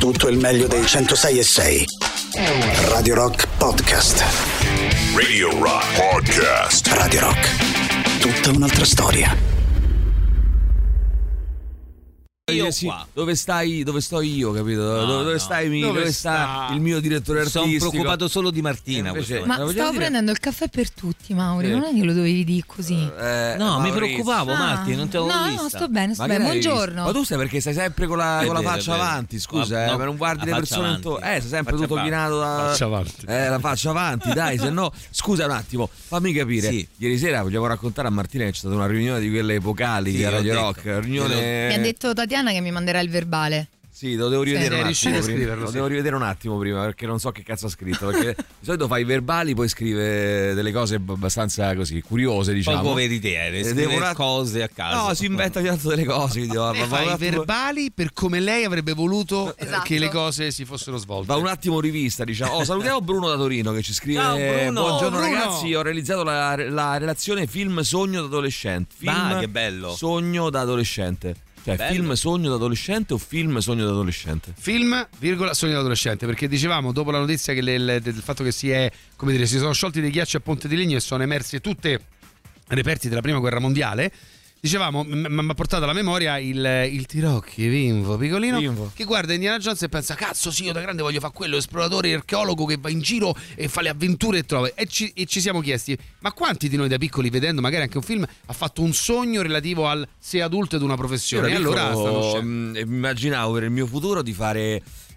Tutto il meglio dei 106.6. Radio Rock Podcast. Radio Rock Podcast. Radio Rock. Tutta un'altra storia. Sì, dove sto io, capito? Dove stai dove sta il mio direttore artistico? Sono preoccupato solo di Martina. Ma stavo prendendo il caffè per tutti, Mauri, non è che lo dovevi dire così. No, mi preoccupavo, Marti, non te l'avevo vista. No, sto bene, buongiorno. Ma tu sai perché stai sempre con la faccia avanti, scusa, no, per non guardi le persone intorno. Sei sempre faccia tutto chinato da faccia avanti. La faccia avanti, dai, se no. Scusa un attimo, fammi capire. Sì. Ieri sera vogliamo raccontare a Martina che c'è stata una riunione di quelle epocali di Radio Rock, riunione. Mi ha detto Tatiana che mi manderà il verbale. Sì, lo devo rivedere un attimo prima. Lo devo rivedere un attimo prima, perché non so che cazzo ha scritto. Perché di solito fai i verbali, poi scrive delle cose abbastanza così curiose, diciamo. Poco veritiere, scrive cose a caso. No, si inventa tanto delle cose. Fai i verbali per come lei avrebbe voluto che le cose si fossero svolte. Va un attimo rivista, diciamo. Salutiamo Bruno da Torino che ci scrive: Ciao, Bruno. Buongiorno Bruno. ragazzi, ho realizzato la relazione film sogno da adolescente. Film che bello. Sogno da adolescente. Cioè, bello. film sogno da adolescente o film sogno da adolescente? Film, sogno da adolescente, perché dicevamo dopo la notizia che del fatto che si sono sciolti dei ghiacci a Ponte di Legno e sono emerse tutte reperti della prima guerra mondiale. Dicevamo, mi ha portato alla memoria il Tirocchi Vinvo Piccolino che guarda Indiana Jones e pensa: cazzo, sì, io da grande voglio fare quello, esploratore archeologo che va in giro e fa le avventure e trova. E ci siamo chiesti: ma quanti di noi da piccoli, vedendo magari anche un film, ha fatto un sogno relativo al sé adulto ed una professione? E allora immaginavo per il mio futuro di fare.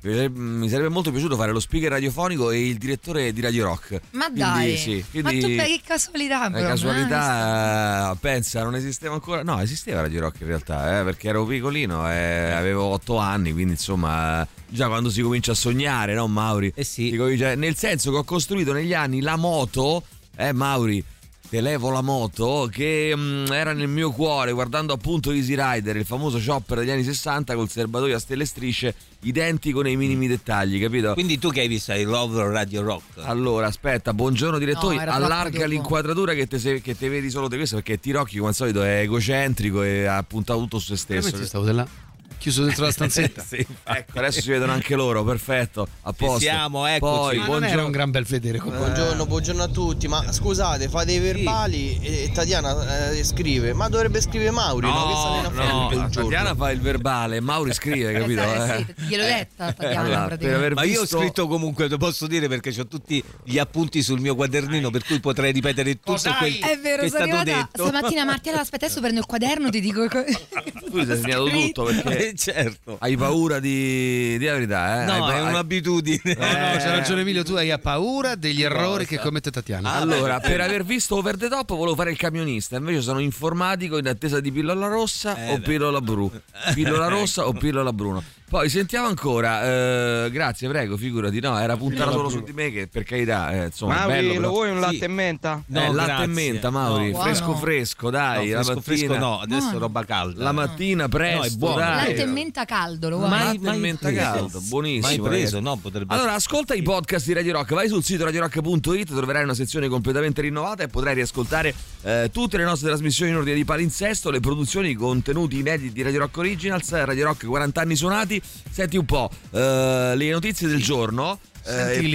Mi sarebbe molto piaciuto fare lo speaker radiofonico e il direttore di Radio Rock. Ma dai, sì, ma tu che casualità, però. Casualità, pensa, non esisteva ancora. No, esisteva Radio Rock in realtà, perché ero piccolino e avevo 8 anni, quindi insomma, già quando si comincia a sognare, no, Mauri? Sì. Nel senso che ho costruito negli anni la moto, Mauri. Te levo la moto che era nel mio cuore guardando appunto Easy Rider, il famoso chopper degli anni 60 col serbatoio a stelle e strisce identico nei minimi dettagli, capito? Quindi tu che hai visto I Love Radio Rock? Allora aspetta, buongiorno direttori, era allarga l'inquadratura che te vedi solo te questo, perché Tirocchi come al solito è egocentrico e ha puntato tutto su se stesso. Stavo chiuso dentro la stanzetta. Sì, ecco, adesso si vedono anche loro, perfetto, a posto. Siamo, eccoci. Poi, non era un gran bel vedere. Buongiorno a tutti. Ma scusate, fate i verbali e Tatiana scrive. Ma dovrebbe scrivere Mauri, no, Tatiana fa il verbale, Mauri scrive, capito? Sì, gliel'ho detta Tatiana, allora, praticamente. Ma io ho scritto comunque, lo posso dire, perché ho tutti gli appunti sul mio quadernino, per cui potrei ripetere tutto quel è vero, che è stato detto. Stamattina Marti, allora aspetta, adesso prendo il quaderno, ti dico. Tu hai segnato tutto perché certo. Hai paura di la verità, No, è un'abitudine. No, c'ha ragione Emilio, tu hai paura degli errori che commette Tatiana. Allora, per aver visto Over the Top volevo fare il camionista, invece sono informatico in attesa di pillola rossa o pillola blu. Pillola rossa o pillola bruno. Poi sentiamo ancora, grazie, prego, figurati, no, era puntata solo su di me, che per carità, insomma, Mauri, bello, lo vuoi un latte e menta? No, latte e menta, Mauri, no, fresco, dai, no, la mattina. fresco no, adesso roba calda. La mattina presto, no, è buono. dai. Latte e menta caldo, lo vuoi? Latte e menta caldo, buonissimo. Mai preso, ragazzi. no, potrebbe. Allora, ascolta i podcast di Radio Rock, vai sul sito radiorock.it, troverai una sezione completamente rinnovata e potrai riascoltare tutte le nostre trasmissioni in ordine di palinsesto, le produzioni, i contenuti inediti di Radio Rock Originals, Radio Rock 40 anni suonati. Senti un po' le notizie del giorno. E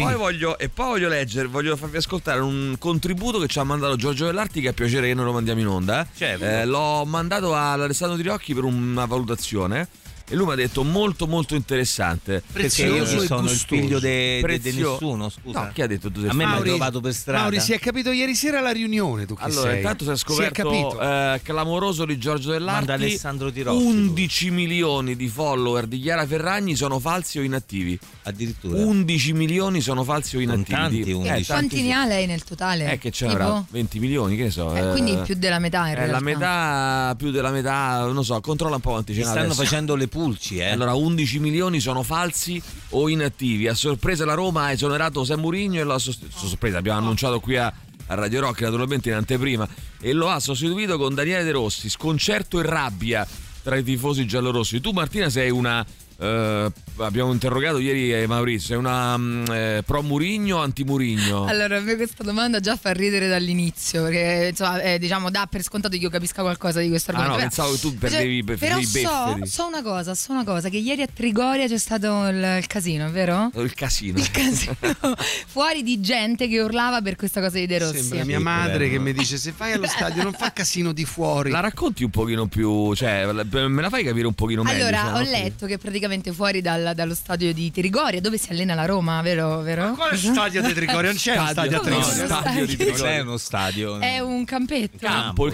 poi voglio farvi ascoltare un contributo che ci ha mandato Giorgio Dell'Arti, che è piacere che noi lo mandiamo in onda. Certo. L'ho mandato all'Alessandro Tirocchi per una valutazione e lui mi ha detto molto molto interessante. Perché io sono il figlio di nessuno, scusa. No, chi ha detto tu sei A me mi Mauri, hanno trovato per strada. Mauri, si è capito ieri sera alla riunione, tu chi allora, sei? intanto si è scoperto clamoroso di Giorgio Dell'Arti. Manda Alessandro Tirocchi. 11 milioni di follower di Chiara Ferragni sono falsi o inattivi. Addirittura 11 milioni sono falsi o inattivi. Tanti, 11. Quanti ne ha lei nel totale? Che ce n'era 20 milioni, che ne so. Quindi più della metà in realtà. La metà, più della metà, non so, controlla un po' quanti ce n'ha stanno adesso. facendo le pulci, Allora 11 milioni sono falsi o inattivi. A sorpresa la Roma ha esonerato San Mourinho e lo ha sorpresa, abbiamo annunciato qui a Radio Rock, naturalmente in anteprima, e lo ha sostituito con Daniele De Rossi. Sconcerto e rabbia tra i tifosi giallorossi. Tu Martina sei una abbiamo interrogato ieri Maurizio, sei una pro Mourinho o anti Mourinho? Allora, a me questa domanda già fa ridere dall'inizio, perché insomma, diciamo, dà per scontato che io capisca qualcosa di questo argomento. No, pensavo che tu perdevi i befferi. So una cosa, che ieri a Trigoria c'è stato il casino, vero? Il casino. Il casino fuori di gente che urlava per questa cosa di De Rossi. Sembra mia madre che mi dice: se vai allo stadio non fa casino di fuori. La racconti un pochino più, cioè me la fai capire un pochino meglio? Allora, ho letto che praticamente fuori dallo stadio di Trigoria, dove si allena la Roma, vero? Ma quale stadio di Trigoria? Non c'è uno stadio a Trigoria. Stadio di Trigoria. Non è uno stadio. È un campetto. Un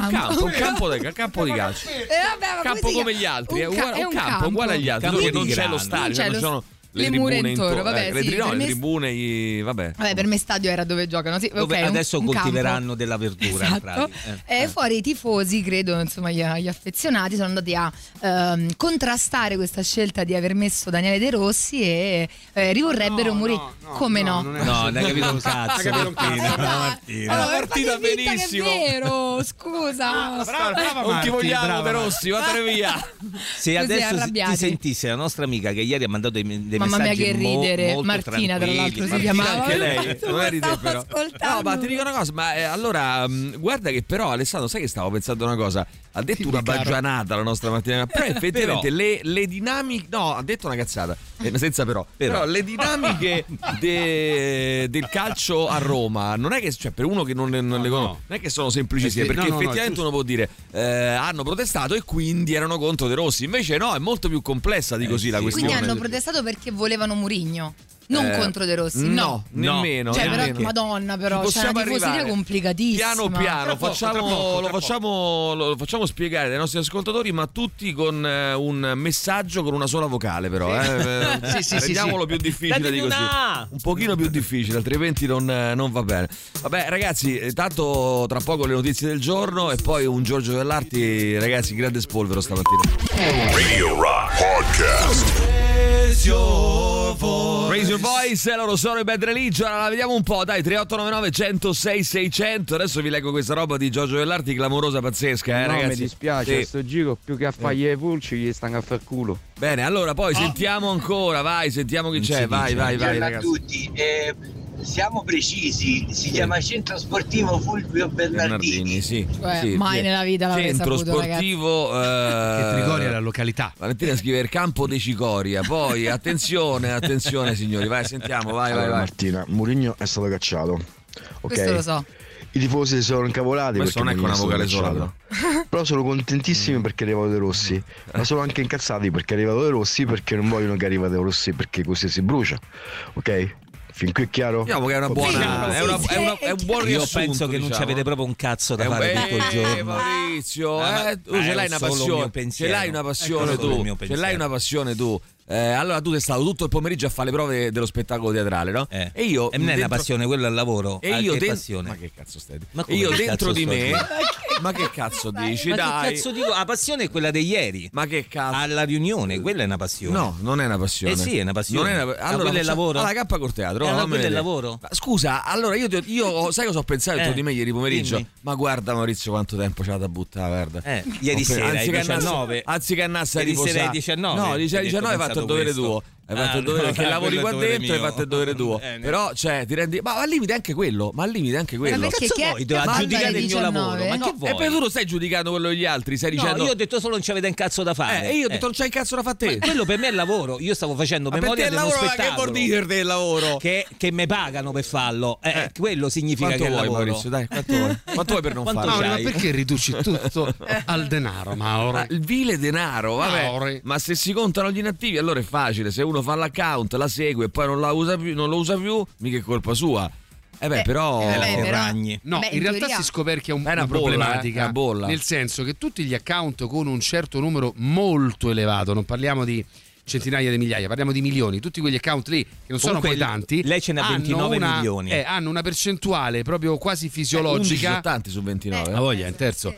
campo di calcio. Vabbè, Campo come gli altri, è un campo uguale agli altri, dove non c'è lo stadio, cioè non sono le mure intorno, vabbè, le sì, tribune, vabbè. Vabbè, per me stadio era dove giocano, sì, dove okay, adesso un coltiveranno campo. della verdura, esatto. Fuori i tifosi, credo, insomma, gli affezionati sono andati a contrastare questa scelta di aver messo Daniele De Rossi e rivorrebbero Mourinho. Come no? Non hai capito un cazzo. La partita benissimo. È vero, scusa. Non ti vogliamo De Rossi, vattene via. Se adesso ti sentisse la nostra amica che ieri ha mandato dei mamma mia che ridere, molto Martina tra l'altro si chiamava. Anche lei, non è ridere però. No, ma ti dico una cosa, ma allora guarda che però Alessandro, sai che stavo pensando una cosa? Ha detto una baggianata la nostra Martina, però effettivamente le dinamiche, no, ha detto una cazzata, senza però le dinamiche del calcio a Roma non è che, cioè, per uno che non le conosce, non è che sono semplicissime, perché effettivamente uno può dire hanno protestato e quindi erano contro De Rossi, invece no, è molto più complessa di così la questione. Quindi hanno protestato perché volevano Mourinho, non contro De Rossi. No, nemmeno. Cioè, nemmeno. però, Madonna, però c'è una tifoseria complicatissima. Piano lo facciamo spiegare ai nostri ascoltatori, ma tutti con un messaggio con una sola vocale, però. Rendiamolo più difficile di così. Un pochino più difficile, altrimenti non va bene. Vabbè, ragazzi, tanto tra poco le notizie del giorno e poi un Giorgio Vellarti, ragazzi, grande spolvero stamattina. Radio Rock Podcast. Raise Your Voice, loro sono i Bad Religion. Allora, vediamo un po', dai, 3899 106 600. Adesso vi leggo questa roba di Giorgio Vellarti, clamorosa, pazzesca, no, ragazzi. Mi dispiace, sì. sto giro più che a fargli i pulci gli stanno a far culo. Bene, allora poi sentiamo ancora, vai, sentiamo chi c'è, vai, Buongiorno a ragazzi. tutti, siamo precisi, si chiama Centro Sportivo Fulvio Bernardini. Sì. Mai nella vita l'avrei Centro saputo, sportivo che Trigoria è la località. Valentina scrive il campo di Cicoria. Poi attenzione signori, vai, sentiamo, vai. Martina, Mourinho è stato cacciato. Questo lo so. I tifosi si sono incavolati. Questo non è con una vocale sola, però sono contentissimi perché è arrivato De Rossi, ma sono anche incazzati perché è arrivato De Rossi, perché non vogliono che arriva De Rossi, perché così si brucia. Ok? Fin qui è chiaro? Diciamo che è una buona, è un buon riassunto. Io penso che non ci avete proprio un cazzo da fare tutto il giorno. Maurizio, tu ce l'hai una passione. Ce l'hai una passione tu. Ce l'hai una passione tu. Allora tu sei stato tutto il pomeriggio a fare le prove dello spettacolo teatrale, no? E io non è una passione, quello è il lavoro. E io passione. Ma che cazzo stai? E io dentro di me. Ma che cazzo dici? Ma dai. che cazzo dico? La passione è quella di ieri. Ma che cazzo? Alla riunione, quella è una passione. No, non è una passione. Sì, è una passione. Allora, quello è il lavoro. Alla K col teatro. Allora, quello è il lavoro. Ma scusa, allora io sai cosa ho pensato dentro di me ieri pomeriggio? Dimmi. Ma guarda Maurizio quanto tempo c'ha da buttare, guarda. Ieri sera alle 19. Anziché andasse a Ieri sera riposare. alle 19. No, alle 19 hai fatto il dovere tuo. Hai fatto il dovere perché lavori qua dentro, hai fatto il dovere tuo. Però, cioè, ti rendi. Ma al limite anche quello. Ma perché vuoi? Giudicare il mio lavoro. Ma che vuoi? E poi tu non stai giudicando quello degli altri, stai dicendo. No, io ho detto solo non ci avete un cazzo da fare. E io ho detto non c'hai un cazzo da fare te. Ma quello per me è il lavoro. Io stavo facendo memoria dello spettacolo. Che vuol dire del lavoro? Che mi pagano per farlo. Quello significa quanto che è vuoi, lavoro. Maurizio, dai, quanto vuoi per non farlo? Ma perché riduci tutto al denaro, Mauro? Il vile denaro, vabbè. Ma se si contano gli inattivi, allora è facile. Se uno fa l'account, la segue e poi non lo usa più, mica è colpa sua. Però ragni. No, in realtà si scoperchia una problematica, una bolla. Nel senso che tutti gli account con un certo numero molto elevato, non parliamo di centinaia di migliaia, parliamo di milioni, tutti quegli account lì che non sono poi tanti, lei ce n'ha 29 milioni, hanno una percentuale proprio quasi fisiologica. 11 tanti su 29. La voglia in terzo.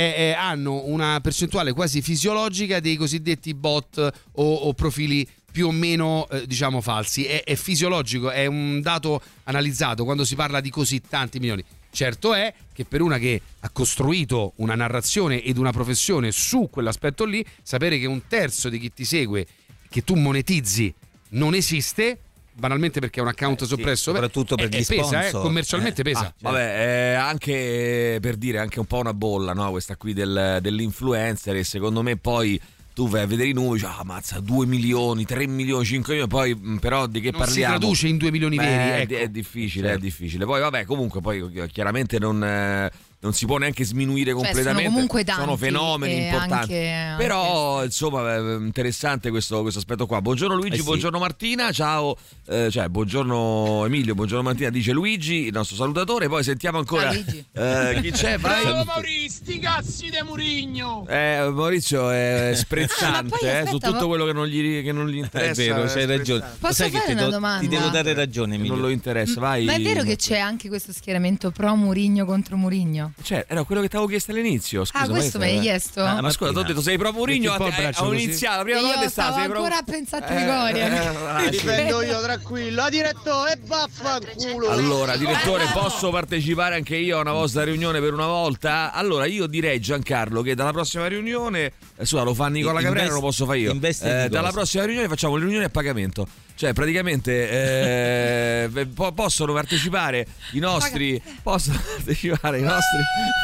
Hanno una percentuale quasi fisiologica dei cosiddetti bot o profili più o meno diciamo falsi. È fisiologico, è un dato analizzato quando si parla di così tanti milioni. Certo è che per una che ha costruito una narrazione ed una professione su quell'aspetto lì, sapere che un terzo di chi ti segue che tu monetizzi non esiste, banalmente perché è un account soppresso, soprattutto per gli pesa, sponsor. commercialmente pesa. Vabbè, anche per dire, anche un po' una bolla, no? Questa qui dell'influencer, e secondo me poi tu vai a vedere i numeri, ammazza 2 milioni, 3 milioni, 5 milioni, poi però di che non parliamo? Si traduce in 2 milioni veri, ecco. È difficile, certo. è difficile. Poi vabbè, comunque poi chiaramente non si può neanche sminuire completamente, sono comunque tanti, sono fenomeni importanti, però insomma è interessante questo aspetto qua. Buongiorno Luigi, sì. Buongiorno Martina, ciao, buongiorno Emilio, buongiorno Martina, dice Luigi, il nostro salutatore. Poi sentiamo ancora chi c'è. Vai. Maurizio, sti cazzi di Murigno. Maurizio è sprezzante su tutto quello che non gli interessa. È vero, c'hai ragione. Posso sai fare che una domanda? Ti devo dare ragione, Emilio. Non lo interessa, vai. Ma è vero che c'è anche questo schieramento pro Murigno contro Murigno? Cioè, era quello che ti avevo chiesto all'inizio. Scusa, questo mi hai chiesto? Ma scusa, ti ho detto sei pro Murigno, ho iniziato la prima volta. Stavo ancora a pensare a Trigoria. Difendo io, tranquillo. Direttore, vaffanculo. Allora, direttore, posso partecipare anche io a una vostra riunione per una volta? Allora, io direi, Giancarlo, che dalla prossima riunione, lo fa Nicola Caprera, non lo posso fare io. Dalla prossima riunione facciamo le riunioni a pagamento. Cioè, praticamente possono partecipare i nostri. Possono partecipare i nostri.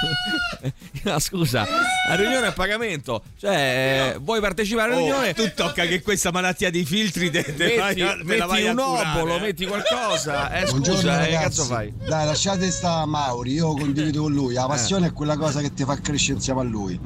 No, scusa, la riunione a pagamento. Cioè, vuoi partecipare alla riunione? Tu tocca che questa malattia di filtri metti un obolo, metti qualcosa. Scusa, che cazzo fai? Dai, lasciate sta Mauri, io condivido con lui. La passione è quella cosa che ti fa crescere insieme a lui.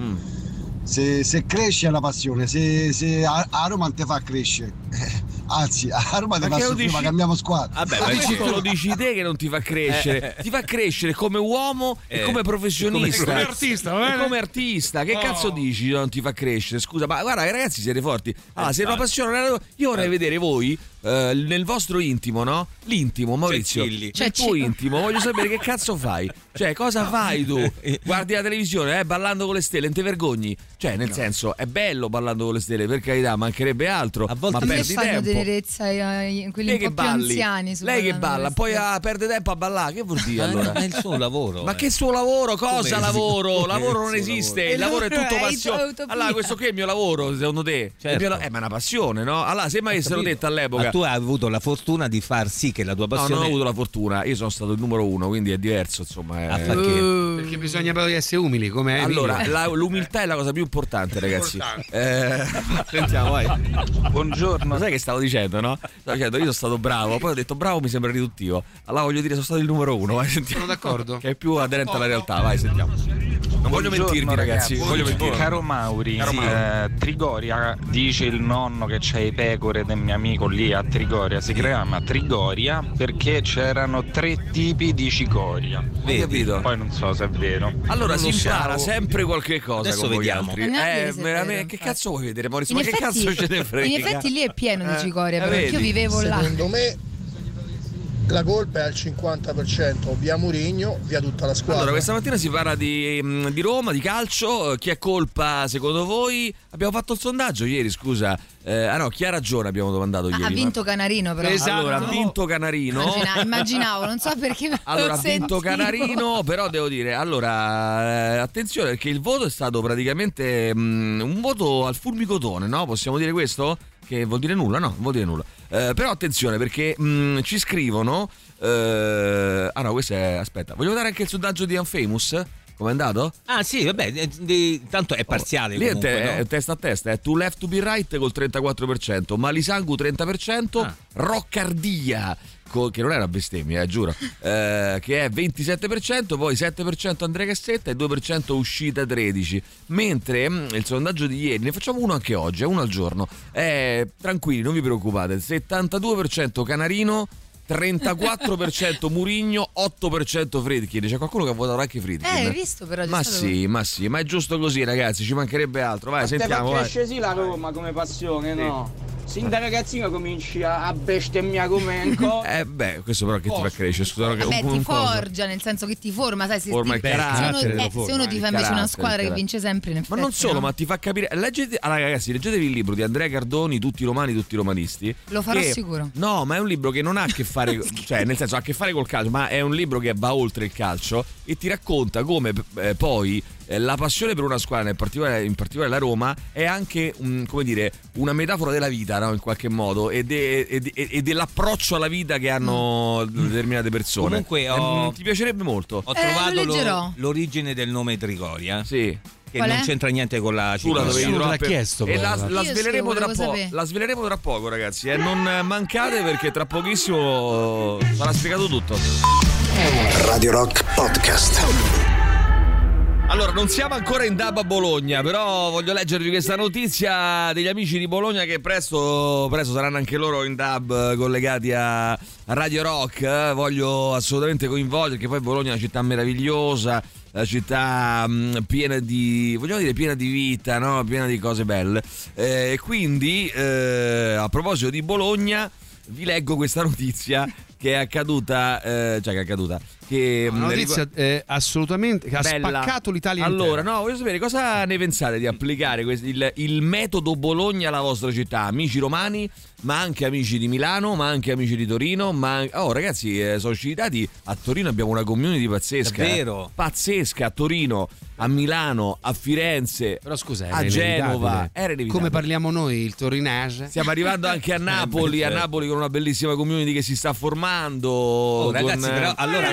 Se cresce è una passione, se a Roma ti fa crescere. Anzi, a Roma ti fa soffrire, ma cambiamo squadra. Vabbè, ma questo lo dici te che non ti fa crescere. Ti fa crescere come uomo e come professionista. Come artista, e come artista. Che cazzo dici non ti fa crescere? Scusa, ma guarda, ragazzi, siete forti. Se è una passione, io vorrei vedere voi nel vostro intimo, no? L'intimo, Maurizio, nel tuo intimo, voglio sapere che cazzo fai. Cioè, cosa fai tu? Guardi la televisione, ballando con le stelle, non ti vergogni? Cioè, nel senso, è bello ballando con le stelle, per carità, mancherebbe altro. A volte ma perdi tempo. Tenerezza quelli un po' più anziani. Lei che balla, poi perde tempo a ballare. Che vuol dire allora? È il suo lavoro. Ma che suo lavoro? Cosa lavoro? Lavoro non esiste. Il lavoro è tutto passione. Allora, questo qui è il mio lavoro, secondo te? Certo. Ma è una passione, no? Allora, se mi avessero detto all'epoca. Ma tu hai avuto la fortuna di far sì che la tua passione. No, non ho avuto la fortuna. Io sono stato il numero 1, quindi è diverso, insomma. Perché bisogna proprio essere umili, come allora, l'umiltà è la cosa più importante, ragazzi. Sentiamo, vai. Buongiorno. Sai che stavo dicendo, no? Stavo dicendo, io sono stato bravo, poi ho detto bravo mi sembra riduttivo. Allora voglio dire, sono stato il numero 1. Vai, sentiamo. Sono d'accordo. Che è più aderente alla realtà, vai, sentiamo. Non voglio mentirvi, ragazzi. Voglio mentirvi. Caro Mauri, Trigoria dice il nonno che c'ha i pecore del mio amico lì a Trigoria. Si chiama Trigoria perché c'erano 3 tipi di cicoria. Hai capito? Poi non so se è vero. Allora si impara sempre qualche cosa. Adesso con vediamo. voi altri. Veramente, che cazzo vuoi vedere, Maurizio? Ma che cazzo ce ne frega? In effetti lì è pieno di cicoria, perché io vivevo là. Secondo me la colpa è al 50%, via Murigno, via tutta la squadra. Allora, questa mattina si parla di Roma, di calcio. Chi è colpa secondo voi? Abbiamo fatto il sondaggio ieri, scusa. No, chi ha ragione abbiamo domandato ieri. Ha vinto Canarino, però. Esatto. Allora, ha vinto Canarino. Immaginavo, non so perché. Allora, ha vinto Canarino, però devo dire, allora, attenzione, perché il voto è stato praticamente un voto al fulmicotone, no? Possiamo dire questo? Che vuol dire nulla? No, non vuol dire nulla. Però attenzione, perché ci scrivono. No, questo è. Aspetta, vogliamo dare anche il sondaggio di Unfamous? Com'è andato? Ah sì, vabbè, tanto è parziale. Lì comunque, è testa a testa, è To Left to Be Right col 34%, Malisangu 30%, Roccardia, che non è una bestemmia, giuro, che è 27%, poi 7% Andrea Cassetta e 2% Uscita 13%, mentre il sondaggio di ieri, ne facciamo uno anche oggi, è uno al giorno, tranquilli, non vi preoccupate, 72% Canarino, 34% Murigno, 8% Friedkin. C'è qualcuno che ha votato anche Friedkin. Hai visto però? Ma sì, ma è giusto così, ragazzi, ci mancherebbe altro. Vai, sentiamo. Ma cresce sì la Roma come passione, no? Sin da ragazzino cominci a bestemmiare come questo però che ti fa crescere? Scusa, ti forgia, nel senso che ti forma, sai, forma il carattere. Se uno ti fa invece una squadra che vince sempre, in effetti. Ma non solo, ma ti fa capire. Allora, ragazzi, leggetevi il libro di Andrea Cardoni, Tutti i romani, tutti i romanisti. Lo farò sicuro. No, ma è un libro che non ha a che fare, cioè, nel senso, ha a che fare col calcio, ma è un libro che va oltre il calcio e ti racconta come poi la passione per una squadra, in particolare la Roma, è anche come dire, una metafora della vita, no? In qualche modo e dell'approccio alla vita che hanno determinate persone. Comunque ti piacerebbe molto. Ho trovato l'origine del nome Trigoria. Sì. Che non c'entra niente con la città. l'ha chiesto. E la sveleremo tra poco. La sveleremo tra poco, ragazzi. Non mancate perché tra pochissimo sarà spiegato tutto. Radio Rock Podcast. Allora, non siamo ancora in DAB a Bologna, però voglio leggervi questa notizia degli amici di Bologna che presto saranno anche loro in DAB collegati a Radio Rock. Voglio assolutamente coinvolgere, perché poi Bologna è una città meravigliosa, la città piena di, vogliamo dire, piena di vita, no? Piena di cose belle. E quindi, a proposito di Bologna, vi leggo questa notizia che è accaduta, che una notizia assolutamente che bella. Ha spaccato l'Italia allora intera. No, voglio sapere cosa ne pensate di applicare il metodo Bologna alla vostra città, amici romani, ma anche amici di Milano, ma anche amici di Torino, ragazzi, sono citati. A Torino abbiamo una community pazzesca, davvero pazzesca, a Torino, a Milano, a Firenze, però scusa, a Genova, era inevitabile. Come parliamo noi, il torinese. Stiamo arrivando anche a Napoli, con una bellissima community che si sta formando. Ragazzi, però allora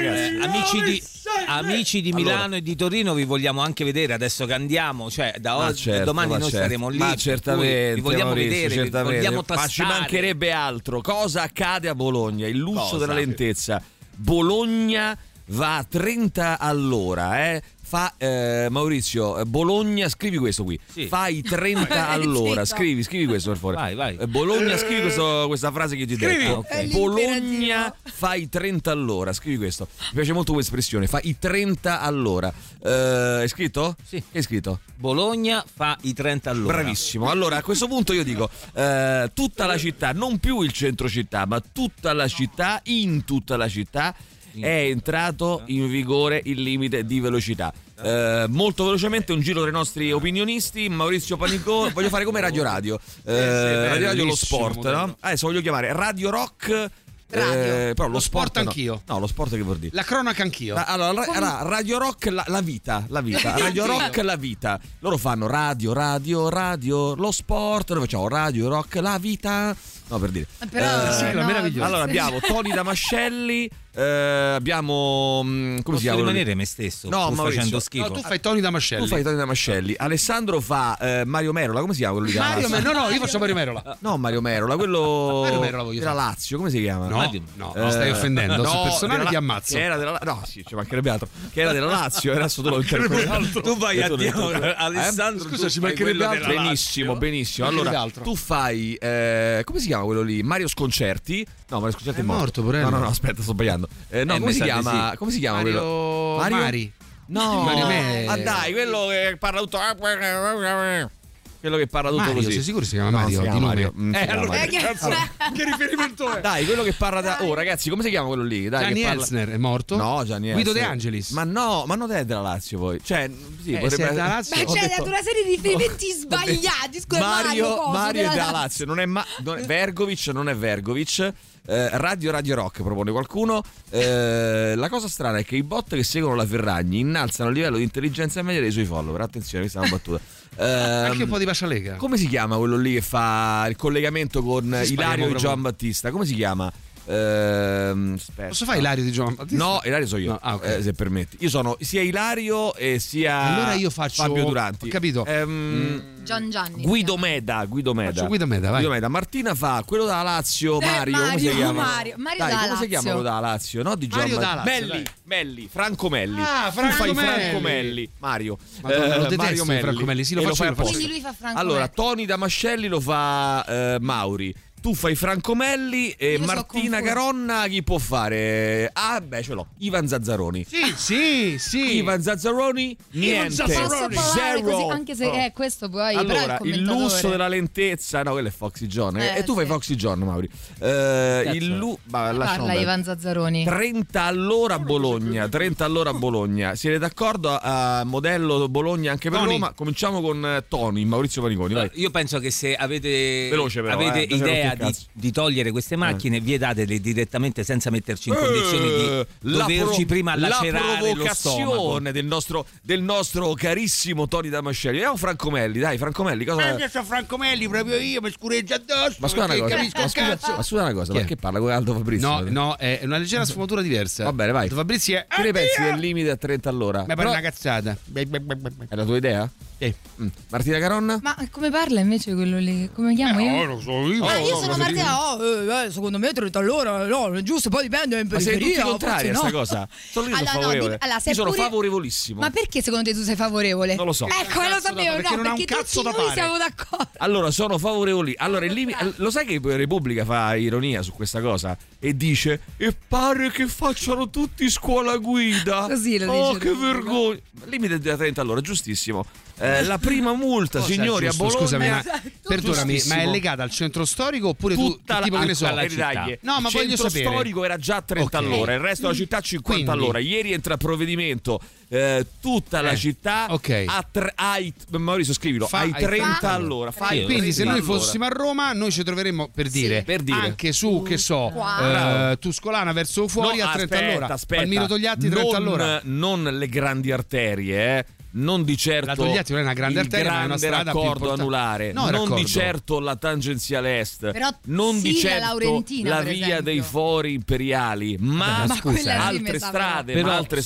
amici di Milano e di Torino vi vogliamo anche vedere adesso che andiamo, cioè da oggi domani noi saremo lì. Ma certamente, vi vogliamo vedere, certamente. vi vogliamo tastare. Ma ci mancherebbe altro. Cosa accade a Bologna? Il lusso della lentezza. Bologna va a 30 all'ora, Fa Maurizio, Bologna, scrivi questo qui. Sì. Fai 30 all'ora. Scrivi questo per favore. Vai. Bologna, scrivi questa frase che ti ho detto. Okay. Bologna, fai 30 all'ora. Scrivi questo. Mi piace molto questa espressione. Fai 30 all'ora. Hai scritto? Sì. Che hai scritto? Bologna fa i 30 all'ora. Bravissimo. Allora, a questo punto io dico tutta la città, non più il centro città, ma tutta la città, in tutta la città è entrato in vigore il limite di velocità. Molto velocemente un giro tra i nostri opinionisti. Maurizio Panicone, voglio fare come Radio Radio lo sport, no? Adesso voglio chiamare Radio Rock. Però lo sport anch'io. No, lo sport che vuol dire? La cronaca anch'io. Allora, Radio Rock la vita. Radio Rock la vita. Loro fanno radio, lo sport. Noi facciamo Radio Rock la vita. No, per dire. Però sigla meravigliosa. Allora abbiamo Tony Damascelli, abbiamo come posso si chiama? rimanere me stesso? No, sto facendo schifo. No, tu fai Tony Damascelli. Alessandro fa Mario Merola, come si chiama quello lì? No, io faccio Mario Merola. No, Mario Merola, quello Mario Merola voglio della Lazio, come si chiama? No, stai offendendo. Sul personale ti ammazzo. Che era no, sì, ci mancherebbe altro. Che era della Lazio, adesso tu lo interpreti. Tu vai a dire Alessandro, scusa, ci mancherebbe altro. Benissimo. Allora, tu fai come si chiama quello lì? Mario Sconcerti. No, Mario Sconcerti è morto. Porello. No, aspetta, sto sbagliando. Come si chiama? Come si chiama quello? Mari. No, ma dai, quello che parla tutto. Quello che parla tutto Mario, così. Sei sicuro si chiama Mario? Si chiama Mario. Allora, che riferimento è? Dai, quello che parla ragazzi, come si chiama quello lì? Dai, Gianni che parla... Elsner è morto? No, Gianni Guido Elsner. De Angelis. Ma non è della Lazio poi. Cioè, sì, potrebbe della Lazio. Ma c'è dato una serie di riferimenti sbagliati. Scusa, Mario è della Lazio, non è Vergovic, non è Vergovic. Radio Rock propone qualcuno. La cosa strana è che i bot che seguono la Ferragni innalzano il livello di intelligenza media dei suoi follower. Attenzione, questa è una battuta. Anche un po' di Pascialega. Come si chiama quello lì che fa il collegamento con Ilario e Giovan Battista? Come si chiama? Posso fare Ilario di Giovan Battista? No, Ilario so io, okay. Se permetti. Io sono sia Ilario e sia allora io faccio Fabio Duranti. Ho capito. Gianni. Guido Meda. Guido Meda. Martina fa quello della Lazio, Mario. Come si chiama? Mario dai, come si chiama quello della Lazio? No, di Giovan Melli, Franco Melli. Franco Melli. Mario. Madonna, lo detesto Mario Melli. Franco Melli, sì, lo faccio. Quindi lui fa Franco allora, Melli. Tony Damascelli lo fa Mauri. Tu fai Franco Melli e io Martina Caronna chi può fare? Ah, beh, ce l'ho. Ivan Zazzaroni. Sì. Ivan Zazzaroni, niente. Zero. Così, anche se è questo poi. Allora, il lusso della lentezza. No, quello è Foxy John. E tu fai Foxy John, Mauri. Parla Ivan Zazzaroni. 30 all'ora a Bologna. Siete d'accordo a modello Bologna anche per Roma? Cominciamo con Tony, Maurizio Paniconi. Vai. Io penso che se avete veloce però, idea l'idea di togliere queste macchine, vietatele direttamente senza metterci in condizioni di doverci prima lacerare lo stomaco. Del nostro carissimo Tony Damascelli. Vediamo Francomelli, dai, Francomelli, cosa... Sono Francomelli, proprio io, mi scureggia addosso. Ma scusa una cosa, perché parla con Aldo Fabrizio? No, è una leggera sfumatura diversa. Va bene, vai. Aldo Fabrizio è... Che ne pensi del limite a 30 all'ora? Ma per una cazzata. È la tua idea? Sì. Martina Caronna? Ma come parla invece quello lì? Come chiamo io? Lo so io. Io sono Martina. Secondo me 30 all'ora, no, giusto, poi dipende in periferia. Ma sei tutti contrari a questa cosa? Solo io sono favorevole. Io sono favorevolissimo. Ma perché secondo te tu sei favorevole? Non lo so. Ecco, lo sapevo, perché non ha un cazzo da fare. Siamo d'accordo. Allora, sono favorevoli. Allora, lo sai che Repubblica fa ironia su questa cosa? E dice: e pare che facciano tutti scuola guida. Così lo dice. Oh, che vergogna. Limite da 30 all'ora, giustissimo. La prima multa, signori, a Bologna. Scusami, perdonami, ma è legata al centro storico oppure tutta tipo che ne so? No, ma voglio sapere. Il centro storico era già 30 all'ora, il resto della città 50 all'ora. Ieri entra a provvedimento tutta la città Maurizio scrivilo, ai 30 all'ora. Quindi se noi fossimo a Roma, noi ci troveremmo per dire anche su, che so, Tuscolana verso fuori a 30 all'ora. Aspetta, Palmiro Togliatti 30 all'ora. Non le grandi arterie, non di certo la Togliatti non è una grande arteria, ma è una strada raccordo anulare, non di certo la tangenziale est, però non di certo la via dei Fori Imperiali, ma altre strade,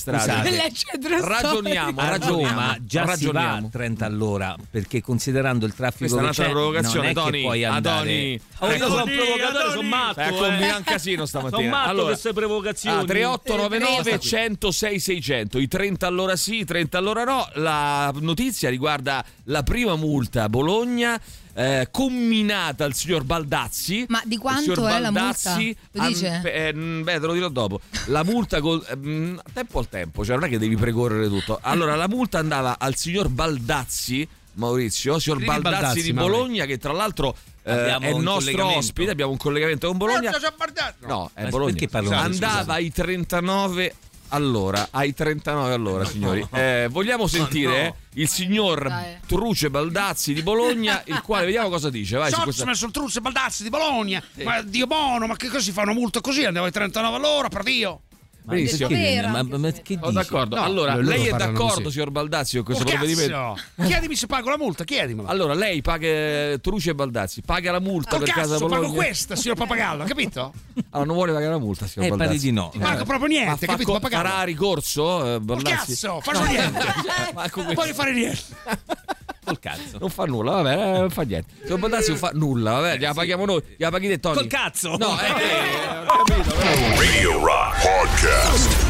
ragioniamo a Roma già si va a 30 all'ora, perché considerando il traffico che c'è, non è che puoi andare. Io sono un provocatore, sono matto, combina un casino stamattina. Sono matto queste provocazioni. 3899 106 600, i 30 all'ora sì, 30 all'ora no. La notizia riguarda la prima multa a Bologna comminata al signor Baldazzi. Ma di quanto è la multa? Lo dice? Te lo dirò dopo. La multa tempo al tempo, cioè non è che devi precorrere tutto. Allora la multa andava al signor Baldazzi, Maurizio, signor Baldazzi di Bologna, che tra l'altro è il nostro ospite, abbiamo un collegamento con Bologna. No, è Bologna. Andava ai 39 allora, signori. Vogliamo sentire il signor Truce Baldazzi di Bologna, il quale vediamo cosa dice. Vai, messo il Truce Baldazzi di Bologna. Ma Dio buono, ma che cosa si fa una multa così? Andiamo ai 39 all'ora, per Dio. Benissimo. Ma che dici? D'accordo. No, allora, lei è d'accordo, signor Baldazzi, con questo provvedimento? Chiedimi se pago la multa, chiedimela. Allora, lei paga, Truce e Baldazzi, paga la multa per casa Bologna? Pago questa, signor Pappagallo, capito? Allora, non vuole pagare la multa, signor Baldazzi? Pare di no. Pago proprio niente, capito? Farà ricorso, Baldazzi? Cazzo, faccio niente. Non voglio fare niente. Col cazzo. Non fa nulla, vabbè, non fa niente. Signor Baldazzi non fa nulla, vabbè, gliela paghiamo noi, gliela paghi te, Tony. Col cazzo. No, capito. Radio Rock Podcast.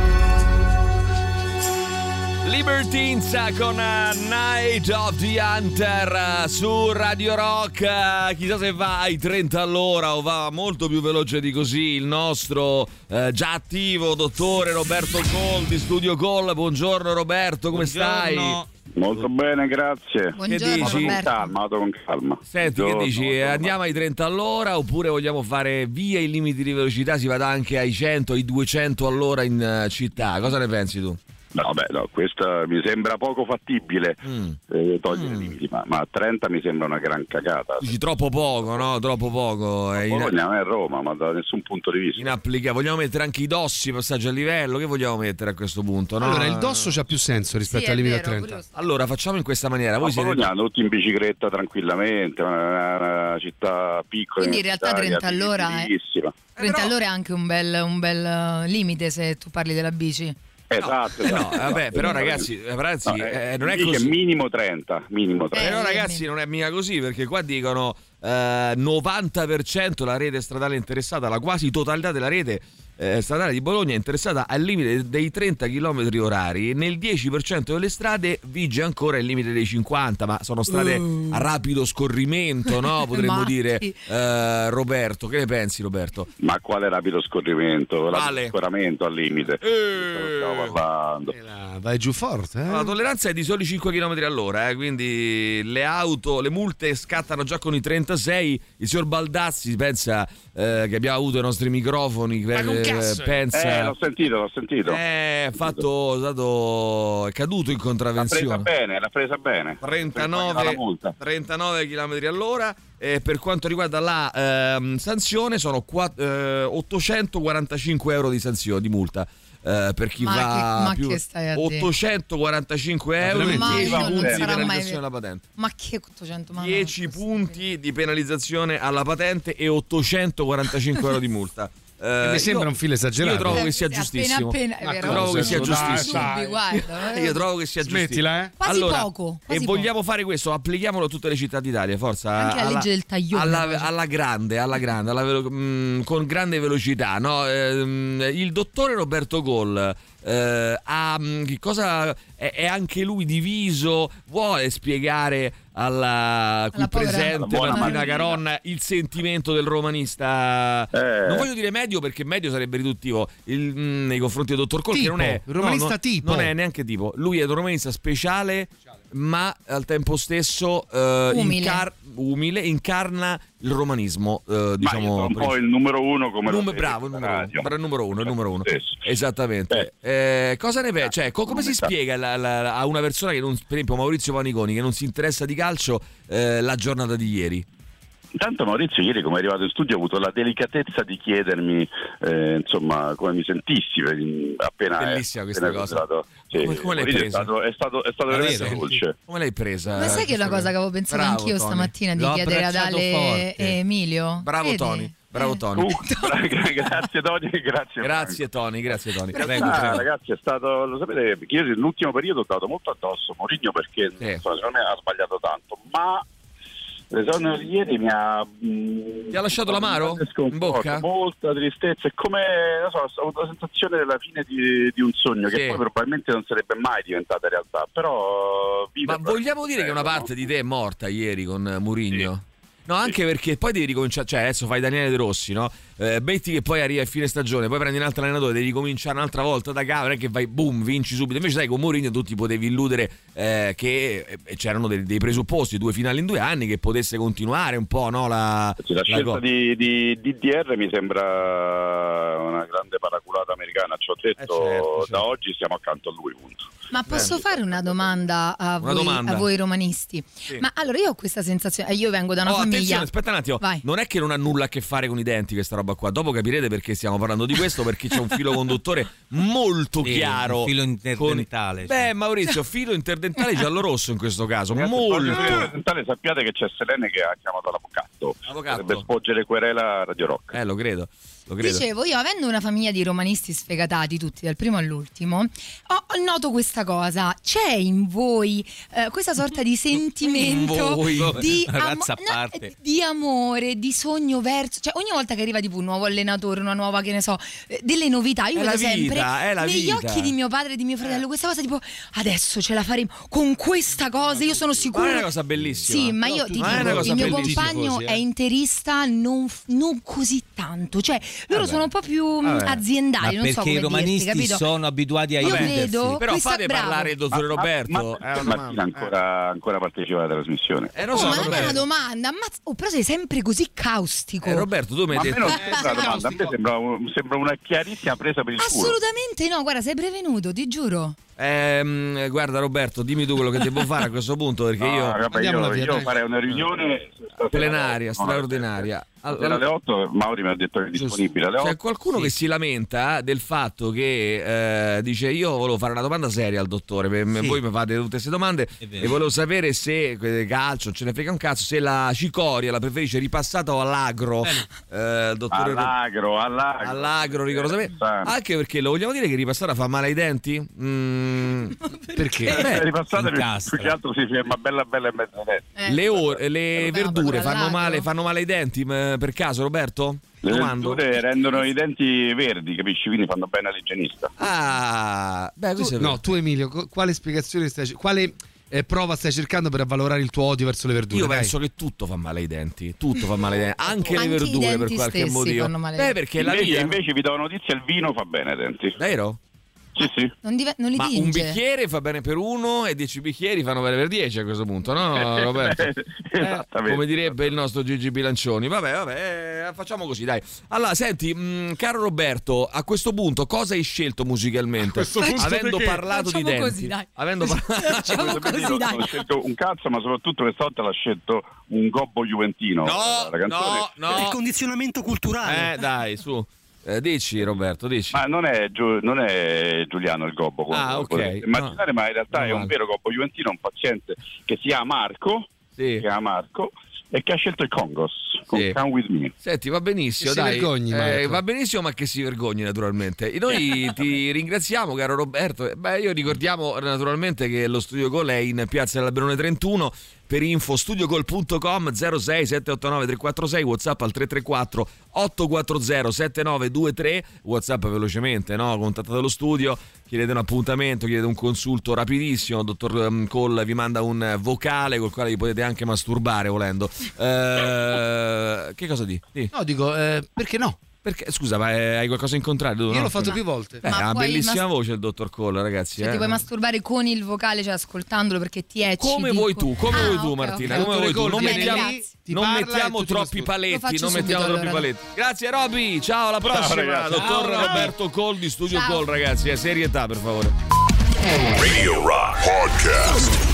Libertines con Night of the Hunter su Radio Rock. Chissà se va ai 30 all'ora o va molto più veloce di così il nostro già attivo dottore Roberto Col di Studio Col. Buongiorno Roberto, come stai? Molto bene, grazie. Buongiorno, che dici? Vado con calma. Senti, che dici? Andiamo ai 30 all'ora oppure vogliamo fare via i limiti di velocità? Si vada anche ai 100, ai 200 all'ora in città. Cosa ne pensi tu? No, questa mi sembra poco fattibile togliere i limiti, ma a 30 mi sembra una gran cagata. Dici troppo poco, no? Troppo poco. Bologna non è Roma, ma da nessun punto di vista. Inapplicabile. Vogliamo mettere anche i dossi, passaggio a livello? Che vogliamo mettere a questo punto? No? Allora, il dosso c'ha più senso rispetto al limite a 30. Allora, facciamo in questa maniera. Voi Bologna hanno tutti in bicicletta tranquillamente, una città piccola. Quindi in realtà 30 all'ora 30 all'ora è anche un bel limite se tu parli della bici. Esatto. No, vabbè, però ragazzi, non è così. Minimo 30. Però ragazzi non è mica così, perché qua dicono 90% la rete stradale interessata, la quasi totalità della rete stradale di Bologna è interessata al limite dei 30 km orari e nel 10% delle strade vige ancora il limite dei 50, ma sono strade a rapido scorrimento, no? Potremmo dire. Roberto, che ne pensi, Roberto? Ma quale rapido scorrimento? Rapido scorrimento al limite. Stiamo parlando. Vai giù forte. La tolleranza è di soli 5 km all'ora, quindi le multe scattano già con i 36. Il signor Baldazzi pensa che abbiamo avuto i nostri microfoni per pensa. L'ho sentito. È caduto in contravvenzione. L'ha presa bene. 39 km all'ora. Per quanto riguarda la sanzione sono 845 euro di sanzione, di multa. Per chi va più 845 euro e 10 punti di penalizzazione alla patente. Ma che 800? 10 punti di penalizzazione alla patente e 845 euro di multa. Mi sembra un filo esagerato. Io trovo che sia giustissimo. Trovo che sia giustissimo. Io trovo che sia giustissimo. Smettila, Quasi poco. E vogliamo fare questo, applichiamolo a tutte le città d'Italia, forza. Anche la legge del taglione. Alla grande, con grande velocità. No? Il dottore Roberto Goll cosa è anche lui diviso, vuole spiegare alla qui presente Martina Caronna il sentimento del romanista, non voglio dire medio perché medio sarebbe riduttivo nei confronti del dottor Col, che non è romanista tipo, non è neanche tipo, lui è un romanista speciale ma al tempo stesso umile, incarna il romanismo, diciamo un po' il numero uno come bravo, il numero uno. Esattamente. Cosa ne pensi? Cioè, come si spiega a una persona che non, per esempio Maurizio Paniconi, che non si interessa di calcio, la giornata di ieri? Intanto Maurizio ieri, come è arrivato in studio, ha avuto la delicatezza di chiedermi insomma come mi sentissi appena. Bellissima questa cosa. Sì, come l'hai presa? È stato veramente dolce. Come l'hai presa? Ma sai che è una cosa che avevo pensato anch'io stamattina di chiedere ad Ale e Emilio? Bravo Tony. Bravo Tony. Grazie Tony, grazie Tony. Prego. Ragazzi, è stato, lo sapete, io nell'ultimo periodo ho dato molto addosso Mourinho perché secondo me ha sbagliato tanto, ma l'esonero di ieri mi ha lasciato l'amaro in bocca? Molta tristezza, è come, non so, ho avuto la sensazione della fine di un sogno che poi probabilmente non sarebbe mai diventata realtà, però ma vogliamo dire che una parte di te è morta ieri con Mourinho? No, anche perché poi devi ricominciare, cioè adesso fai Daniele De Rossi, no? Metti che poi arrivi a fine stagione, poi prendi un altro allenatore, devi ricominciare un'altra volta da capo, non è che vai boom, vinci subito. Invece sai, con Mourinho tu ti potevi illudere che c'erano dei presupposti, 2 finali in 2 anni, che potesse continuare un po', no? La scelta di DDR mi sembra una grande paraculata americana, ci ho detto, certo. Da oggi siamo accanto a lui, punto. Ma posso fare una domanda a voi romanisti? Sì. Ma allora io ho questa sensazione, io vengo da una famiglia. Attenzione, aspetta un attimo. Vai. Non è che non ha nulla a che fare con i denti questa roba qua. Dopo capirete perché stiamo parlando di questo, perché c'è un filo conduttore molto chiaro. Un filo interdentale. Beh, Maurizio, filo interdentale giallo-rosso in questo caso. Ragazzi, molto. Interdentale, sappiate che c'è Selene che ha chiamato l'avvocato. Per spoggere querela a Radio Rock. Lo credo. Dicevo, io avendo una famiglia di romanisti sfegatati tutti dal primo all'ultimo, noto questa cosa: c'è in voi questa sorta di sentimento di amore, di sogno verso, cioè ogni volta che arriva tipo un nuovo allenatore, una nuova, che ne so, delle novità, io vedo sempre negli occhi di mio padre e di mio fratello questa cosa tipo adesso ce la faremo con questa cosa, io sono sicuro. Ma è una cosa bellissima. Sì, ma io ti dico, il mio compagno è interista non così tanto, cioè loro sono un po' più aziendali, non so come perché i romanisti capito? sono abituati a vedo però fate parlare il dottore Roberto. Martina ancora partecipa alla trasmissione. Non so, ma non è una domanda, però sei sempre così caustico. Roberto, tu mi hai detto a me sembra una chiarissima presa per il culo. Assolutamente no, guarda, sei prevenuto, ti giuro. Guarda Roberto, dimmi tu quello che devo fare a questo punto, perché io farei una riunione plenaria, straordinaria. Alle 8 Mauri mi ha detto che è disponibile alle 8. C'è qualcuno che si lamenta del fatto che dice: io volevo fare una domanda seria al dottore, voi mi fate tutte queste domande e volevo sapere se calcio ce ne frega un cazzo, se la cicoria la preferisce ripassata o all'agro. Dottore all'agro rigorosamente, anche perché lo vogliamo dire che ripassata fa male ai denti? Perché? Ripassata più che altro si ferma bella in mezzo ai denti. Le verdure fanno male ai denti? Per caso, Roberto? Le verdure rendono i denti verdi, capisci? Quindi fanno bene all'igienista. Tu Emilio, quale spiegazione quale prova stai cercando per avvalorare il tuo odio verso le verdure? Io penso che tutto fa male ai denti, anche le verdure per qualche motivo. Perché invece vi do notizia, il vino fa bene ai denti. Vero? Sì. Non li ma tinge. Un bicchiere fa bene per 1 e 10 bicchieri fanno bene per 10 a questo punto, no Roberto? Esattamente. Come direbbe il nostro Gigi Bilancioni. Vabbè, facciamo così, dai. Allora, senti, caro Roberto, a questo punto cosa hai scelto musicalmente? Avendo parlato facciamo di denti. così, dai. Facciamo così, dai. Ho scelto un cazzo, ma soprattutto questa volta l'ha scelto un gobbo juventino. No, la canzone. no. Il condizionamento culturale. Dai, su. Dici Roberto, dici. Ma non è Giuliano il gobbo, ok. Immaginare, ma in realtà è un vero gobbo juventino, un paziente che si chiama Marco, e che ha scelto il Congos con Come With Me. Senti, va benissimo, dai. Vergogni, va benissimo, ma che si vergogni naturalmente. Noi ti ringraziamo, caro Roberto. Io ricordiamo naturalmente che lo Studio Gol è in Piazza dell'Alberone 31. Per info studiogol.com 06 789 346, WhatsApp al 334 840 7923, WhatsApp velocemente, no? Contattate lo studio, chiedete un appuntamento, chiedete un consulto rapidissimo, il dottor Cole vi manda un vocale col quale vi potete anche masturbare volendo. Che cosa di? No, dico, perché no? Perché, scusa, ma hai qualcosa in contrario? Io l'ho fatto più volte. Ha una bellissima voce il dottor Cole, ragazzi. Cioè, ti puoi masturbare con il vocale, cioè ascoltandolo, perché ti ecciti. Come vuoi tu, Martina, okay. come vuoi tu. Non mettiamo troppi paletti, Grazie Roby, ciao, alla prossima. Dottor Roberto Cole di Studio Cole, ragazzi, serietà per favore. Radio Rock Podcast.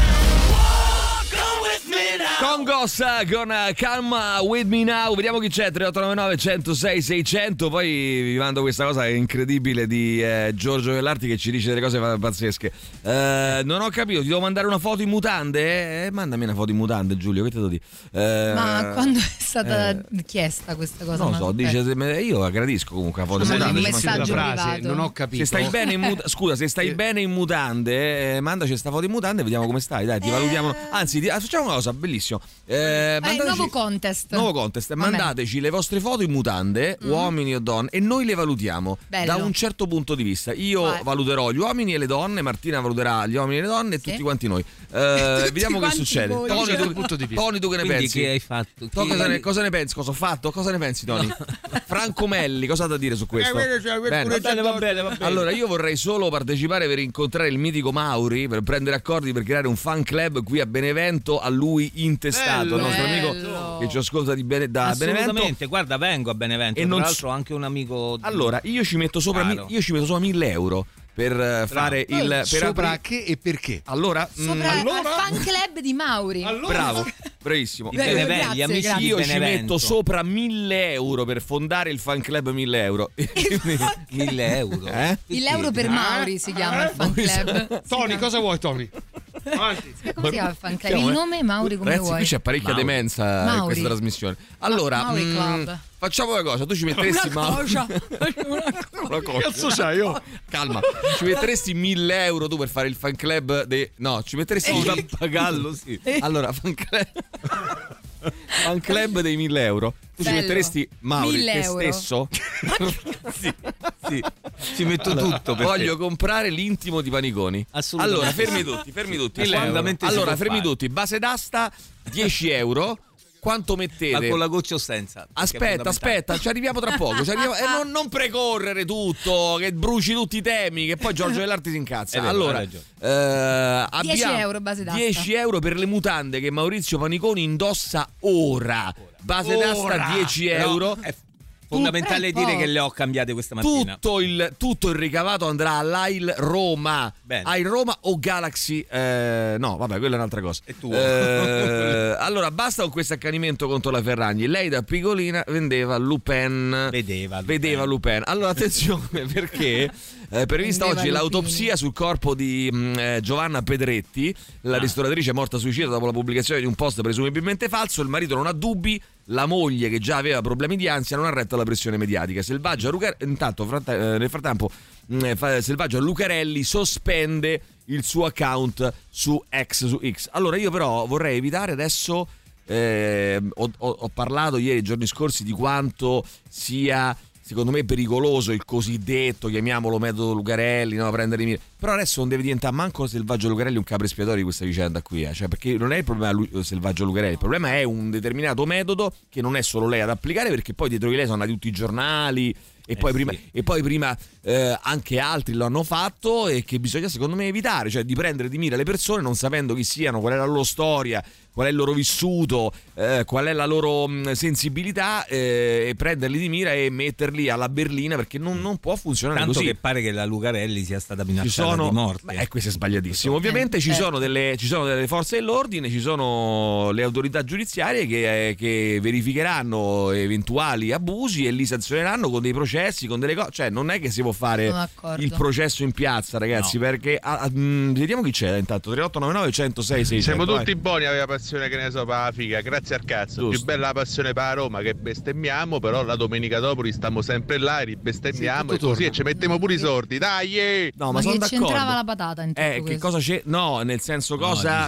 Congos con Calma With Me Now. Vediamo chi c'è. 3899 106 600. Poi vi mando questa cosa incredibile di Giorgio Vellarti che ci dice delle cose pazzesche. Non ho capito, ti devo mandare una foto in mutande? Mandami una foto in mutande, Giulio, che te lo dico? Ma quando è stata chiesta questa cosa? Non lo so, dice, io gradisco comunque la foto in mutande. Un messaggio privato. Non ho capito. Se stai bene in scusa, se stai bene in mutande, mandaci questa foto in mutande e vediamo come stai. Dai, ti valutiamo. Anzi, facciamo una cosa bellissima. Nuovo contest. Mandateci le vostre foto in mutande, uomini o donne, e noi le valutiamo da un certo punto di vista. Io valuterò gli uomini e le donne, Martina valuterà gli uomini e le donne e tutti quanti noi. Vediamo che succede. Tony, tu che ne pensi? Che hai fatto? Cosa ne pensi? Cosa ho fatto? Cosa ne pensi, Tony? Franco Melli, cosa ha da dire su questo? Va bene. Allora, io vorrei solo partecipare per incontrare il mitico Mauri, per prendere accordi per creare un fan club qui a Benevento, a lui intestato, il nostro amico che ci ascolta da Benevento. Assolutamente, guarda, vengo a Benevento, e tra l'altro ho anche un amico. Allora, io ci metto sopra 1.000 euro per fare il sopra che e perché? Allora, sopra il fan club di Mauri. Bravo, bravissimo. Gli amici io di ci metto sopra 1.000 euro per fondare il fan club 1.000 euro. 1.000 euro? 1.000 euro per Mauri si chiama il fan club. Tony, cosa vuoi, Tony? Come si chiama il fan club? Il nome Mauri come vuoi? Qui c'è parecchia demenza in questa trasmissione. Allora, facciamo una cosa, tu ci metteresti Una cosa. Cazzo c'hai io? Calma, ci metteresti 1.000 euro tu per fare il fan club no, ci metteresti un pappagallo, sì. Allora, fan club dei 1.000 euro. Tu ci metteresti Mauri te stesso? Sì. Ci metto tutto. Voglio comprare l'intimo di Paniconi. Allora, fermi tutti. Allora, fermi tutti. Base d'asta 10 euro. Quanto mettete? Ma con la goccia o senza? Aspetta, ci arriviamo tra poco. Non precorrere tutto, che bruci tutti i temi, che poi Giorgio Vellarti si incazza. Allora, 10 euro base d'asta. 10 euro per le mutande che Maurizio Paniconi indossa ora. Base d'asta 10 euro. È fondamentale dire che le ho cambiate questa mattina. Tutto il ricavato andrà all'AIL Roma. Bene. AIL Roma o Galaxy? No, vabbè, quella è un'altra cosa. E tu? Allora, basta con questo accanimento contro la Ferragni. Lei da piccolina vedeva Lupin. Allora, attenzione, perché prevista oggi l'autopsia sul corpo di Giovanna Pedretti, la ristoratrice morta suicida dopo la pubblicazione di un post presumibilmente falso. Il marito non ha dubbi. La moglie, che già aveva problemi di ansia, non ha retto alla pressione mediatica. Nel frattempo Selvaggio Lucarelli sospende il suo account su X. Allora, io però vorrei evitare adesso ho parlato ieri, giorni scorsi, di quanto sia secondo me pericoloso il cosiddetto, chiamiamolo metodo Lucarelli, no? Prendere i Però adesso non deve diventare manco Selvaggio Lucarelli un capro espiatorio di questa vicenda qui, cioè, perché non è il problema Selvaggio Lucarelli, il problema è un determinato metodo che non è solo lei ad applicare, perché poi dietro di lei sono andati tutti i giornali e poi prima anche altri lo hanno fatto, e che bisogna secondo me evitare, cioè di prendere di mira le persone non sapendo chi siano, qual è la loro storia, qual è il loro vissuto, qual è la loro sensibilità, e prenderli di mira e metterli alla berlina, perché non può funzionare tanto così. Che pare che la Lucarelli sia stata minacciata di morte. Questo è sbagliatissimo. Ovviamente ci sono delle forze dell'ordine, ci sono le autorità giudiziarie che verificheranno eventuali abusi e li sanzioneranno con dei processi, con delle cose. Cioè non è che si può fare il processo in piazza, ragazzi, perché vediamo chi c'è intanto. 3899 106 600. Siamo tutti buoni, aveva passione, che ne so, per la figa, grazie al cazzo. Giusto. Più bella la passione per la Roma, che bestemmiamo, però la domenica dopo stiamo sempre là e ribestemmiamo, e così, e ci mettiamo pure i sordi, dai! No, ma sono d'accordo. C'entrava la patata in tutto che cosa c'è? No, nel senso cosa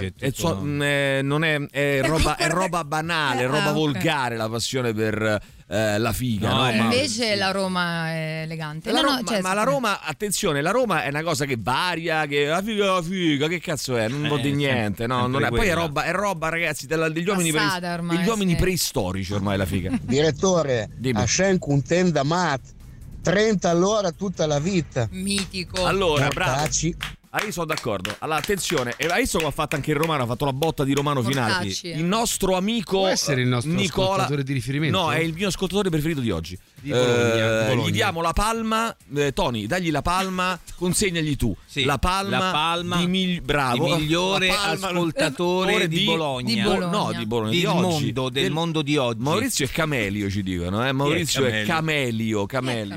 non è roba banale, è roba volgare la passione per la figa, no? Invece la Roma è elegante. Ma la Roma, attenzione, la Roma è una cosa che varia, che la figa, che cazzo è? Non vuol dire niente, no? Non è, poi è roba, ragazzi, degli uomini preistorici ormai la figa. Direttore, a Schenk un tenda mat 30 all'ora tutta la vita. Mitico. Allora, bravo. Io sono d'accordo. Allora, attenzione, hai visto come ha fatto anche il Romano? Ha fatto la botta di Romano finale. Il nostro amico può essere il nostro Nicola, ascoltatore di riferimento? No, è il mio ascoltatore preferito di oggi. Di Bologna. Gli diamo la palma, Tony, dagli la palma, consegnagli tu la palma di migliore ascoltatore di Bologna. Di Bologna. Del mondo di oggi. Maurizio è Camelio, ci dicono, Maurizio è Camelio.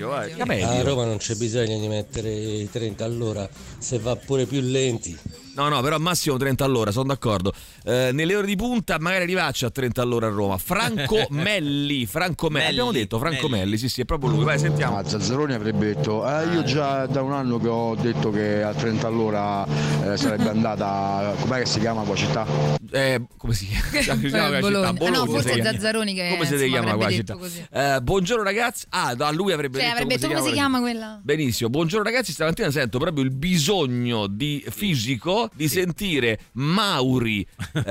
A Roma non c'è bisogno di mettere i 30 all'ora, se va pure più lenti. No, però massimo 30 all'ora, sono d'accordo. Nelle ore di punta magari arrivacci a 30 all'ora a Roma. Franco Melli. Abbiamo detto Franco Melli, sì, è proprio lui. Vai, sentiamo. Zazzaroni avrebbe detto: io già da un anno che ho detto che a 30 all'ora sarebbe andata. Com'è che si chiama qua città? Come si chiama? Bologna. No, forse è Zazzaroni che come si chiama qua città? Buongiorno ragazzi. Lui avrebbe detto come si chiama quella? Benissimo. Buongiorno ragazzi, stamattina sento proprio il bisogno di fisico di sentire Mauri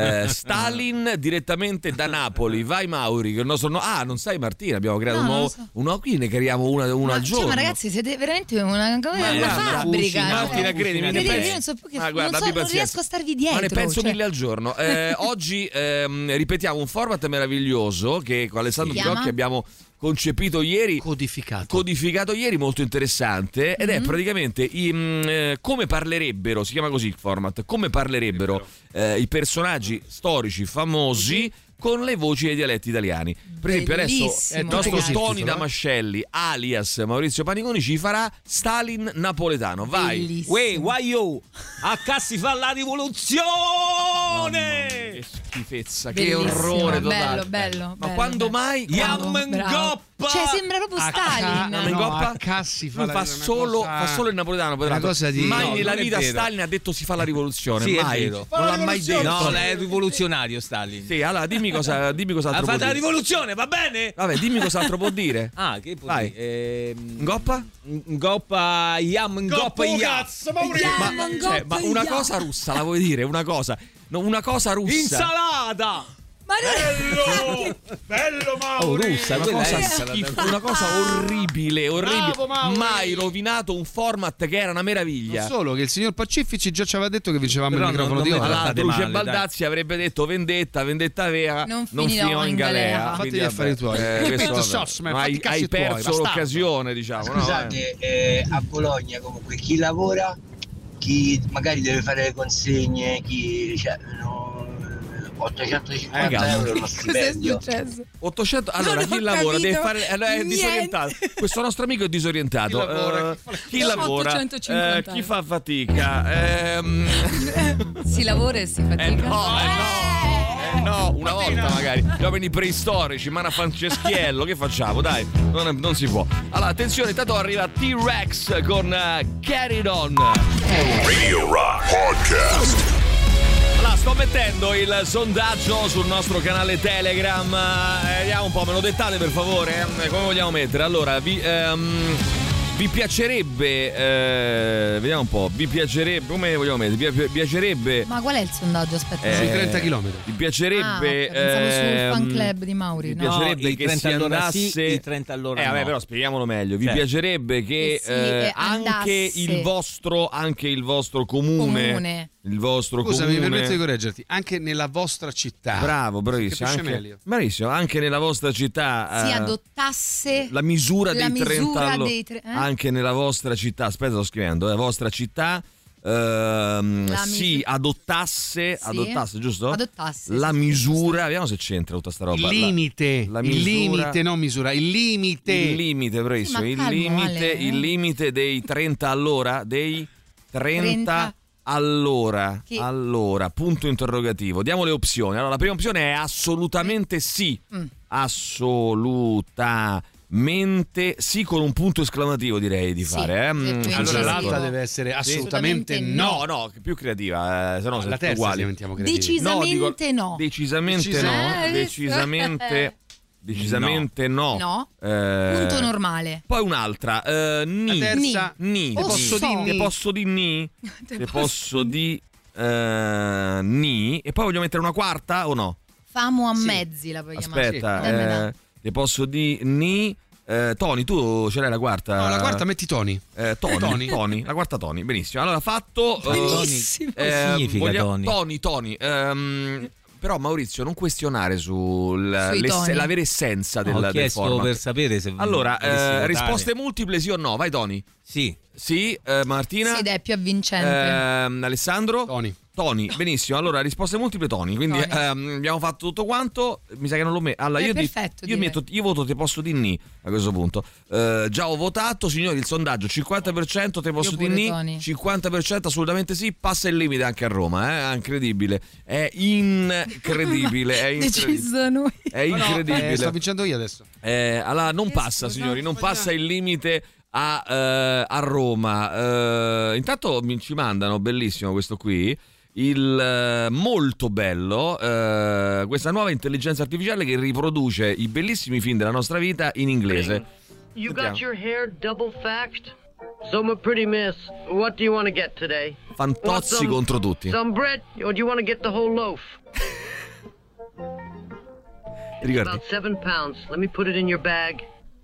Stalin direttamente da Napoli. Vai Mauri, che il nostro non sai Martina, abbiamo creato un nuovo, qui ne creiamo una al giorno. Ma ragazzi, siete veramente una fabbrica. Martina, credimi, io non so più non riesco a starvi dietro. Ma ne penso 1000 al giorno. Oggi ripetiamo un format meraviglioso che con Alessandro Pirocchi abbiamo concepito ieri, codificato ieri, molto interessante, ed è praticamente come parlerebbero, si chiama così il format, come parlerebbero i personaggi storici famosi con le voci dei dialetti italiani. Per esempio adesso il nostro Tony Damascelli alias Maurizio Paniconi ci farà Stalin napoletano. Vai. Guaio, a cassi fa la rivoluzione. Che schifezza, bellissimo, che orrore totale. Bello. Ma quando mai? Yamngoppa. Cioè sembra proprio Stalin. A cassi fa solo il napoletano. Mai nella vita Stalin ha detto si fa la rivoluzione. Mai. Non l'ha mai detto. No, è rivoluzionario Stalin. Sì, allora dimmi cos'altro può dire. Ha fatto la rivoluzione, va bene? Vabbè, dimmi cos'altro può dire. Che può dire? Ngoppa? Ngoppa, Ngoppa. Ma una cosa russa la vuoi dire? Una cosa russa. Insalata! Bello Mauri! Russa, una cosa orribile. Bravo, mai rovinato un format che era una meraviglia. Non solo, che il signor Pacifici già ci aveva detto che vincevamo il microfono di ora. Luce Baldazzi avrebbe detto vendetta vera, non finirò in galera. Fatti gli affari tuoi. Hai perso l'occasione, diciamo. Scusate, a Bologna comunque chi lavora, chi magari deve fare le consegne, chi 850 euro lo stipendio. 800. Allora chi lavora deve fare, è disorientato. Questo nostro amico è disorientato. Chi lavora? Chi fa fatica? Si lavora e si fatica. No, una volta magari. Gli uomini preistorici, Mana Franceschiello, che facciamo? Dai, non si può. Allora, attenzione, intanto arriva T-Rex con Get It On. Radio Rock Podcast. Allora, sto mettendo il sondaggio sul nostro canale Telegram. Vediamo un po', me lo dettate per favore? Come vogliamo mettere? Allora, Vi piacerebbe, vediamo un po', vi piacerebbe, come vogliamo mettere? Vi piacerebbe... Ma qual è il sondaggio? Aspetta. Sui 30 km. Vi piacerebbe... pensavo sul fan club di Mauri. Vi piacerebbe che si andasse... Sì, i 30 all'ora vabbè, no. però spieghiamolo meglio. Vi piacerebbe che anche il vostro comune. Il vostro Scusa, comune. mi permetto di correggerti. Anche nella vostra città. Bravo, bravissimo. Bravissimo, anche nella vostra città. Si adottasse la misura dei 30 all'ora. Anche nella vostra città. Aspetta, sto scrivendo. Vostra città. Si adottasse, giusto? Adottasse la misura, vediamo se c'entra tutta sta roba. Il limite, non misura, il limite, bravissimo. Il limite dei 30 all'ora, dei 30 all'ora. Allora, punto interrogativo. Diamo le opzioni. Allora, la prima opzione è assolutamente sì. Assolutamente sì, con un punto esclamativo direi di fare. Allora l'altra deve essere assolutamente no. No, più creativa, se no la terza uguali. diventiamo creativi. Decisamente no. Decisamente no. Punto normale. Poi un'altra. La terza. Ni. Te posso di ni? Te posso di ni. E poi voglio mettere una quarta o no? Famo a mezzi la puoi chiamare. Aspetta, te posso di ni. Tony, tu ce l'hai la quarta? No, la quarta metti Tony. Tony, la quarta Tony. Benissimo. Allora fatto. Benissimo. Significa Tony. Però Maurizio, non questionare la vera essenza del format. Ho chiesto per sapere se... Allora, risposte multiple sì o no? Vai Tony. Sì. Martina? Sì, è più avvincente. Alessandro? Tony, benissimo. Allora, risposte multiple Tony. Quindi abbiamo fatto tutto quanto. Mi sa che non l'ho messo. Allora, io voto te posso di ni a questo punto. Già ho votato, signori, il sondaggio 50% te posso di ni, 50% assolutamente sì. Passa il limite anche a Roma, incredibile. È incredibile. Deciso noi. È incredibile. Sto vincendo io adesso. Allora, non passa, signori, non passa il limite a Roma. Intanto ci mandano, bellissimo questo qui, il molto bello, questa nuova intelligenza artificiale che riproduce i bellissimi film della nostra vita in inglese. You got your hair double faxed? So my pretty miss, what do you want to get today? Fantozzi contro tutti. Some bread or do you want to get the whole loaf? Ricordi? About 7 pounds. Let me put it in your bag.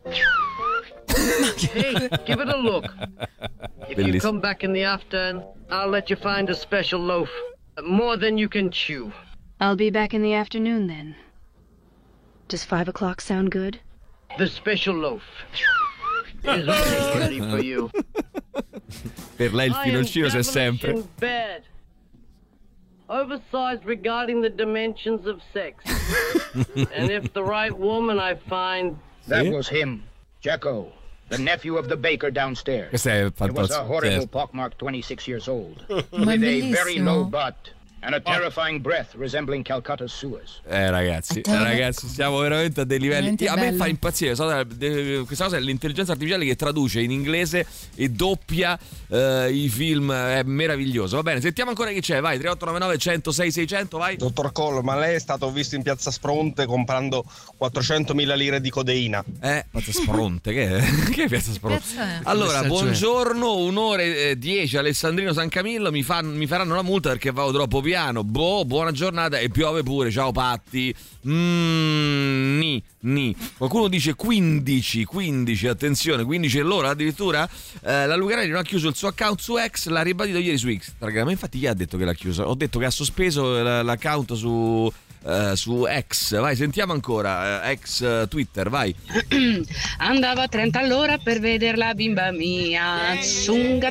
Hey, give it a look. If you come back in the afternoon, I'll let you find a special loaf. More than you can chew. I'll be back in the afternoon then. Does 5 o'clock sound good? The special loaf is ready for you. Per lei il finoncino c'è sempre. Bad. Oversized regarding the dimensions of sex. And if the right woman I find... That was him, Jacko, the nephew of the baker downstairs. Questo è fantastico. It was a horrible pockmarked 26 years old, with a very low butt and a terrifying breath resembling Calcutta's sewers. Ragazzi, siamo veramente a dei livelli. A me fa impazzire questa cosa, è l'intelligenza artificiale che traduce in inglese e doppia i film, è meraviglioso. Va bene, sentiamo ancora chi c'è, vai. 3899 106 600, vai. Dottor Collo, ma lei è stato visto in Piazza Spronte comprando 400.000 lire di codeina? Piazza Spronte, che è Piazza Spronte? Allora, buongiorno, un'ore 10 Alessandrino San Camillo, mi faranno la multa perché vado troppo piano. Buona giornata e piove pure, ciao Patti. Ni. Qualcuno dice 15, attenzione, 15 all'ora addirittura. La Lucarelli non ha chiuso il suo account su X, l'ha ribadito ieri su Instagram. Infatti chi ha detto che l'ha chiuso? Ho detto che ha sospeso l'account su X. Vai, sentiamo ancora ex Twitter, vai. Andavo a 30 all'ora per vedere la bimba mia. Zunga.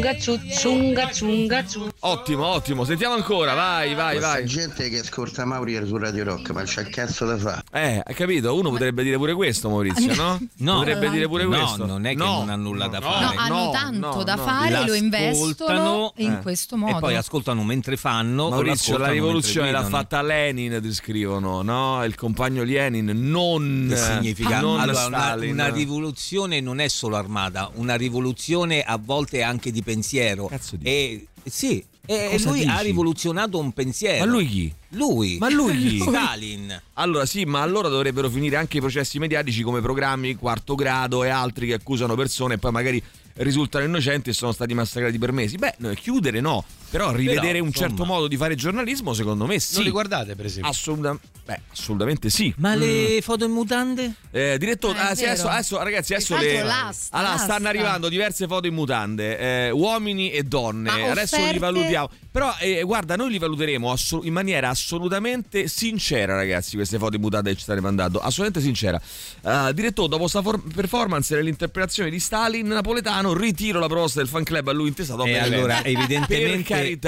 Ottimo, sentiamo ancora, vai. Questa gente che ascolta Mauri su Radio Rock, ma c'ha cazzo da fare. Hai capito? Uno potrebbe dire pure questo, Maurizio, no? Potrebbe dire pure questo. Non è che non ha nulla da fare. Hanno tanto da fare, lo investono in questo modo. E poi ascoltano mentre fanno. Maurizio, la rivoluzione l'ha fatta Lenin, descrivono, no? Il compagno Lenin, non che significa non allora, una rivoluzione non è solo armata, una rivoluzione a volte è anche di pensiero. Cazzo di... Sì, E lui ha rivoluzionato un pensiero. Ma lui chi? Lui. Ma lui chi? Stalin. Allora sì, ma allora dovrebbero finire anche i processi mediatici come programmi quarto grado e altri che accusano persone e poi magari risultano innocenti e sono stati massacrati per mesi. Beh, chiudere no, però rivedere un certo modo di fare giornalismo secondo me sì. Non li guardate per esempio? Assolutamente sì. Ma le foto in mutande? Direttore, sì, adesso ragazzi, stanno arrivando diverse foto in mutande, uomini e donne. Adesso li valutiamo. Però guarda, noi li valuteremo in maniera assolutamente sincera, ragazzi, queste foto in mutande che ci state mandando, assolutamente sincera. Direttore, dopo sta performance nell'interpretazione di Stalin napoletano, ritiro la proposta del fan club a lui intestato. Allora, evidentemente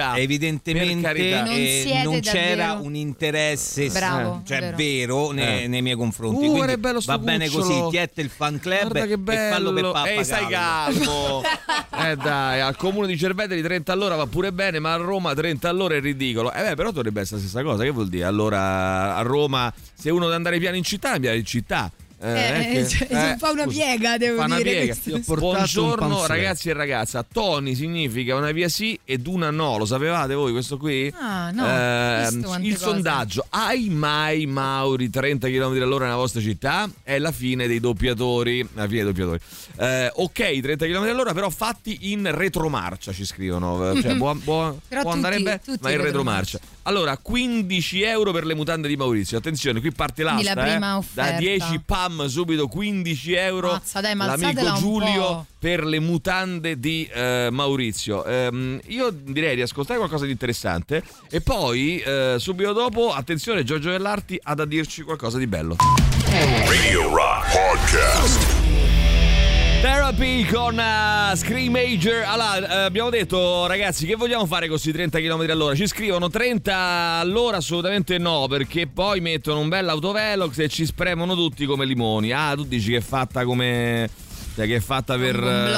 non c'era un interesse vero nei miei confronti. Quindi va bene così, tiette il fan club e fallo per pappa. Stai calmo. Dai, al comune di Cerveteri 30 all'ora va pure bene, ma a Roma 30 all'ora è ridicolo. Però dovrebbe essere la stessa cosa. Che vuol dire? Allora a Roma, se uno deve andare piano in città, viene in città. Fa una piega, devo dire. Buongiorno ragazzi e ragazza. Tony significa una via sì ed una no. Lo sapevate voi questo qui? No. Il sondaggio: hai mai, Mauri, 30 km all'ora nella vostra città? È la fine dei doppiatori. Ok, 30 km all'ora, però fatti in retromarcia, ci scrivono. Cioè, può andare bene, ma in retromarcia. Allora, 15 euro per le mutande di Maurizio. Attenzione, qui parte l'asta, da 10 pam subito 15 euro. Mazza, dai, l'amico Giulio per le mutande di Maurizio. Io direi di ascoltare qualcosa di interessante e poi subito dopo, attenzione, Giorgio Vellarti ha da dirci qualcosa di bello. Radio Rock Podcast. Therapy con Scream Major. Allora, abbiamo detto, ragazzi, che vogliamo fare con questi 30 km all'ora? Ci scrivono 30 all'ora assolutamente no, perché poi mettono un bel autovelox e ci spremono tutti come limoni. Tu dici che è fatta come... che è fatta per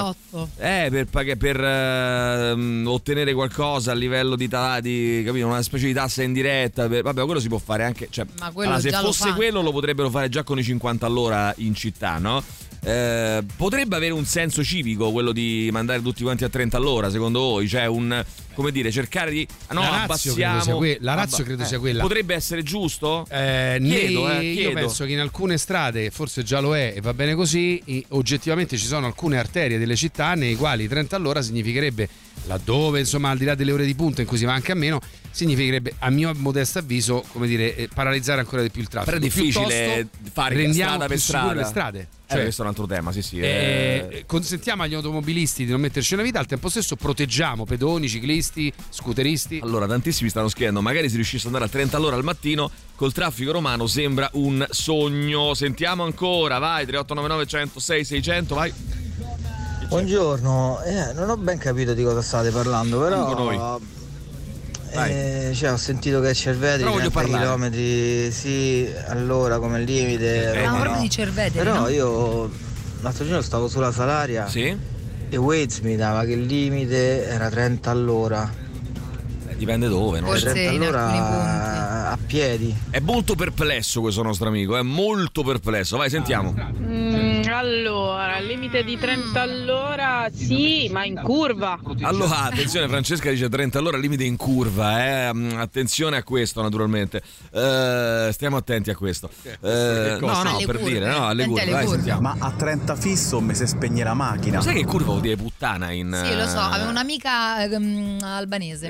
ottenere qualcosa a livello di capito, una specie di tassa indiretta vabbè, quello si può fare anche, cioè, ma se fosse quello lo potrebbero fare già con i 50 all'ora in città, no? Potrebbe avere un senso civico quello di mandare tutti quanti a 30 all'ora, secondo voi? Cioè come dire, cercare di abbassiamo. La ratio credo sia quella. Potrebbe essere giusto? Chiedo. Io penso che in alcune strade, forse già lo è e va bene così, oggettivamente ci sono alcune arterie delle città nei quali 30 all'ora significherebbe, laddove insomma al di là delle ore di punta in cui si va anche a meno, significherebbe, a mio modesto avviso, come dire, paralizzare ancora di più il traffico. Però è difficile fare strada per strada. Le strade. Cioè, questo è un altro tema, sì. Consentiamo agli automobilisti di non metterci una vita, al tempo stesso proteggiamo pedoni, ciclisti, scooteristi. Allora, tantissimi stanno scrivendo, magari se riuscisse ad andare a 30 all'ora al mattino col traffico romano sembra un sogno. Sentiamo ancora, vai, 3899 106 600, vai. Buongiorno, non ho ben capito di cosa state parlando, però cioè, ho sentito che Cerveteri 30 km sì, all'ora come limite. Proprio di Cerveteri, però no? Io l'altro giorno stavo sulla Salaria e Waze mi dava che il limite era 30 all'ora. Dipende dove, no? Forse 30 all'ora a piedi. È molto perplesso questo nostro amico, è molto perplesso. Vai, sentiamo. Allora, limite di 30 all'ora, sì, ma in curva. Allora, attenzione, Francesca dice 30 all'ora, limite in curva, Attenzione a questo, naturalmente. Stiamo attenti a questo. No, per dire, no, alle curve. Vai, sentiamo. Ma a 30 fisso mi si spegne la macchina. Ma sai che curva vuol dire puttana in... Sì, lo so, avevo un'amica albanese.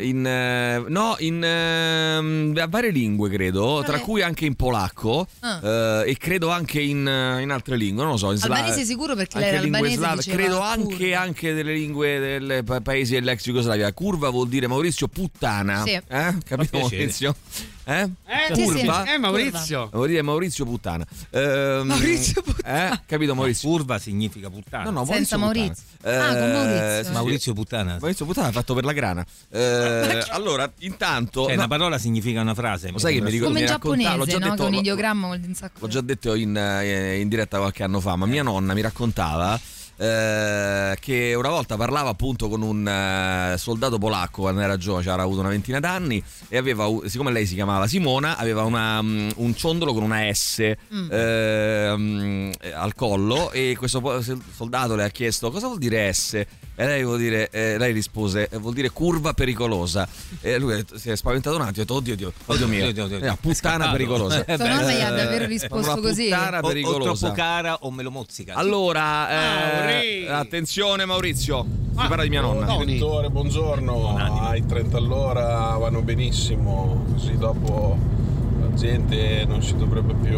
A varie lingue, credo, tra cui anche in polacco e credo anche in altre lingue, non lo so, in albanese sicuro, perché lei era albanese, credo anche delle lingue dei paesi dell'ex Jugoslavia. Curva vuol dire, Maurizio, puttana. Sì. Capito, Maurizio? Curva? Maurizio. Vuol dire Maurizio puttana. Maurizio puttana. Capito, Maurizio? Curva significa puttana. No, senza Maurizio. Con Maurizio. Maurizio puttana. Maurizio puttana è fatto per la grana. Allora, intanto... una parola significa una frase. Lo sai che mi ricordo? Come in giapponese, no? Che un ideogramma vuol dire un sacco. L'ho già detto in diretta qualche anno fa, ma mia nonna mi raccontava che una volta parlava appunto con un soldato polacco quando era giovane, aveva avuto una ventina d'anni e aveva, siccome lei si chiamava Simona, aveva un ciondolo con una S al collo, e questo soldato le ha chiesto cosa vuol dire S. E lei rispose, vuol dire curva pericolosa. E lui si è spaventato un attimo, ha detto, oddio mio, puttana pericolosa. Sua nonna gli ha davvero risposto così. Puttana pericolosa. O troppo cara o me lo mozzica. Allora, attenzione Maurizio, si parla di mia nonna. Direttore, buongiorno. I 30 all'ora vanno benissimo, così dopo la gente non si dovrebbe più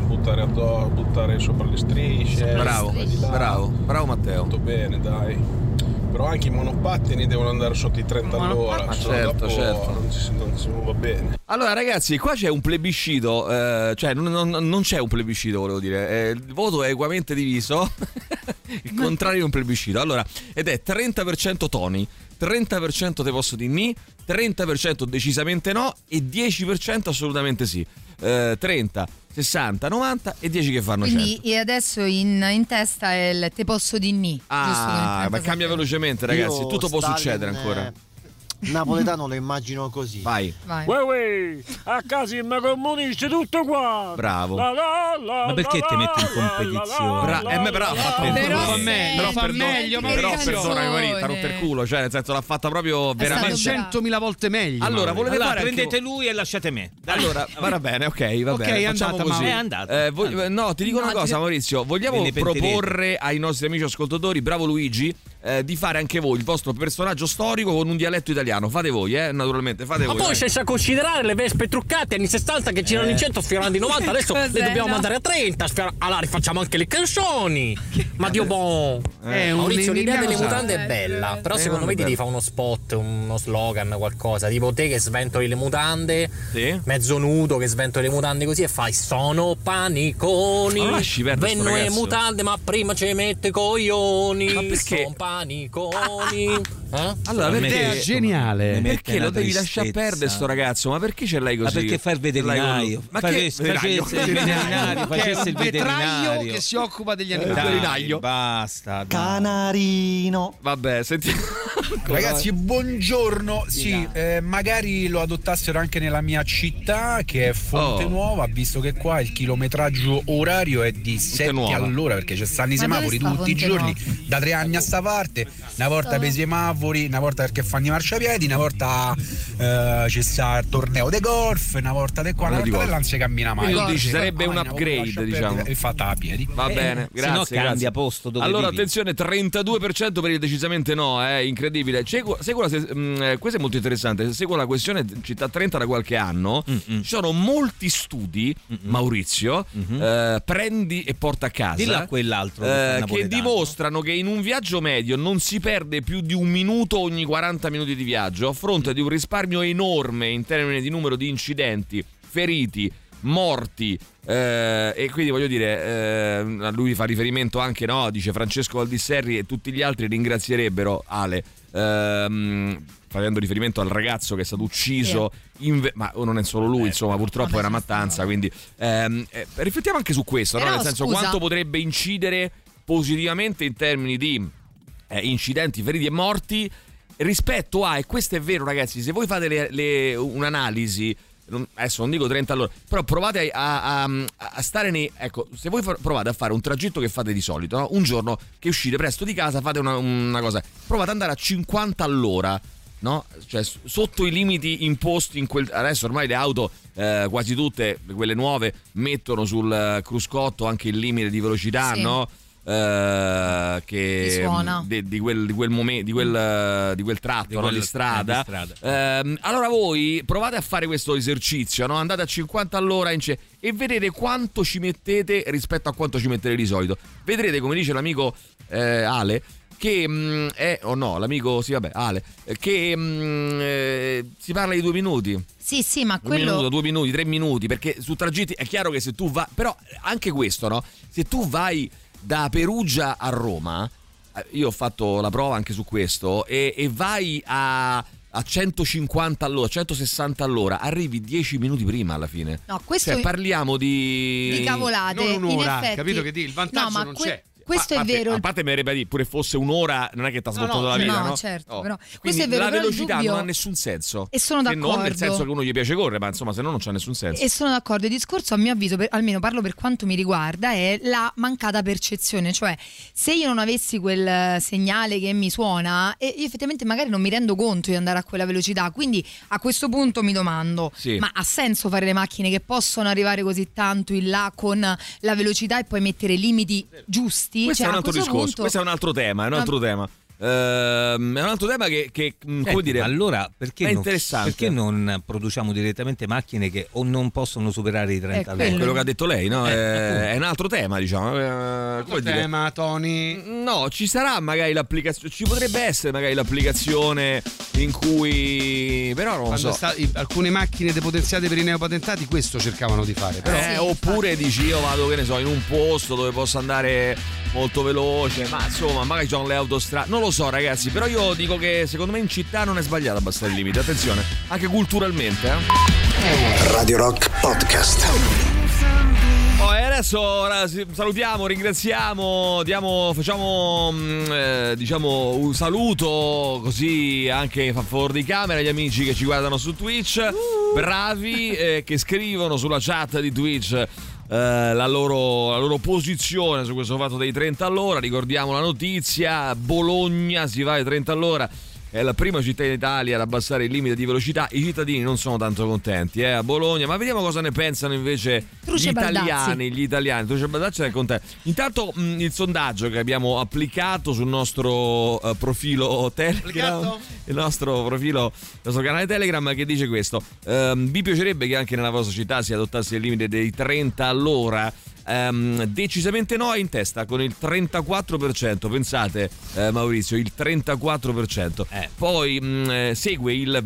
buttare sopra le strisce. Bravo Matteo. Tutto bene, dai. Però anche i monopattini devono andare sotto i 30 all'ora. Certo. Non si va bene. Allora ragazzi, qua c'è un plebiscito, cioè non c'è un plebiscito, volevo dire, il voto è equamente diviso, il contrario di un plebiscito. Allora, ed è 30% Tony, 30% te posso dire ni, 30% decisamente no e 10% assolutamente sì. 30, 60, 90 e 10 che fanno 100. Quindi adesso in testa è il te posso di ni. Ma cambia velocemente ragazzi, tutto può succedere ancora. Napoletano lo immagino così. Vai. Uè, a casa mi communisce tutto qua. Bravo. Ma perché ti metti in competizione? Però fa meglio. Però perdonami Marita, non per culo, cioè nel senso l'ha fatta proprio veramente 100.000 volte meglio. Allora, volete fare prendete lui e lasciate me. Allora, va bene, ok, facciamo così. È andata. No, ti dico una cosa Maurizio, vogliamo proporre ai nostri amici ascoltatori, bravo Luigi, di fare anche voi il vostro personaggio storico con un dialetto italiano. Fate voi, naturalmente, fate voi. Ma poi senza considerare le vespe truccate anni 60 che c'erano in 100 sfiorando i 90, adesso le dobbiamo mandare a 30. Allora rifacciamo anche le canzoni. Ma Dio bon. Maurizio, l'idea delle mutande è bella, però secondo me ti devi fare uno spot, uno slogan, qualcosa. Tipo te che sventoli le mutande, mezzo nudo che sventoli le mutande così e fai sono paniconi. Venno le mutande, ma prima ci mette coglioni. Ma perché? Sono paniconi. Allora, l'idea è geniale. Perché lo devi lasciare perdere sto ragazzo? Ma perché ce l'hai così? Ma perché fa il veterinario? Ma facesse il veterinario che si occupa degli animali. Basta. Canarino. Vabbè, sentiamo. Ragazzi, buongiorno. Sì, magari lo adottassero anche nella mia città, che è Fonte Nuova, visto che qua il chilometraggio orario è di 7 all'ora, perché ci stanno i semafori tutti i giorni, da 3 anni a sta parte, una volta per i semafori, una volta perché fanno i marciapiedi, una volta ci sta il torneo di golf, una volta di qua, una volta di là, non si cammina mai. Quindi dici, sarebbe un upgrade, diciamo. È fatta a piedi. Va bene, grazie. Se no cambia posto dove allora vivi. attenzione, 32% per il decisamente no, incredibile. Questo è molto interessante. Seguo la questione Città 30 da qualche anno. Ci sono molti studi, Maurizio, prendi e porta a casa. Dilla a quell'altro che dimostrano che in un viaggio medio non si perde più di un minuto ogni 40 minuti di viaggio, a fronte di un risparmio enorme in termini di numero di incidenti, feriti, morti. E quindi voglio dire, a lui fa riferimento anche, no? Dice Francesco Valdisserri e tutti gli altri ringrazierebbero Ale, facendo riferimento al ragazzo che è stato ucciso, ma non è solo lui, insomma, purtroppo è una mattanza, quindi riflettiamo anche su questo, no? Nel senso, quanto potrebbe incidere positivamente in termini di incidenti, feriti e morti rispetto a, e questo è vero ragazzi, se voi fate un'analisi, adesso non dico 30 all'ora, però provate a stare nei, ecco, se voi provate a fare un tragitto che fate di solito, no? Un giorno che uscite presto di casa, fate una cosa, provate ad andare a 50 all'ora, no? Cioè sotto i limiti imposti in quel, adesso ormai le auto quasi tutte quelle nuove mettono sul cruscotto anche il limite di velocità, no? Che di quel momento, di quel tratto di strada. Allora voi provate a fare questo esercizio, no? Andate a 50 all'ora e vedete quanto ci mettete rispetto a quanto ci mettete di solito. Vedrete, come dice l'amico Ale, che l'amico Ale, che si parla di 2 minuti. Sì, ma quello 2 minuti, 3 minuti, perché su tragitti è chiaro che se tu vai, però anche questo, no? Se tu vai da Perugia a Roma, io ho fatto la prova anche su questo, e vai a 150 all'ora, 160 all'ora, arrivi 10 minuti prima alla fine. No, questo parliamo di cavolate. Non un'ora, in effetti, capito che il vantaggio non c'è. questo è vero. A parte mi verrebbe a dire, pure fosse un'ora, non è che ti ha svoltato la vita, no? Certo, oh. però Quindi questo è vero, la però velocità dubbio... non ha nessun senso. E sono d'accordo. Non nel senso che uno gli piace correre, ma insomma, se no non c'ha nessun senso. E sono d'accordo. Il discorso, a mio avviso, almeno parlo per quanto mi riguarda, è la mancata percezione. Cioè, se io non avessi quel segnale che mi suona, io effettivamente magari non mi rendo conto di andare a quella velocità. Quindi a questo punto mi domando, ma ha senso fare le macchine che possono arrivare così tanto in là con la velocità e poi mettere limiti giusti? Questo è un altro discorso, punto... questo è un altro tema, è un altro tema. È un altro tema che come dire, allora perché è non, interessante. Perché non produciamo direttamente macchine che o non possono superare i 30 all'ora? Quello che ha detto lei, no? È un altro tema, diciamo. Come tema, Tony? No, ci sarà magari l'applicazione, ci potrebbe essere magari l'applicazione in cui, però non lo so. Alcune macchine depotenziate per i neopatentati questo cercavano di fare, però. Oppure dici io vado, che ne so, in un posto dove posso andare molto veloce, ma insomma magari ci sono le autostrade, non lo so ragazzi, però io dico che secondo me in città non è sbagliato abbassare il limite, attenzione, anche culturalmente. Radio Rock Podcast. E adesso salutiamo, ringraziamo, facciamo diciamo un saluto così anche fa favore di camera agli amici che ci guardano su Twitch, bravi, che scrivono sulla chat di Twitch la loro posizione su questo fatto dei 30 all'ora. Ricordiamo la notizia: Bologna si va ai 30 all'ora, è la prima città in Italia ad abbassare il limite di velocità. I cittadini non sono tanto contenti a Bologna, ma vediamo cosa ne pensano invece gli italiani. Truce Baldacci è contento. Intanto il sondaggio che abbiamo applicato sul nostro profilo Telegram, il nostro canale Telegram, che dice questo: vi piacerebbe che anche nella vostra città si adottasse il limite dei 30 all'ora? Decisamente no, è in testa con il 34%, pensate Maurizio, il 34%. Poi segue il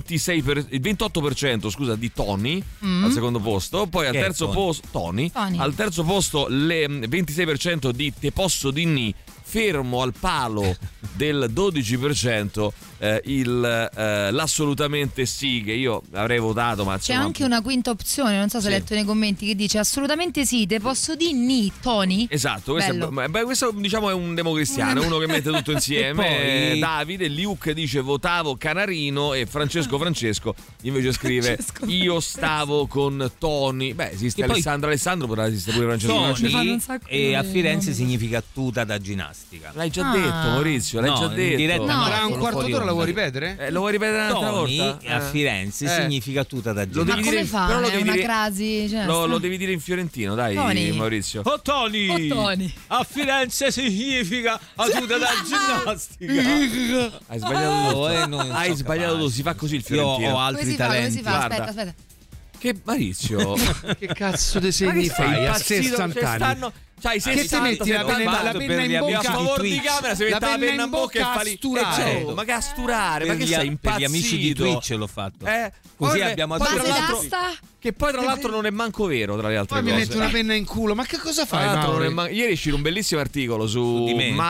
28% scusa di Tony al secondo posto, poi al terzo posto Tony. Al terzo posto le 26% di Te posso di ni, fermo al palo del 12% l'assolutamente sì, che io avrei votato, ma c'è anche una quinta opzione, non so se hai letto nei commenti, che dice assolutamente sì, te posso di ni, Tony. Esatto, questo diciamo è un democristiano, uno che mette tutto insieme. Poi... Davide Liuc dice votavo Canarino, e Francesco invece scrive io stavo con Tony. Beh, esiste Alessandro, potrà esistere pure Francesco. Tony, e a Firenze significa tuta da ginnastica. L'hai già detto Maurizio, l'hai già detto. Tra un quarto d'ora lo vuoi ripetere? Lo vuoi ripetere un'altra volta? A Firenze significa tuta da ginnastica. Ma come fa? Però è una crasi, cioè, lo devi dire in fiorentino, dai, Tony. Maurizio. Tony. A Firenze significa tuta da ginnastica. Hai sbagliato tutto. Hai sbagliato tutto, si fa così il fiorentino. Io ho altri talenti. Aspetta. Che Maurizio, che cazzo di segni fai a 60 anni? Che ti metti la penna in bocca? A favore di camera si mette la penna in bocca e fa lì. Ma che a sturare? Ma che sei impazzito? Per gli amici di Twitch l'ho fatto. Così abbiamo che poi tra l'altro non è manco vero, tra le altre cose. Poi mi metti una penna in culo, ma che cosa fai? Ieri è uscito un bellissimo articolo su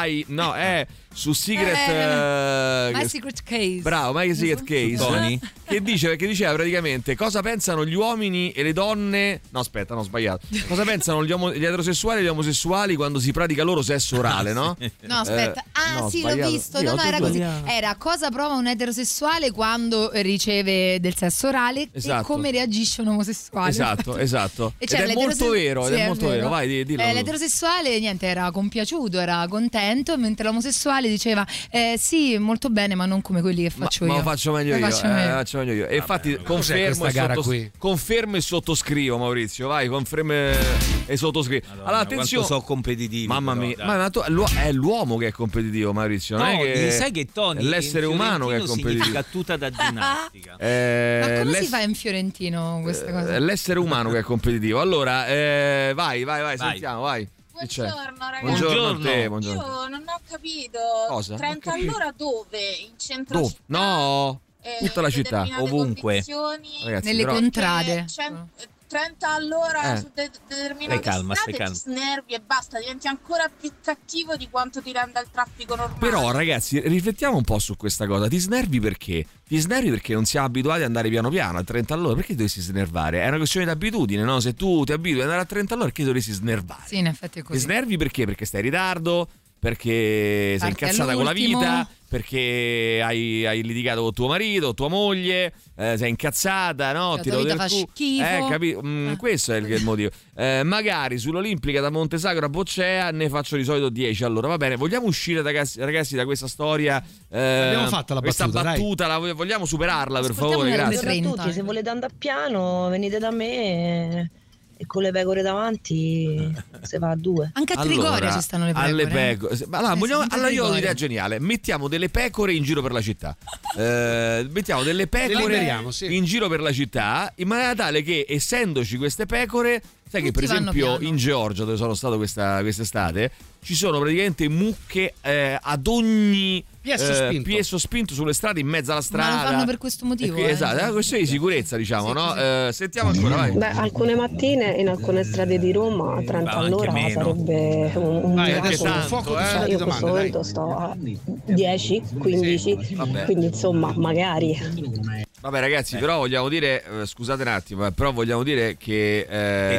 su Secret My Secret Case. Bravo, My Secret Case. Tony. Che diceva praticamente cosa pensano gli uomini e le donne. No, aspetta, no, ho sbagliato. Cosa pensano gli eterosessuali e gli omosessuali quando si pratica loro sesso orale, no? No, aspetta. Sì, l'ho visto. No, era così. Era cosa prova un eterosessuale quando riceve del sesso orale e come reagisce un omosessuale. Esatto. E cioè, ed è molto vero, è molto vero. Vai, dillo. L'eterosessuale era compiaciuto, era contento, mentre l'omosessuale diceva sì, molto bene, ma non come quelli che faccio io. Ma lo faccio meglio io. E infatti confermo e sottoscrivo, Maurizio. Vai, confermo e sottoscrivo. Allora attenzione, sono competitivo. Mamma mia, ma è l'uomo che è competitivo, Maurizio. Non è che sai che Tony è l'essere umano che è competitivo. Significa tuta da ginnastica. Ma come si fa in fiorentino questa cosa? È l'essere umano che è competitivo. Allora, vai, sentiamo, vai. Buongiorno ragazzi. Buongiorno a te, buongiorno. Io non ho capito. Cosa? 30 all'ora dove? In centro città? No, tutta la città, ovunque. Ragazzi, nelle contrade. 30 all'ora su determinate strade ti snervi e basta, diventi ancora più cattivo di quanto ti renda il traffico normale. Però ragazzi, riflettiamo un po' su questa cosa. Ti snervi perché? Ti snervi perché non siamo abituati ad andare piano piano a 30 all'ora. Perché dovresti snervare? È una questione di abitudine, no? Se tu ti abitui ad andare a 30 all'ora, perché dovresti snervare? Sì, in effetti è così. Ti snervi perché? Perché stai in ritardo, perché sei incazzata con la vita, perché hai litigato con tuo marito, tua moglie, sei incazzata, no? Ti vita fa schifo. Questo è il motivo. Magari sull'Olimpica da Montesagro a Boccea ne faccio di solito 10. Allora va bene, vogliamo uscire ragazzi da questa storia? Abbiamo fatto la questa battuta vogliamo superarla, per favore, grazie. A tutti, se volete andare piano venite da me e con le pecore davanti si va a 2. Anche a Trigoria ci stanno le pecore. Alle pecore. Allora io ho un'idea geniale. Mettiamo delle pecore in giro per la città. Mettiamo delle pecore in giro per la città, in maniera tale che, essendoci queste pecore, sai che per esempio in Georgia, dove sono stato quest'estate, ci sono praticamente mucche ad ogni piezo spinto sulle strade, in mezzo alla strada. Ma lo fanno per questo motivo. Esatto, è una questione di sicurezza, diciamo, no? Sentiamo ancora, vai. Beh, alcune mattine in alcune strade di Roma 30 all'ora sarebbe un fuoco io in questo momento sto a 10, 15, quindi insomma magari. Vabbè ragazzi, però vogliamo dire, scusate un attimo, però vogliamo dire che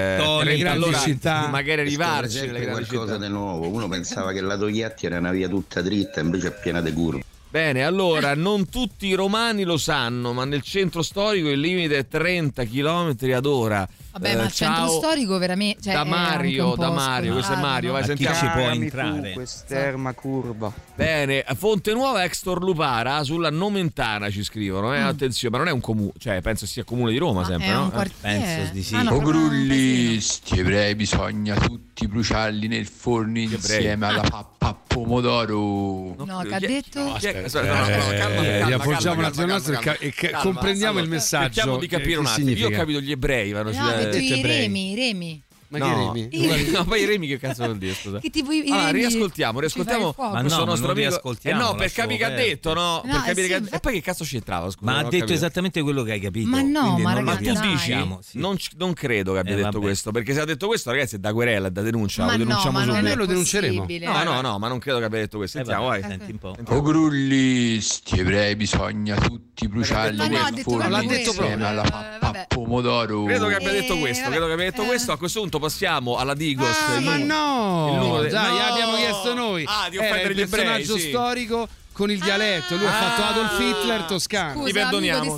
le grandi città magari arrivarci nelle grandi qualcosa città di nuovo. Uno pensava che la Togliatti era una via tutta dritta, invece è piena di curve. Bene, allora, non tutti i romani lo sanno, ma nel centro storico il limite è 30 km ad ora. Vabbè, ma il centro storico veramente, cioè, da Mario, questo è Mario, vai, sentiamo. Chi ci può entrare? Quest'erma curva. Bene, Fonte Nuova, Extor Lupara, sulla Nomentana ci scrivono, attenzione, ma non è un comune, cioè penso sia comune di Roma sempre, no? Penso di sì. O Grulli, sti ebrei bisogna tutti bruciarli nel forno insieme alla pappa pomodoro. No, che ha detto? Riappoggiamo un attimo il nostro e comprendiamo il messaggio. Cerchiamo di capire un attimo. Io ho capito gli ebrei vanno i remi. Ma che remi? No, poi i remi che cazzo vuol dire, scusa? Che tipo i allora, riascoltiamo questo nostro amico. No, per capire che ha detto, no? Per capire che e poi che cazzo c'entrava, scusa? Ma ha detto esattamente quello che hai capito. Ma no, ma tu dici? Non credo che abbia detto questo, perché se ha detto questo, ragazzi, è da querela, è da denuncia, lo denunciamo subito. Noi lo denunceremo. No, ma non credo che abbia detto questo. Sentiamo, vai. Senti un po'. O Grulli, sti ebrei bisogna tutti bruciarli nel forno insieme alla pappa pomodoro. Credo che abbia detto questo. A questo punto passiamo alla Digos. Ma no, dai, abbiamo chiesto noi. Di offendere gli ebrei, personaggio storico con il dialetto. Lui ha fatto Adolf Hitler toscano. Scusa, ti perdoniamo.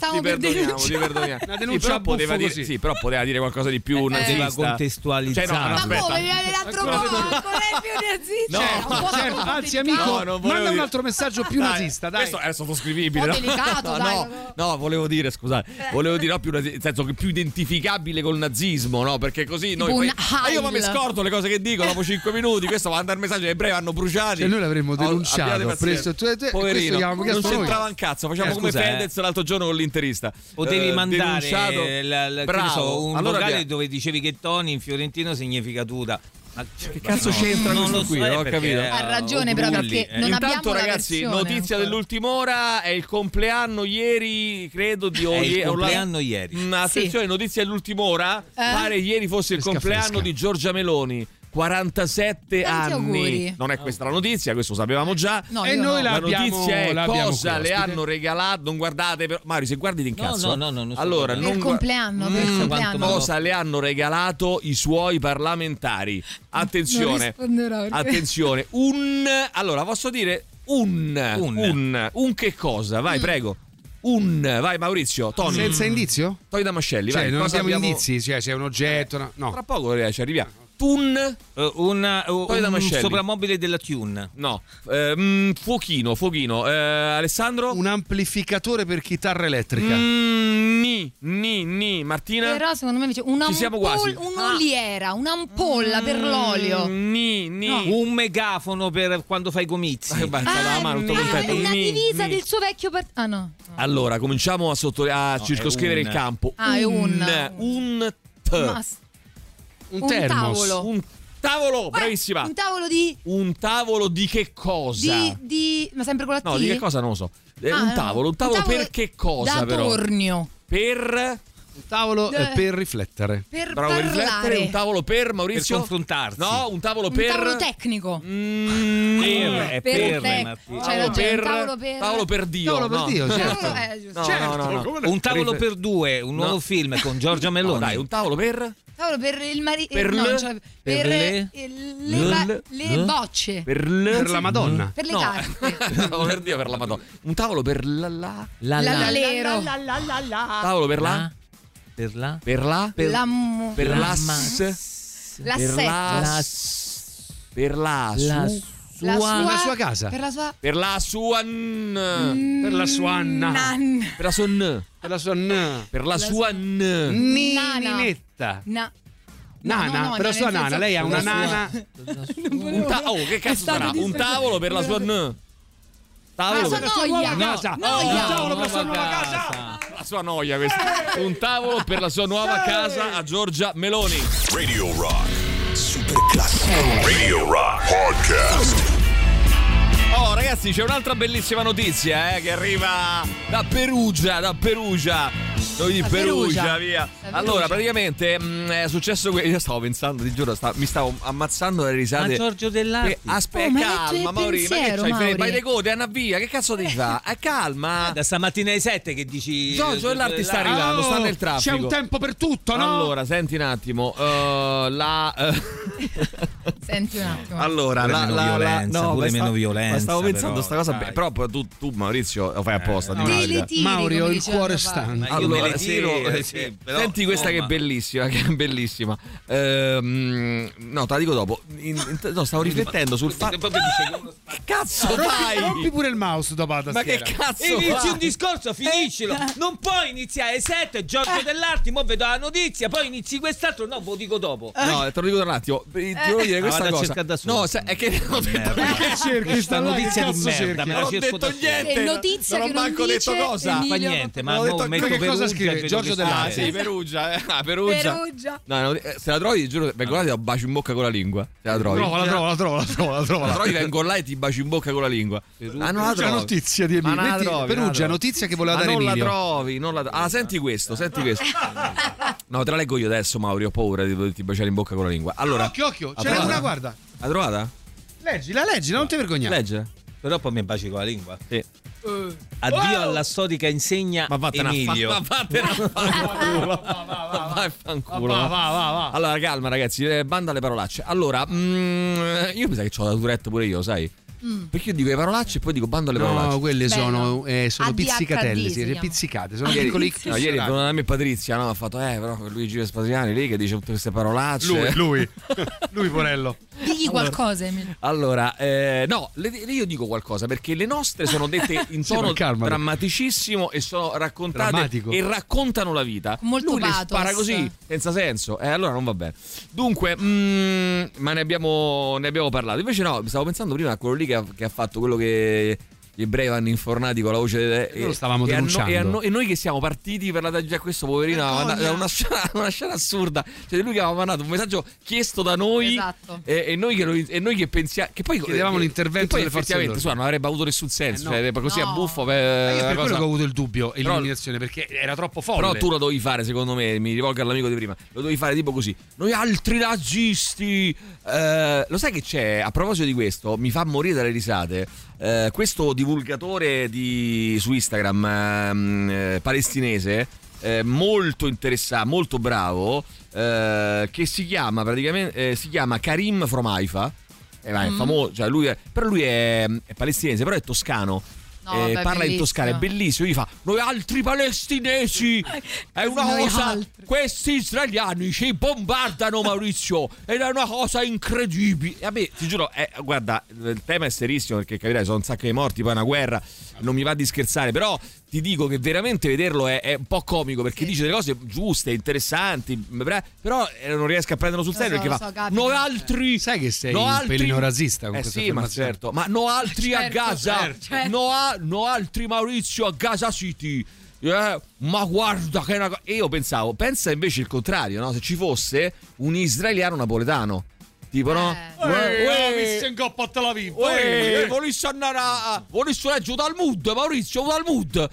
Una denuncia a buffo così. Sì, però poteva dire qualcosa di più nazista. Poteva contestualizzare. Ma come l'altro poco, non è più nazista. Certo, anzi amico, manda un altro messaggio più nazista, dai. Questo è sottoscrivibile. Un po' delicato, dai. No, volevo dire, scusate, più nel senso che più identificabile col nazismo, no? Perché così noi io mi scordo le cose che dico dopo 5 minuti, questo va a andare il messaggio, gli ebrei vanno bruciati. E noi l'avremmo denunciato, preso poverino, non c'entrava un cazzo, facciamo come Fedez l'altro giorno con l'interista. Potevi mandare un vocale via. dove dicevi che Tony in fiorentino significa tuta. Che cazzo c'entra questo qui? Ho capito. Ha ragione, però, perché non intanto, abbiamo ragazzi, notizia dell'ultima ora, è il compleanno ieri, credo di il compleanno ieri. Attenzione, notizia dell'ultima ora, pare ieri fosse il compleanno di Giorgia Meloni. 47 Tanti anni. auguri. Non è questa la notizia, questo lo sapevamo già. E noi la notizia è cosa qui, le hanno regalato. Non guardate, però, Mario, se guardi ti incazzo. No. Allora, per il compleanno. Cosa le hanno regalato i suoi parlamentari? Attenzione. Attenzione. Allora, posso dire un che cosa? Vai, prego. Vai Maurizio, Tony. Senza indizio? Tony Damascelli, vai. Non abbiamo indizi, cioè c'è un oggetto, no. Tra poco ci arriviamo. Un soprammobile della Tune. No. Fuochino. Alessandro? Un amplificatore per chitarra elettrica. Martina? Però secondo me invece un'oliera, un'ampolla per l'olio. No. Un megafono per quando fai comizi. Una divisa del suo vecchio no. Allora, cominciamo a circoscrivere il campo. È un termos. Un tavolo, bravissima. Un tavolo di che cosa? Ma sempre con la T? No, di che cosa non lo so. Un tavolo per che cosa, da però? tornio. Per Un tavolo per riflettere. Per Bravo, parlare. per riflettere. Un tavolo per Maurizio. Per confrontarsi. No, un tavolo Un per. tavolo tecnico. È per Tavolo per Dio. Tavolo per Dio, certo. No. Un tavolo per due, un nuovo film con Giorgia Meloni. Dai, un tavolo per. Tavolo per il marito. Per le bocce. Per la Madonna. Per le carte. Tavolo per Dio, per la Madonna. Un tavolo per l'alero. Tavolo per la. Per la. Per la. Per la sua casa. Per la sua. Per la sua. Per la sua Nan. Per la sua. Per la sua Per la sua. Ninetta. Nana, per la sua nana, lei ha una nana. Che cazzo sarà? Un tavolo per la sua Tavolo per la sua nuova casa. Un tavolo per la sua nuova casa. La sua noia questa. Un tavolo per la sua nuova casa a Giorgia Meloni. Radio Rock. Super classico. Radio Rock Podcast. Oh ragazzi, c'è un'altra bellissima notizia che arriva da Perugia. Noi di Perugia, via. Allora, praticamente è successo questo. Io stavo pensando, ti giuro, mi stavo ammazzando dalle risate. Ma Giorgio Dell'Arti. Aspetta, calma, Mauri. Ma che c'hai? Vai dei code, anna via. Che cazzo devi fare? Calma. Da stamattina alle 7 che dici. Giorgio Dell'Arti sta arrivando, sta nel traffico. C'è un tempo per tutto, no? Allora, senti un attimo. Senti un attimo. Allora, meno violenza. Stavo pensando sta cosa. Però tu Maurizio lo fai apposta. Mauri, ho il cuore stanco. Allora, senti questa che è bellissima. No, te la dico dopo. No, stavo riflettendo sul fatto. Che cazzo fai? Rompi pure il mouse dopo la tastiera. Ma che cazzo fai? Inizi un discorso, finiscilo. Non puoi iniziare alle 7, Giorgio Dell'Arti, mo vedo la notizia, poi inizi quest'altro, no, ve lo dico dopo. No, te lo dico tra un attimo. Ti voglio dire questa cosa. No, è che ho detto che cerchi questa notizia di merda. Non ho detto niente. Notizia non ho manco detto cosa. Fa niente, ma che cosa scrive Giorgio Dell'Arti? Sì, Perugia. No, se la trovi, giuro, vengo là e ti bacio in bocca con la lingua. Se la trovi. La trovo. La trovi, vengo là e ti bacio in bocca con la lingua. Ah, non la trovi. Notizia di Emilio. Perugia, notizia che voleva dare Emilio. Non la trovi. Ah, senti questo. No, te la leggo io adesso, Mauri, ho paura di doverti baciare in bocca con la lingua. Allora, occhio, ce n'è una, guarda. L'ha trovata? Leggila, non ti vergognare. Legge. Però poi mi baci con la lingua. Sì. Addio alla storica insegna Emilio. Ma fanculo. Va. Allora, calma ragazzi, banda le parolacce. Allora, io mi sa che c'ho la Tourette pure io, sai? Perché io dico le parolacce e poi dico bando le parolacce. No, quelle sono pizzicatelle, pizzicate. Sono piccoli ictus. Ieri da me Patrizia ha fatto però Luigi Vespasiani lì che dice tutte queste parolacce. Lui porello. Digli qualcosa, Emilio. Allora, no, io dico qualcosa perché le nostre sono dette in tono drammaticissimo e sono raccontate drammatico. E raccontano la vita. Molto lui pathos. Le spara così, senza senso. Allora non va bene. Dunque, ma ne abbiamo parlato. Invece no, stavo pensando prima a quello lì che ha fatto quello che gli ebrei vanno infornati con la voce lo stavamo denunciando e noi che siamo partiti per la già questo poverino una scena assurda, cioè lui che aveva mandato un messaggio chiesto da noi, esatto. e noi che pensiamo che poi chiedevamo l'intervento delle forze dell'ordine. Non avrebbe avuto nessun senso, cioè, così a buffo per quello che ho avuto il dubbio e l'illuminazione, perché era troppo folle. Però tu lo dovevi fare, secondo me, mi rivolgo all'amico di prima, lo dovevi fare tipo così: noi altri nazisti, lo sai che c'è, a proposito di questo mi fa morire dalle risate, questo divulgatore su Instagram palestinese, molto interessante, molto bravo, che si chiama praticamente Karim from Haifa, è famoso, cioè lui è palestinese, però è toscano. Parla in toscano, è bellissimo. Gli fa: noi altri palestinesi, è una cosa. Questi israeliani ci bombardano, Maurizio, ed è una cosa incredibile. E a me, ti giuro, guarda, il tema è serissimo perché capirai, sono un sacco di morti, poi è una guerra, non mi va di scherzare, però ti dico che veramente vederlo è un po' comico perché dice delle cose giuste, interessanti, però non riesco a prenderlo sul serio perché fa: noi altri, sai che sei un pelino razzista con questa sì, ma certo, ma no altri a Gaza, no altri Maurizio a Gaza City. Ma guarda che e io pensa invece il contrario, no? Se ci fosse un israeliano napoletano, tipo, no? Volessi in coppa a Tel Aviv. Volessi andare volessi leggere dal mood, Maurizio, dal mood.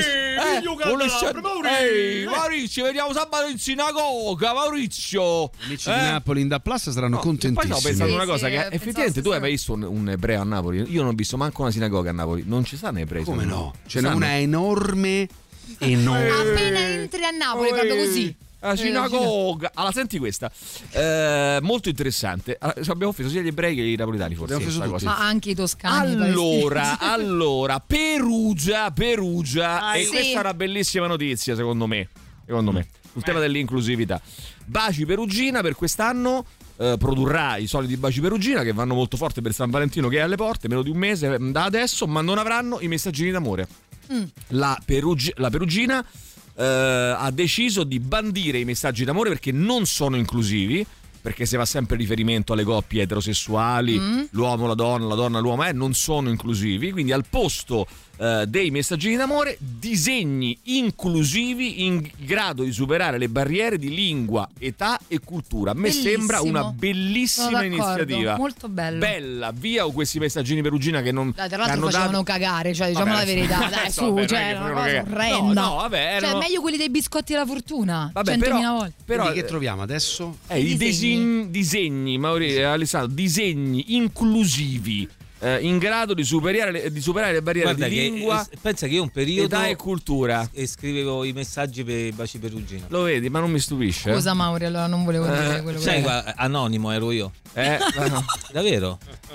Maurizio, vediamo sabato in sinagoga, Maurizio. Amici di Napoli in Da Plus saranno contentissimi. Poi stavo pensando una cosa, che effettivamente tu hai mai visto un ebreo a Napoli? Io non ho visto manco una sinagoga a Napoli. Non ci stanno ebrei. Come no? Ce n'è una enorme. Appena entri a Napoli, proprio così. La sinagoga. Allora, senti questa. Molto interessante. Abbiamo offeso sia gli ebrei che i napoletani, forse. Ma anche i toscani. Allora, Perugia. E questa è una bellissima notizia, secondo me. Sul tema dell'inclusività. Baci Perugina per quest'anno. Produrrà i soliti baci Perugina che vanno molto forte per San Valentino, che è alle porte, meno di un mese da adesso, ma non avranno i messaggini d'amore. La Perugina ha deciso di bandire i messaggi d'amore perché non sono inclusivi, perché si fa sempre riferimento alle coppie eterosessuali, l'uomo, la donna, l'uomo, non sono inclusivi, quindi al posto dei messaggini d'amore, disegni inclusivi in grado di superare le barriere di lingua, età e cultura. A me sembra una bellissima iniziativa. Molto bello. Bella, via questi messaggini Perugina che non. Dai, tra l'altro facevano cagare, cioè diciamo la verità. Dai, su, cioè una cosa orrenda. No, vabbè, cioè meglio quelli dei biscotti della fortuna. Vabbè, 100.000 volte. Però che troviamo adesso? I disegni, Alessandro, disegni inclusivi. In grado di superare le barriere di lingua. Pensa che io un periodo età e cultura e scrivevo i messaggi per i baci Perugina. Lo vedi, ma non mi stupisce. Scusa Mauri, allora non volevo dire quello che anonimo ero io. Davvero?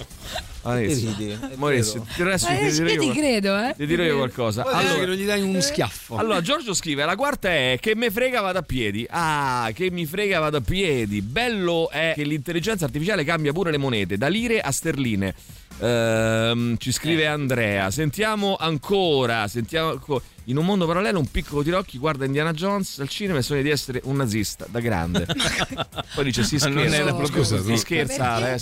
Maurizio, ti credo, ti dirò io qualcosa. Allora non gli dai un schiaffo. Allora Giorgio scrive: la quarta è che me frega vado a piedi. Che mi frega vado a piedi. Bello è che l'intelligenza artificiale cambia pure le monete da lire a sterline. Ci scrive Andrea. Sentiamo ancora. In un mondo parallelo un piccolo tirocchi guarda Indiana Jones al cinema e sogna di essere un nazista da grande. Poi dice si scherza. Si scherza.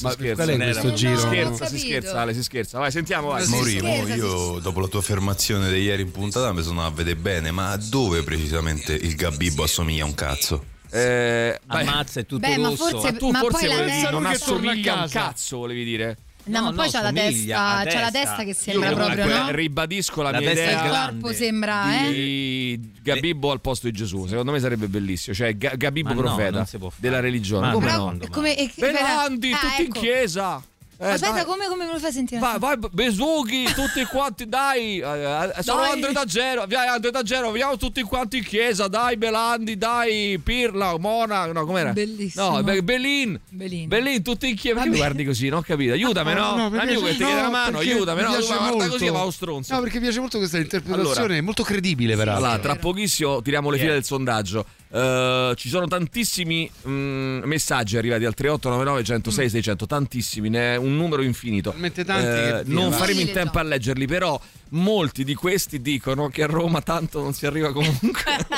Si scherza. Vai, sentiamo. Vai. Maurimo, io dopo la tua affermazione di ieri in puntata mi sono a vedere bene, ma dove precisamente il Gabibbo assomiglia a un cazzo? Ammazza, è tutto rosso. Tu forse volevi dire non assomiglia a un cazzo, volevi dire. No, ma poi c'ha la testa che sembra proprio, no? Ribadisco la mia idea. Il corpo sembra, di Gabibbo al posto di Gesù. Secondo me sarebbe bellissimo. Cioè Gabibbo profeta della religione. Come no? Belandi, tutti in chiesa. Aspetta, come me lo fai sentire? Vai, Besughi, tutti quanti, dai. Sono Andrea Daggero. Andrea Daggero, veniamo tutti quanti in chiesa. Dai, Belandi, dai, Pirla, Mona. No, com'era? Bellissimo. No, Belin, tutti in chiesa. Perché mi guardi così? Non ho capito. Aiutami, no? Amico che ti chiede la mano, aiutami, no? Guarda così, va stronzo. No, perché piace molto questa interpretazione, molto credibile, peraltro. Allora, tra pochissimo tiriamo le file del sondaggio. Ci sono tantissimi messaggi arrivati al 3899 106 600, tantissimi, ne è un numero infinito. Talmente tanti non faremo in tempo a leggerli, però molti di questi dicono che a Roma tanto non si arriva comunque.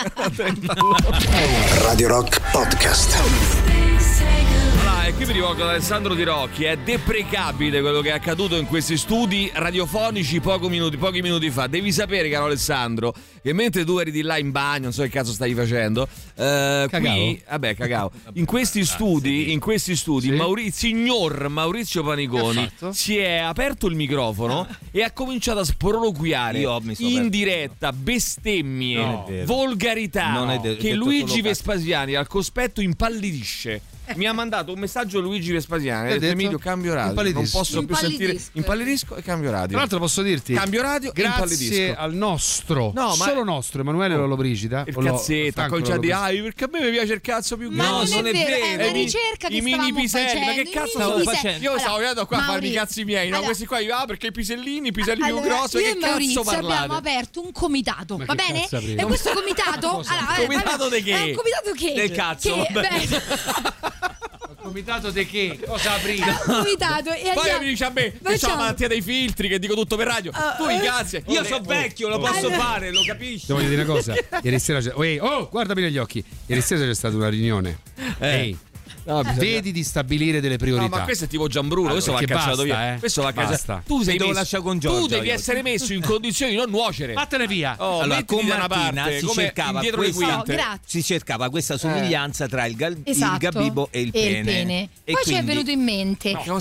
Radio Rock Podcast. E qui mi rivolgo ad Alessandro Di Rocchi. È deprecabile quello che è accaduto in questi studi radiofonici pochi minuti fa. Devi sapere, caro Alessandro, che mentre tu eri di là in bagno, non so che cazzo stai facendo, qui, cagao. In questi studi, sì. Signor Maurizio Paniconi si è aperto il microfono e ha cominciato a sproloquiare in diretta bestemmie, volgarità, che Luigi Vespasiani al cospetto impallidisce. Mi ha mandato un messaggio Luigi Vespasiani, ha detto Emilio, cambio radio, non posso più sentire, impallidisco e cambio radio. Tra l'altro posso dirti, cambio radio e impallidisco. Grazie al nostro, solo nostro Emanuele Lollobrigida, il cazzetta, ha cominciato a dire perché a me mi piace il cazzo più grosso. Non è vero, è una ricerca che i mini piselli, facendo, ma che cazzo stavo facendo? Io stavo venendo qua a farmi i cazzi miei, no? Questi qua perché i piselli più grossi, che cazzo parlate? Abbiamo aperto un comitato, va bene? E questo comitato, comitato di che? È un comitato che? Del cazzo. Comitato di che? Cosa aprire? Comitato e poi mi dice a me che c'ho la malattia dei filtri, che dico tutto per radio. Tu i cazzi. Io sono vecchio, lo posso fare, lo capisci? Ti voglio dire una cosa. Ieri sera guardami negli occhi. Ieri sera c'è stata una riunione. Vedi di stabilire delle priorità. No, ma questo è tipo Gianbruno, questo va cacciato via. Questo va cacciato. Tu devi essere messo in condizioni di non nuocere. Vattene via. Allora, con Martina si cercava questa somiglianza tra il gabibbo e il pene. Poi ci è venuto in mente. No,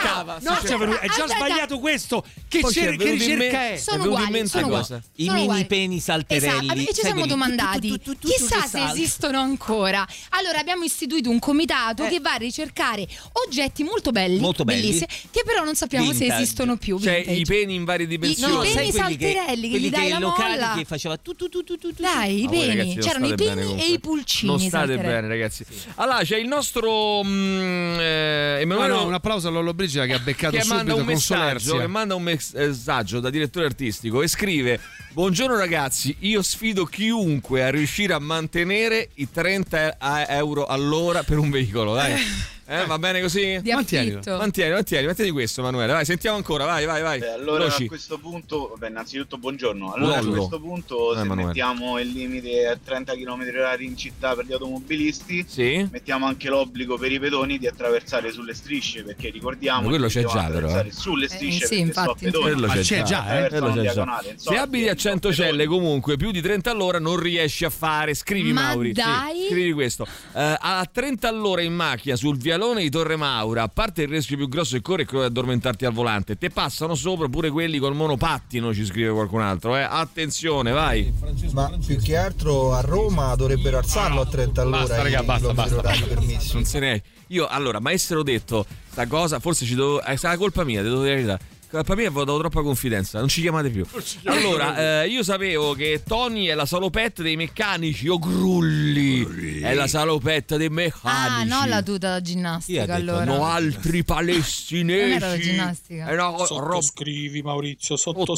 è già sbagliato questo. Che ricerca è? Sono uguali. I mini peni salterelli. E ci siamo domandati, chissà se esistono ancora. Allora abbiamo istituito un comitato che va a ricercare oggetti molto belli, bellissimi, che però non sappiamo se esistono più. Cioè i peni in varie dimensioni. I peni salterelli che gli dai la molla. Che faceva Dai, i peni. Ragazzi, c'erano i peni e i pulcini. Non state bene, ragazzi. Allora c'è il nostro Emanuele. Un applauso a Lollo Brigida che ha beccato subito con solerzia. Che manda un messaggio da direttore artistico e scrive: buongiorno ragazzi, io sfido chiunque a riuscire a mantenere i 30 euro all'ora per un veicolo, dai. Va bene così? Mantieni questo, Emanuele. Vai, sentiamo ancora, vai. Allora a questo punto, innanzitutto buongiorno. Allora a questo punto se mettiamo il limite a 30 km/h in città per gli automobilisti, mettiamo anche l'obbligo per i pedoni di attraversare sulle strisce, perché ricordiamo quello c'è già però. Sulle strisce perché so pedoni. Quello c'è già, Se abiti a Centocelle comunque più di 30 all'ora non riesci a fare, scrivi Mauri. Scrivi questo. A 30 all'ora in macchina sul vialone di Torre Maura, a parte il rischio più grosso che corre è quello di addormentarti al volante, te passano sopra pure quelli col monopattino, ci scrive qualcun altro, attenzione, vai. Ma più che altro a Roma dovrebbero alzarlo a 30 all'ora. Basta. Non se ne è. Io allora, ma essero detto sta cosa, forse ci dovevo, è stata colpa mia, devo dire la verità. Per me avevo dato troppa confidenza, non ci chiamate più. Allora, io sapevo che Tony è la salopette dei meccanici, Grulli è la salopetta dei meccanici. No, la tuta da ginnastica, allora. No, altri palestinesi. Non era da ginnastica. Sottoscrivi Maurizio,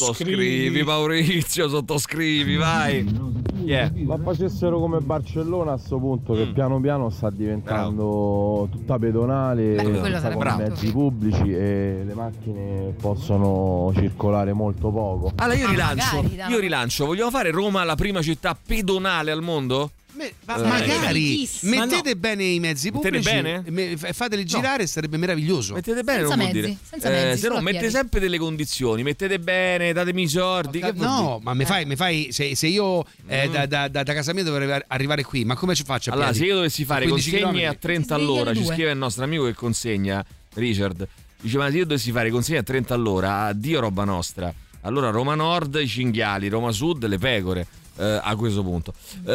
sottoscrivi, vai. Ma facessero come Barcellona a sto punto, che piano piano sta diventando tutta pedonale, con mezzi pubblici e le macchine possono circolare molto poco. Allora io rilancio, vogliamo fare Roma la prima città pedonale al mondo? Magari mettete bene i mezzi pubblici, fateli girare, sarebbe meraviglioso. Mettete bene, senza non mezzi, vuol dire. Senza mezzi, se no mettete sempre delle condizioni, mettete bene, datemi i soldi. Ma mi fai se io da casa mia dovrei arrivare qui, ma come ci faccio? Allora, se io dovessi fare consegne a 30 all'ora, ci scrive il nostro amico che consegna, Richard, dice: ma se io dovessi fare consegne a 30 all'ora, addio roba nostra. Allora Roma Nord i cinghiali, Roma Sud le pecore. A questo punto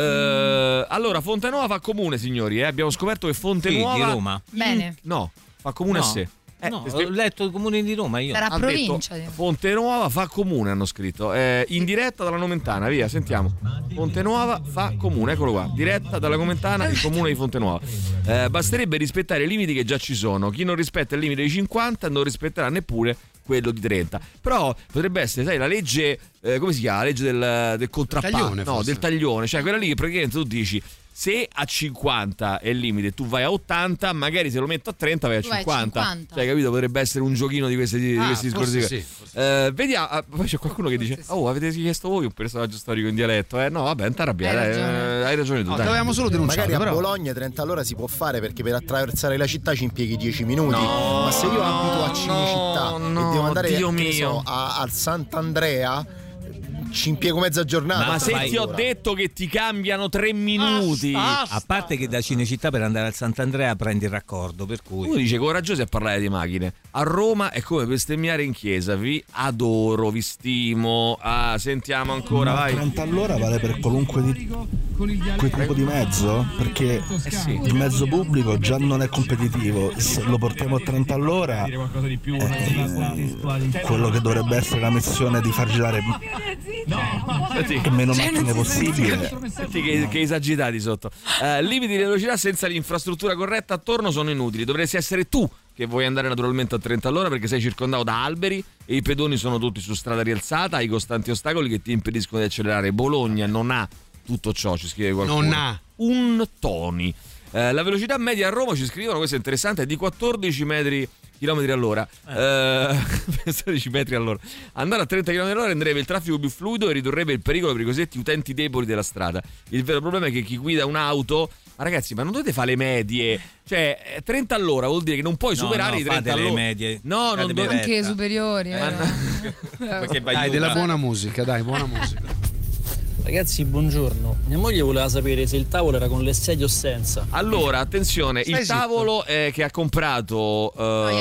allora Fontenuova fa comune, signori, abbiamo scoperto che Fontenuova di Roma. Bene. No, fa comune a sé. Ho letto i comuni di Roma io. Sarà provincia. Fontenuova fa comune, hanno scritto. In diretta dalla Nomentana, via, sentiamo. Fontenuova fa comune, eccolo qua. Diretta dalla Nomentana, il comune di Fontenuova. Basterebbe rispettare i limiti che già ci sono. Chi non rispetta il limite di 50 non rispetterà neppure quello di 30. Però potrebbe essere, sai, la legge, come si chiama? La legge del contrappasso, del taglione, cioè quella lì che praticamente tu dici: se a 50 è il limite, tu vai a 80, magari se lo metto a 30 vai a 50. Cioè, capito? Potrebbe essere un giochino di questi discorsi. Sì, vediamo, poi c'è qualcuno che dice: avete chiesto voi un personaggio storico in dialetto? No, vabbè, non ti arrabbiare, hai ragione tu. Dovevamo solo denunciare. Magari a Bologna 30 all'ora si può fare, perché per attraversare la città ci impieghi 10 minuti. Ma se io abito a Cinecittà e devo andare al Sant'Andrea, ci impiego mezza giornata. Ma se ti ho detto che ti cambiano 3 minuti. A parte che da Cinecittà per andare al Sant'Andrea prendi il raccordo, per cui uno dice coraggiosi a parlare di macchine. A Roma è come bestemmiare in chiesa. Vi adoro, vi stimo. Sentiamo ancora, vai. 30 all'ora vale per qualunque tipo di mezzo, perché il mezzo pubblico già non è competitivo. Se lo portiamo a 30 all'ora, quello che dovrebbe essere la missione di far girare meno macchine possibile. Senti che esagitati sotto. Limiti di velocità senza l'infrastruttura corretta attorno sono inutili. Dovresti essere tu che vuoi andare naturalmente a 30 all'ora, perché sei circondato da alberi e i pedoni sono tutti su strada rialzata, hai costanti ostacoli che ti impediscono di accelerare. Bologna non ha tutto ciò, ci scrive qualcuno. Non ha un Tony. La velocità media a Roma, ci scrivono, questo è interessante, è di 14 chilometri all'ora. 16 metri all'ora. Andare a 30 km all'ora renderebbe il traffico più fluido e ridurrebbe il pericolo per i cosiddetti utenti deboli della strada. Il vero problema è che chi guida un'auto Ma ragazzi, ma non dovete fare le medie. Cioè, 30 all'ora vuol dire che non puoi superare i 30 all'ora. Le medie. No, non anche superiori. Dai, della buona musica, dai, buona musica. Ragazzi, buongiorno. Mia moglie voleva sapere se il tavolo era con le sedie o senza. Allora, attenzione, il tavolo che ha comprato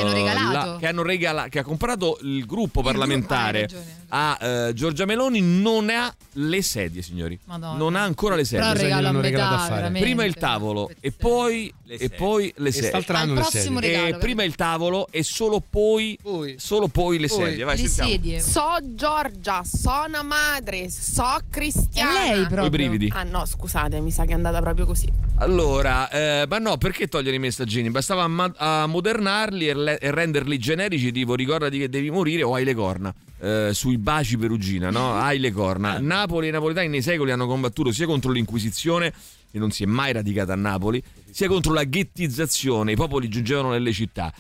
che ha comprato il gruppo parlamentare a Giorgia Meloni non ha le sedie, signori. Madonna. Non ha ancora le sedie. Però regalo a metà, prima il tavolo e poi le sedie. E prima il tavolo e solo poi le sedie. Vai, sedie. So Giorgia, sono madre, so Cristiana. È lei proprio. I brividi. Ah no, scusate, mi sa che è andata proprio così. Allora, ma no, perché togliere i messaggini? Bastava ammodernarli e renderli generici, tipo ricordati che devi morire o hai le corna. Sui baci Perugina, no? Hai le corna. Napoli e i napoletani nei secoli hanno combattuto sia contro l'Inquisizione, che non si è mai radicata a Napoli, sia contro la ghettizzazione. I popoli giungevano nelle città.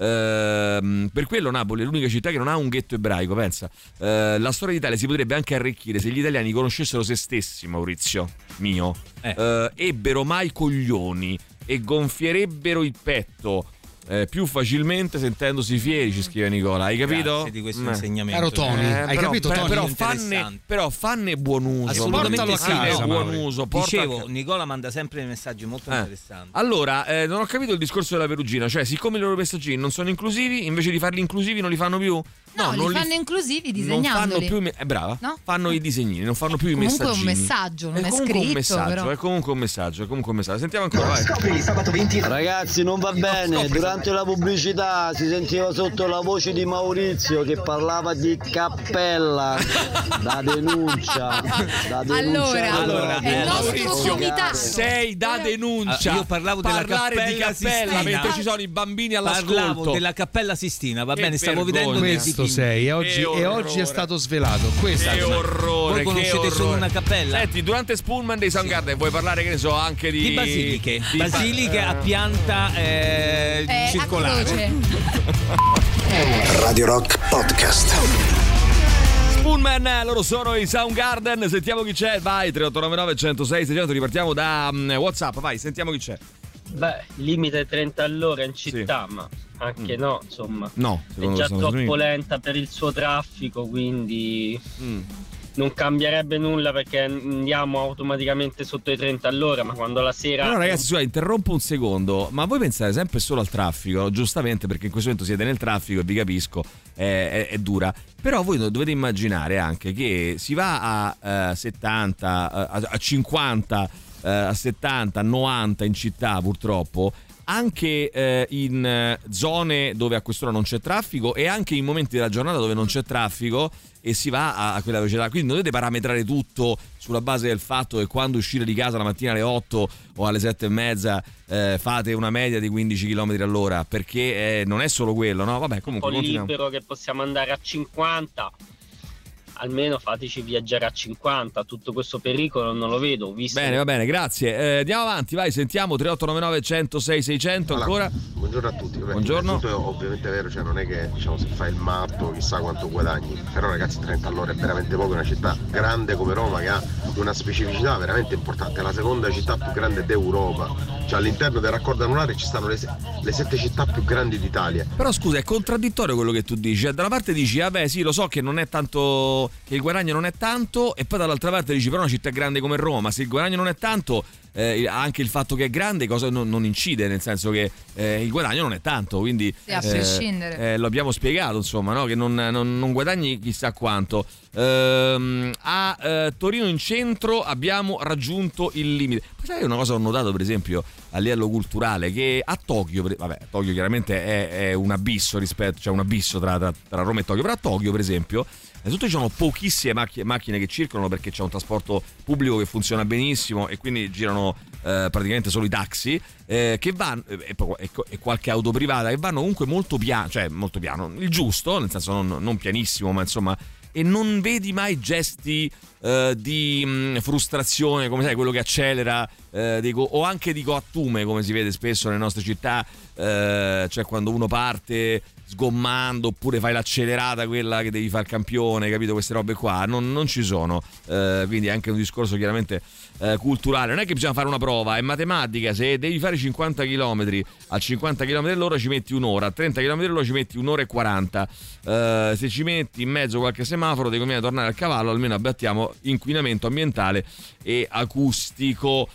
Per quello Napoli è l'unica città che non ha un ghetto ebraico, pensa. La storia d'Italia si potrebbe anche arricchire se gli italiani conoscessero se stessi, Maurizio mio. Ebbero mai coglioni e gonfierebbero il petto più facilmente sentendosi fieri, ci scrive Nicola. Hai capito? Grazie di questo insegnamento. Caro Tony, hai capito, Tony? Però fanne buon uso. Assolutamente sì, buon uso. Dicevo, Nicola manda sempre dei messaggi molto interessanti. Allora, non ho capito il discorso della Perugina. Cioè, siccome i loro messaggini non sono inclusivi, invece di farli inclusivi non li fanno più? No, non li fanno inclusivi disegnandoli. Non fanno più brava. No? Fanno i disegnini, non fanno più i messaggini. Comunque è un messaggio, non è scritto. È comunque un messaggio. Sentiamo ancora, vai. Scopri sabato 20. Ragazzi, non va bene. Durante la pubblicità si sentiva sotto la voce di Maurizio che parlava di cappella. Da denuncia. Allora, è il nostro comitato. Sei da denuncia. Io parlavo della cappella di cappella mentre ci sono i bambini all'ascolto. Parlavo della Cappella Sistina, va bene, stavo vedendo questo. Sei e oggi è stato svelato. Questo che orrore. Voi conoscete solo una cappella? Senti, durante Spoolman dei Soundgarden vuoi parlare, che ne so, anche di basiliche. Basiliche a pianta circolare. Radio Rock Podcast. Spoolman, loro sono i Soundgarden. Sentiamo chi c'è. Vai, 3899 106 600. Ripartiamo da WhatsApp. Vai, sentiamo chi c'è. Beh, limite 30 all'ora in città, ma anche no, insomma. No, è già troppo lenta per il suo traffico, quindi non cambierebbe nulla perché andiamo automaticamente sotto i 30 all'ora, ma quando la sera... No, ragazzi, scusa, interrompo un secondo, ma voi pensate sempre solo al traffico, giustamente, perché in questo momento siete nel traffico e vi capisco, è dura. Però voi dovete immaginare anche che si va a 70, a 50, a 70, a 90 in città, purtroppo, anche in zone dove a quest'ora non c'è traffico e anche in momenti della giornata dove non c'è traffico e si va a quella velocità. Quindi non dovete parametrare tutto sulla base del fatto che quando uscire di casa la mattina alle 8 o alle 7:30 fate una media di 15 km all'ora, perché non è solo quello, no? Vabbè, comunque un po' libero che possiamo andare a 50. Almeno fateci viaggiare a 50, tutto questo pericolo non lo vedo. Visto... Bene, va bene, grazie. Andiamo avanti, vai, sentiamo 3899 106 600 ancora. Buongiorno a tutti. Buongiorno. Ovviamente è vero, cioè non è che diciamo se fai il matto chissà quanto guadagni, però ragazzi 30 all'ora è veramente poco, una città grande come Roma che ha una specificità veramente importante, è la seconda città più grande d'Europa, cioè all'interno del raccordo anulare ci stanno le 7 città più grandi d'Italia. Però scusa, è contraddittorio quello che tu dici, da una parte dici vabbè sì, lo so che non è tanto, che il guadagno non è tanto, e poi dall'altra parte dici però una città grande come Roma, ma se il guadagno non è tanto, anche il fatto che è grande cosa non incide, nel senso che il guadagno non è tanto, quindi a prescindere lo abbiamo spiegato, insomma, no? Che non guadagni chissà quanto. A Torino in centro abbiamo raggiunto il limite. Poi sai una cosa ho notato, per esempio, a livello culturale, che a Tokyo, vabbè, Tokyo chiaramente è un abisso rispetto, cioè un abisso tra Roma e Tokyo, però a Tokyo, per esempio, innanzitutto ci sono pochissime macchine che circolano perché c'è un trasporto pubblico che funziona benissimo e quindi girano praticamente solo i taxi che vanno e qualche auto privata che vanno comunque molto piano, cioè molto piano, il giusto, nel senso non pianissimo, ma insomma, e non vedi mai gesti di frustrazione, come sai, quello che accelera o anche di coattume, come si vede spesso nelle nostre città, cioè quando uno parte sgommando, oppure fai l'accelerata, quella che devi fare il campione, capito? Queste robe qua non ci sono, quindi è anche un discorso chiaramente culturale. Non è che bisogna fare una prova, è matematica. Se devi fare 50 km a 50 km all'ora ci metti un'ora, a 30 km all'ora ci metti un'ora e 40. Se ci metti in mezzo qualche semaforo ti conviene tornare al cavallo, almeno abbattiamo inquinamento ambientale e acustico.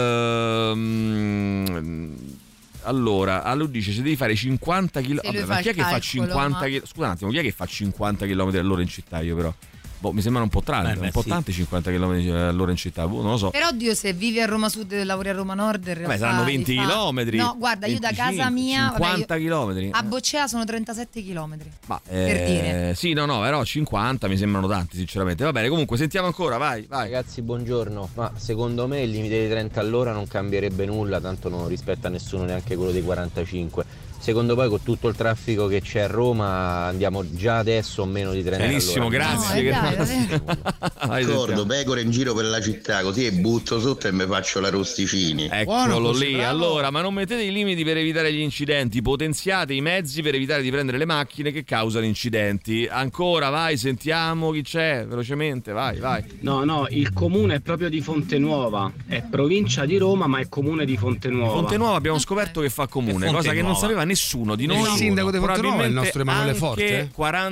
Allora, lui dice se devi fare 50 km. Ma chi è che fa 50 km? Scusa un attimo, chi è che fa 50 km all'ora in città? Io però mi sembrano un po' tanti 50 km all'ora in città, non lo so. Però oddio, se vivi a Roma Sud e lavori a Roma Nord, in realtà saranno 20 km. No, guarda, 25, io da casa mia 50 km. A Boccea sono 37 km. Per dire. Sì, no, però 50 mi sembrano tanti, sinceramente. Va bene, comunque sentiamo ancora, vai. Ragazzi, buongiorno. Ma secondo me il limite di 30 all'ora non cambierebbe nulla, tanto non rispetta nessuno, neanche quello dei 45. Secondo voi con tutto il traffico che c'è a Roma andiamo già adesso a meno di 30 Benissimo, all'ora? grazie. D'accordo, pecore in giro per la città, così e butto sotto e mi faccio l'arrosticini. Eccolo lì. Bravo. Allora, ma non mettete i limiti per evitare gli incidenti, potenziate i mezzi per evitare di prendere le macchine che causano incidenti. Ancora, vai, sentiamo chi c'è, velocemente, vai. No, il comune è proprio di Fontenuova, è provincia di Roma ma è comune di Fontenuova. Fontenuova abbiamo scoperto che fa comune, cosa che non sapeva nessuno di noi. Il sindaco di Fontenuova è il nostro Emanuele Forte.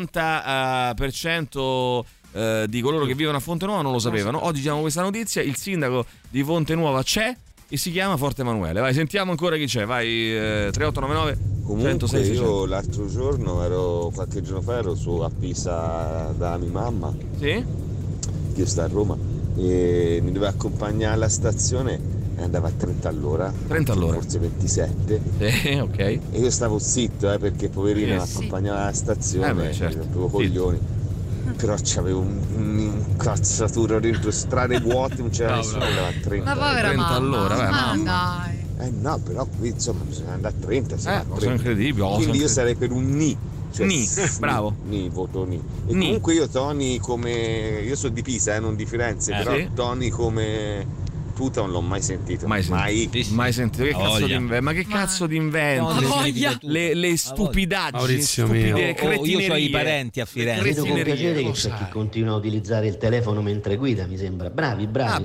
40% di coloro che vivono a Fontenuova non lo sapevano. Oggi diamo questa notizia, il sindaco di Fontenuova c'è e si chiama Forte Emanuele. Vai, sentiamo ancora chi c'è, vai. 3899 comunque 106 io l'altro giorno qualche giorno fa ero su a Pisa da mia mamma. Sì? Io sto a Roma e mi doveva accompagnare alla stazione e andava a 30 all'ora, forse 27. Ok. E io stavo zitto perché poverino mi accompagnava alla stazione, certo. avevo coglioni. Però c'avevo un'incazzatura dentro, strade vuote, non c'era nessuno, andava a 30. Ma povera 30 all'ora, dai. No, però qui insomma bisogna andare a 30, sono incredibili. Quindi io sarei per un ni. Cioè, bravo. Voto ni. E comunque io Tony come. Io sono di Pisa, non di Firenze, però sì? Tony come. Non l'ho mai sentito. Mai sentito. Che cazzo di invento? Ma che cazzo di invento? Le stupidaggini. Maurizio mio. Io ho i parenti a Firenze. Vedo con piacere che c'è chi continua a utilizzare il telefono mentre guida, mi sembra. Bravi.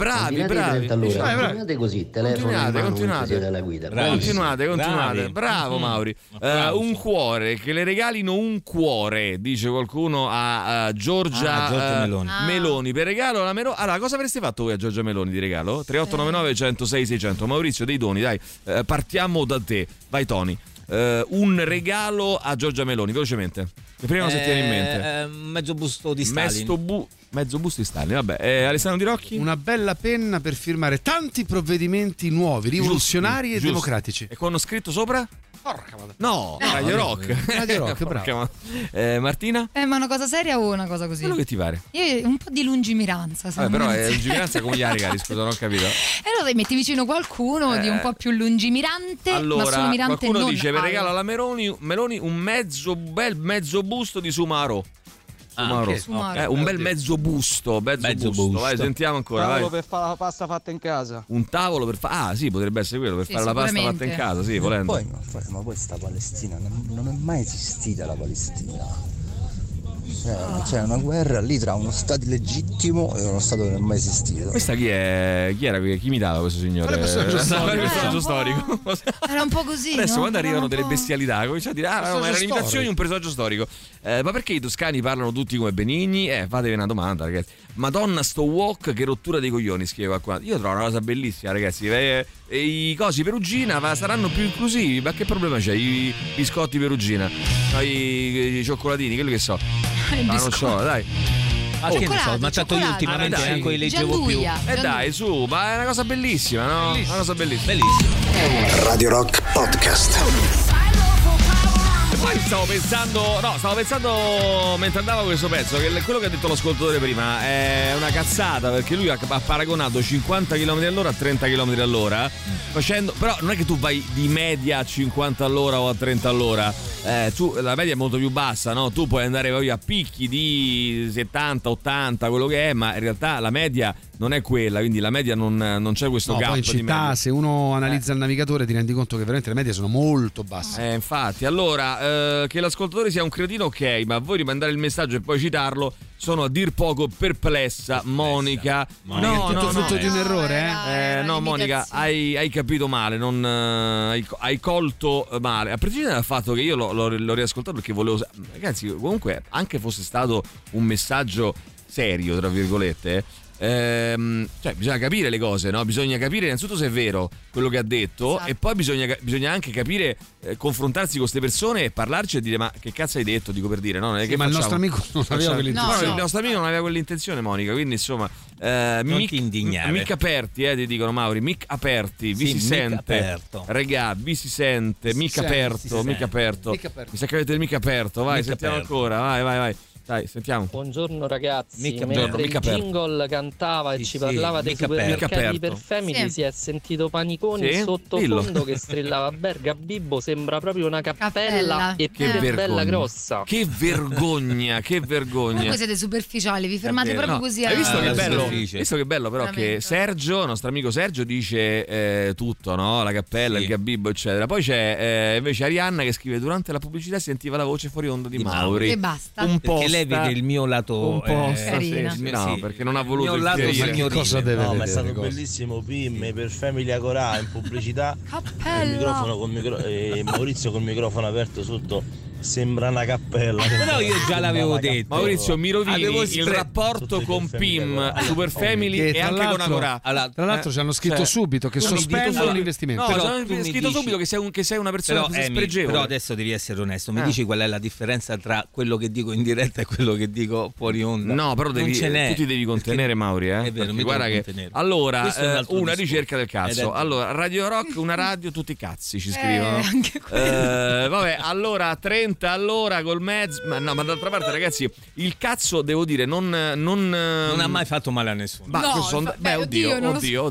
Continuate così, telefono in mano mentre siete alla guida. Continuate. Bravo Mauri. Un cuore, che le regalino un cuore, dice qualcuno a Giorgia Meloni. Per regalo la Meloni. Allora, cosa avreste fatto voi a Giorgia Meloni di regalo? 3899 106 600. Maurizio, dei doni, dai, partiamo da te. Vai Tony. Un regalo a Giorgia Meloni, velocemente. La prima cosa che tieni in mente. Mezzo busto di Stalin. Mezzo busto di Stalin, vabbè. Alessandro Di Rocchi? Una bella penna per firmare tanti provvedimenti nuovi, rivoluzionari e democratici. E con scritto sopra? Porca madre. No, Radio Rock. Radio Rock, bravo. Martina? Ma una cosa seria o una cosa così? Quello che ti pare. Io un po' di lungimiranza. Però lungimiranza come gli regali, scusa, non ho capito. Allora metti vicino qualcuno di un po' più lungimirante, allora, ma solo mirante qualcuno non dice per regalo alla Meloni un bel mezzo busto di Sumaro. Un bel mezzo busto. Vai, sentiamo ancora. Un tavolo per fare la pasta fatta in casa. Un tavolo per fare. Sì, potrebbe essere quello, per fare la pasta fatta in casa, sì, volendo. Ma poi sta Palestina non è mai esistita la Palestina. C'è una guerra lì tra uno stato legittimo e uno stato che non è mai esistito. Questa chi è? Chi era? Chi imitava questo signore? Personaggio storico. Era un po' così. Adesso no? quando arrivano delle bestialità comincia a dire ma era l'imitazione di un personaggio storico. Ma perché i toscani parlano tutti come Benigni? Fatevi una domanda, ragazzi. Madonna, sto wok, che rottura dei coglioni, scrive qua. Io trovo una cosa bellissima, ragazzi. I cosi Perugina saranno più inclusivi. Ma che problema c'è? I biscotti Perugina, i cioccolatini, quello che so. Ma non so, dai. Che ne so, ma certo io ultimamente anche li leggevo più. Dai, su, ma è una cosa bellissima, no? Bellissima. Una cosa bellissima. Radio Rock Podcast. E poi stavo pensando mentre andava questo pezzo che quello che ha detto l'ascoltatore prima è una cazzata, perché lui ha paragonato 50 km all'ora a 30 km all'ora facendo, però non è che tu vai di media a 50 all'ora o a 30 all'ora, la media è molto più bassa, no? Tu puoi andare a picchi di 70, 80, quello che è, ma in realtà la media non è quella, quindi la media non c'è questo gap. Poi in città, se uno analizza il navigatore, ti rendi conto che veramente le medie sono molto basse. Infatti, allora, che l'ascoltatore sia un cretino, ok, ma voi rimandare il messaggio e poi citarlo, sono a dir poco perplessa. Monica. No, è tutto frutto di un errore, no, Monica, hai capito male, hai colto male. A prescindere dal fatto che io l'ho riascoltato perché volevo. Ragazzi, comunque, anche fosse stato un messaggio serio, tra virgolette, cioè bisogna capire le cose, no? Bisogna capire innanzitutto se è vero quello che ha detto, esatto. E poi bisogna anche capire, confrontarsi con queste persone e parlarci e dire ma che cazzo hai detto, dico per dire, no? Che ma il nostro amico non aveva quell'intenzione. Il nostro amico non aveva quell'intenzione, Monica, quindi insomma non ti indignare. Mic aperti, ti dicono, Mauri, mic aperti, vi si sente, regà, vi si sente, mic aperto. Mi sa che avete il mic aperto, vai, sentiamo ancora, vai. Dai, sentiamo. Buongiorno ragazzi. Mentre il jingle cantava e ci parlava dei supermercati per family, si è sentito Paniconi in sottofondo che strillava Berga Bibbo, sembra proprio una cappella e pure bella grossa. Che vergogna. Voi siete superficiali, vi fermate proprio così. Hai visto che bello? Visto che bello però che Sergio, il nostro amico Sergio, dice tutto, no? La cappella, il Gabibbo, eccetera. Poi c'è invece Arianna che scrive: durante la pubblicità sentiva la voce fuori onda di Mauri. E basta. Un po'. Lei vede il mio lato no, perché non ha voluto il lato cosa deve no, vedere, ma è stato bellissimo PIM per Family Acorà in pubblicità, il microfono Maurizio col microfono aperto sotto. Sembra una cappella. Però io già l'avevo detto. Maurizio, mi rovini il rapporto con PIM, Super Family e anche con Acorà. Tra l'altro ci hanno scritto subito che sospendono l'investimento. No, ci hanno scritto subito che sei una persona spregevole. Però adesso devi essere onesto. Mi dici qual è la differenza tra quello che dico in diretta e quello che dico fuori onda? No, però tu ti devi contenere, Mauri. È vero, guarda che allora una ricerca del cazzo. Allora, Radio Rock, una radio, tutti i cazzi ci scrivono. Vabbè, allora 30 all'ora col mezzo, ma d'altra parte, ragazzi, il cazzo devo dire non ha mai fatto male a nessuno. Oddio,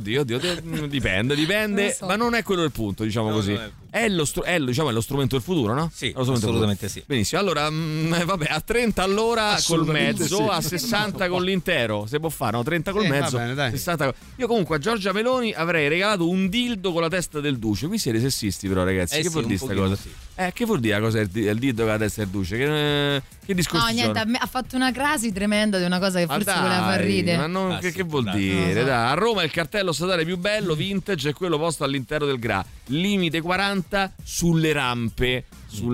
dipende, so. Ma non è quello il punto, diciamo così. È lo strumento del futuro, no? Sì, assolutamente sì. Benissimo. Allora, vabbè, a 30 all'ora col mezzo, sì. A 60 con l'intero, se può fare, no? 30 col mezzo, bene, 60. Io comunque a Giorgia Meloni avrei regalato un dildo con la testa del duce. Qui siete sessisti però, ragazzi. Che vuol dire questa cosa? Sì. Che vuol dire la cosa del dildo con la testa del duce? Che discorsi no, niente, ha fatto una crasi tremenda di una cosa che forse voleva far ridere. Ma che vuol dire? So. Dai, a Roma il cartello statale più bello, vintage, è quello posto all'interno del GRA. Limite 40 sulle rampe.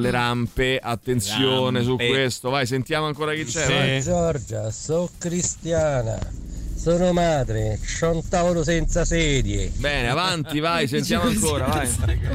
Attenzione su questo. Vai, sentiamo ancora chi c'è. Vai. Giorgia, so cristiana. Sono madre, c'ho un tavolo senza sedie. Bene, avanti, vai, sentiamo ancora, vai.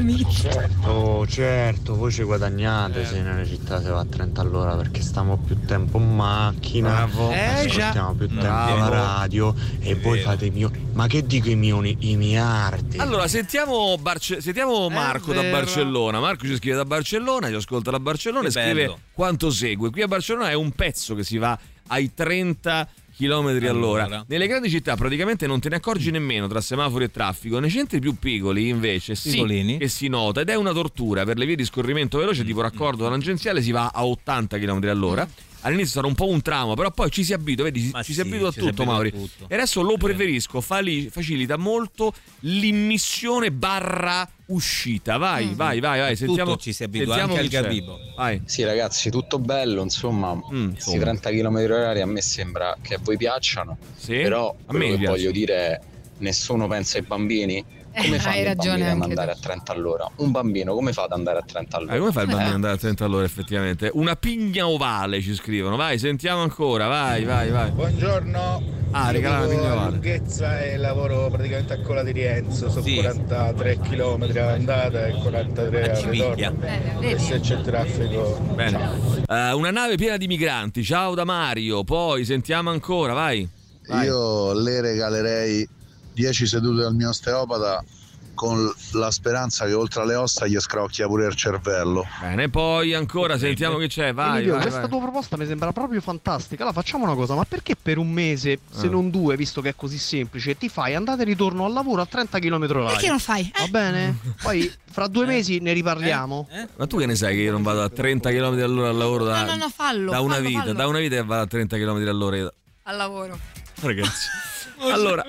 Certo, voi ci guadagnate se nelle città si va a 30 all'ora perché stiamo più tempo in macchina, ascoltiamo più tempo la radio e voi fate ma che dico i miliardi? Allora, sentiamo Marco da Barcellona. Marco ci scrive da Barcellona, ci ascolta da Barcellona e scrive quanto segue. Qui a Barcellona è un pezzo che si va ai 30 chilometri all'ora. Nelle grandi città praticamente non te ne accorgi nemmeno tra semafori e traffico. Nei centri più piccoli invece sì che si nota ed è una tortura. Per le vie di scorrimento veloce tipo raccordo tangenziale si va a 80 km all'ora. All'inizio sarà un po' un trauma, però poi ci si abitua, vedi, si abitua a tutto, Mauri. E adesso lo preferisco, facilita molto l'immissione barra uscita. Vai, sentiamo. Tutto ci si abitua, anche al Gabibbo. Vai. Sì, ragazzi, tutto bello, insomma. Questi 30 km/h a me sembra che a voi piacciono. Sì? Però a me voglio dire, nessuno pensa ai bambini. Come fa il bambino ad andare a 30 all'ora? Un bambino come fa ad andare a 30 all'ora? Come fa il bambino ad andare a 30 all'ora effettivamente? Una pigna ovale ci scrivono. Vai, sentiamo ancora. Vai. Buongiorno. Regala la pigna ovale. Lunghezza e lavoro praticamente a Cola di Rienzo. Sono 43 km all'andata e 43 al ritorno. E se c'è traffico. Bene. Una nave piena di migranti. Ciao da Mario. Poi sentiamo ancora. Vai. Io le regalerei 10 sedute dal mio osteopata con la speranza che oltre alle ossa gli scrocchia pure il cervello. Bene, poi ancora sentiamo che c'è. Vai, Emilio, vai, questa vai. tua proposta mi sembra proprio fantastica. Allora facciamo una cosa, ma perché per un mese, se non 2, visto che è così semplice, ti fai andata e ritorno al lavoro a 30 km/h? Perché non fai? Va bene? Poi fra 2 mesi ne riparliamo. Ma tu che ne sai che io non vado a 30 km all'ora al lavoro da, no, fallo, da una fallo, vita, fallo. da una vita che vado a 30 km all'ora Al lavoro. ragazzi. Allora,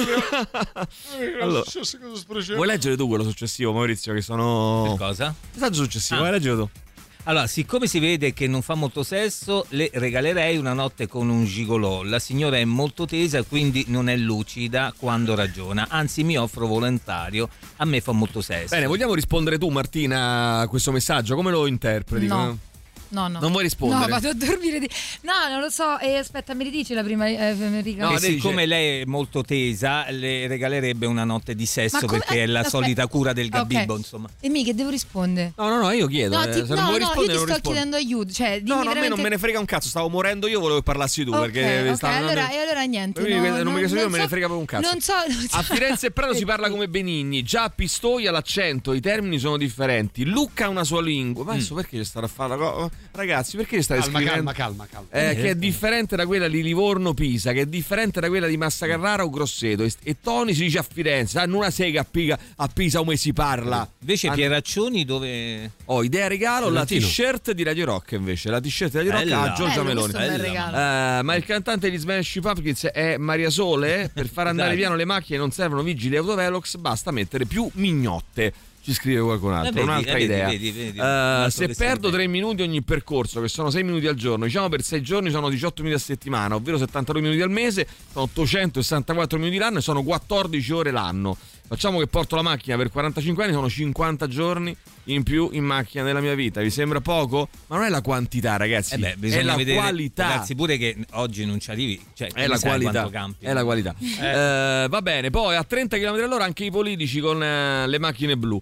vuoi leggere tu quello successivo, Maurizio? Che sono. Che cosa? Messaggio successivo, vai, leggilo tu. Allora, siccome si vede che non fa molto sesso, le regalerei una notte con un gigolò. La signora è molto tesa, quindi non è lucida quando ragiona. Anzi, mi offro volontario. A me fa molto sesso. Bene, vogliamo rispondere tu, Martina, a questo messaggio? Come lo interpreti? No. No. Non vuoi rispondere? No, vado a dormire. No, non lo so. Aspetta, mi ridici la prima Enrica? No, siccome lei è molto tesa, le regalerebbe una notte di sesso perché è la solita cura del gabibbo, insomma. E che devo rispondere? No, io chiedo. Se non vuoi rispondere, io ti sto chiedendo aiuto. Cioè, no, a me non me ne frega un cazzo. Stavo morendo io, volevo che parlassi tu. Perché allora niente. Non mi chiedo io, me ne frega per un cazzo. Non so. A Firenze e Prato si parla come Benigni. Già a Pistoia l'accento, i termini sono differenti. Lucca ha una sua lingua. Ma adesso perché c'è stata a fare ragazzi, perché stai scrivendo? Calma. Che è differente da quella di Livorno-Pisa, che è differente da quella di Massa Carrara o Grosseto. E Toni si dice a Firenze, hanno una sega a Pisa come si parla. Invece Pieraccioni dove? Idea regalo, la t-shirt di Radio Rock invece. La t-shirt di Radio Rock a Giorgia Meloni. Ma il cantante di Smash Pumpkins è Maria Sole. Per far andare piano le macchine non servono vigili autovelox, basta mettere più mignotte. Ci scrive qualcun altro, un'altra idea. Vedi, se perdo 3 minuti ogni percorso, che sono 6 minuti al giorno, diciamo per 6 giorni sono 18 minuti a settimana, ovvero 72 minuti al mese, sono 864 minuti l'anno e sono 14 ore l'anno. Facciamo che porto la macchina per 45 anni, sono 50 giorni in più in macchina nella mia vita. Vi sembra poco? Ma non è la quantità, ragazzi, è la qualità. Ragazzi, pure che oggi non ci arrivi, cioè, è la qualità. È la qualità. Va bene, poi a 30 km all'ora anche i politici con le macchine blu.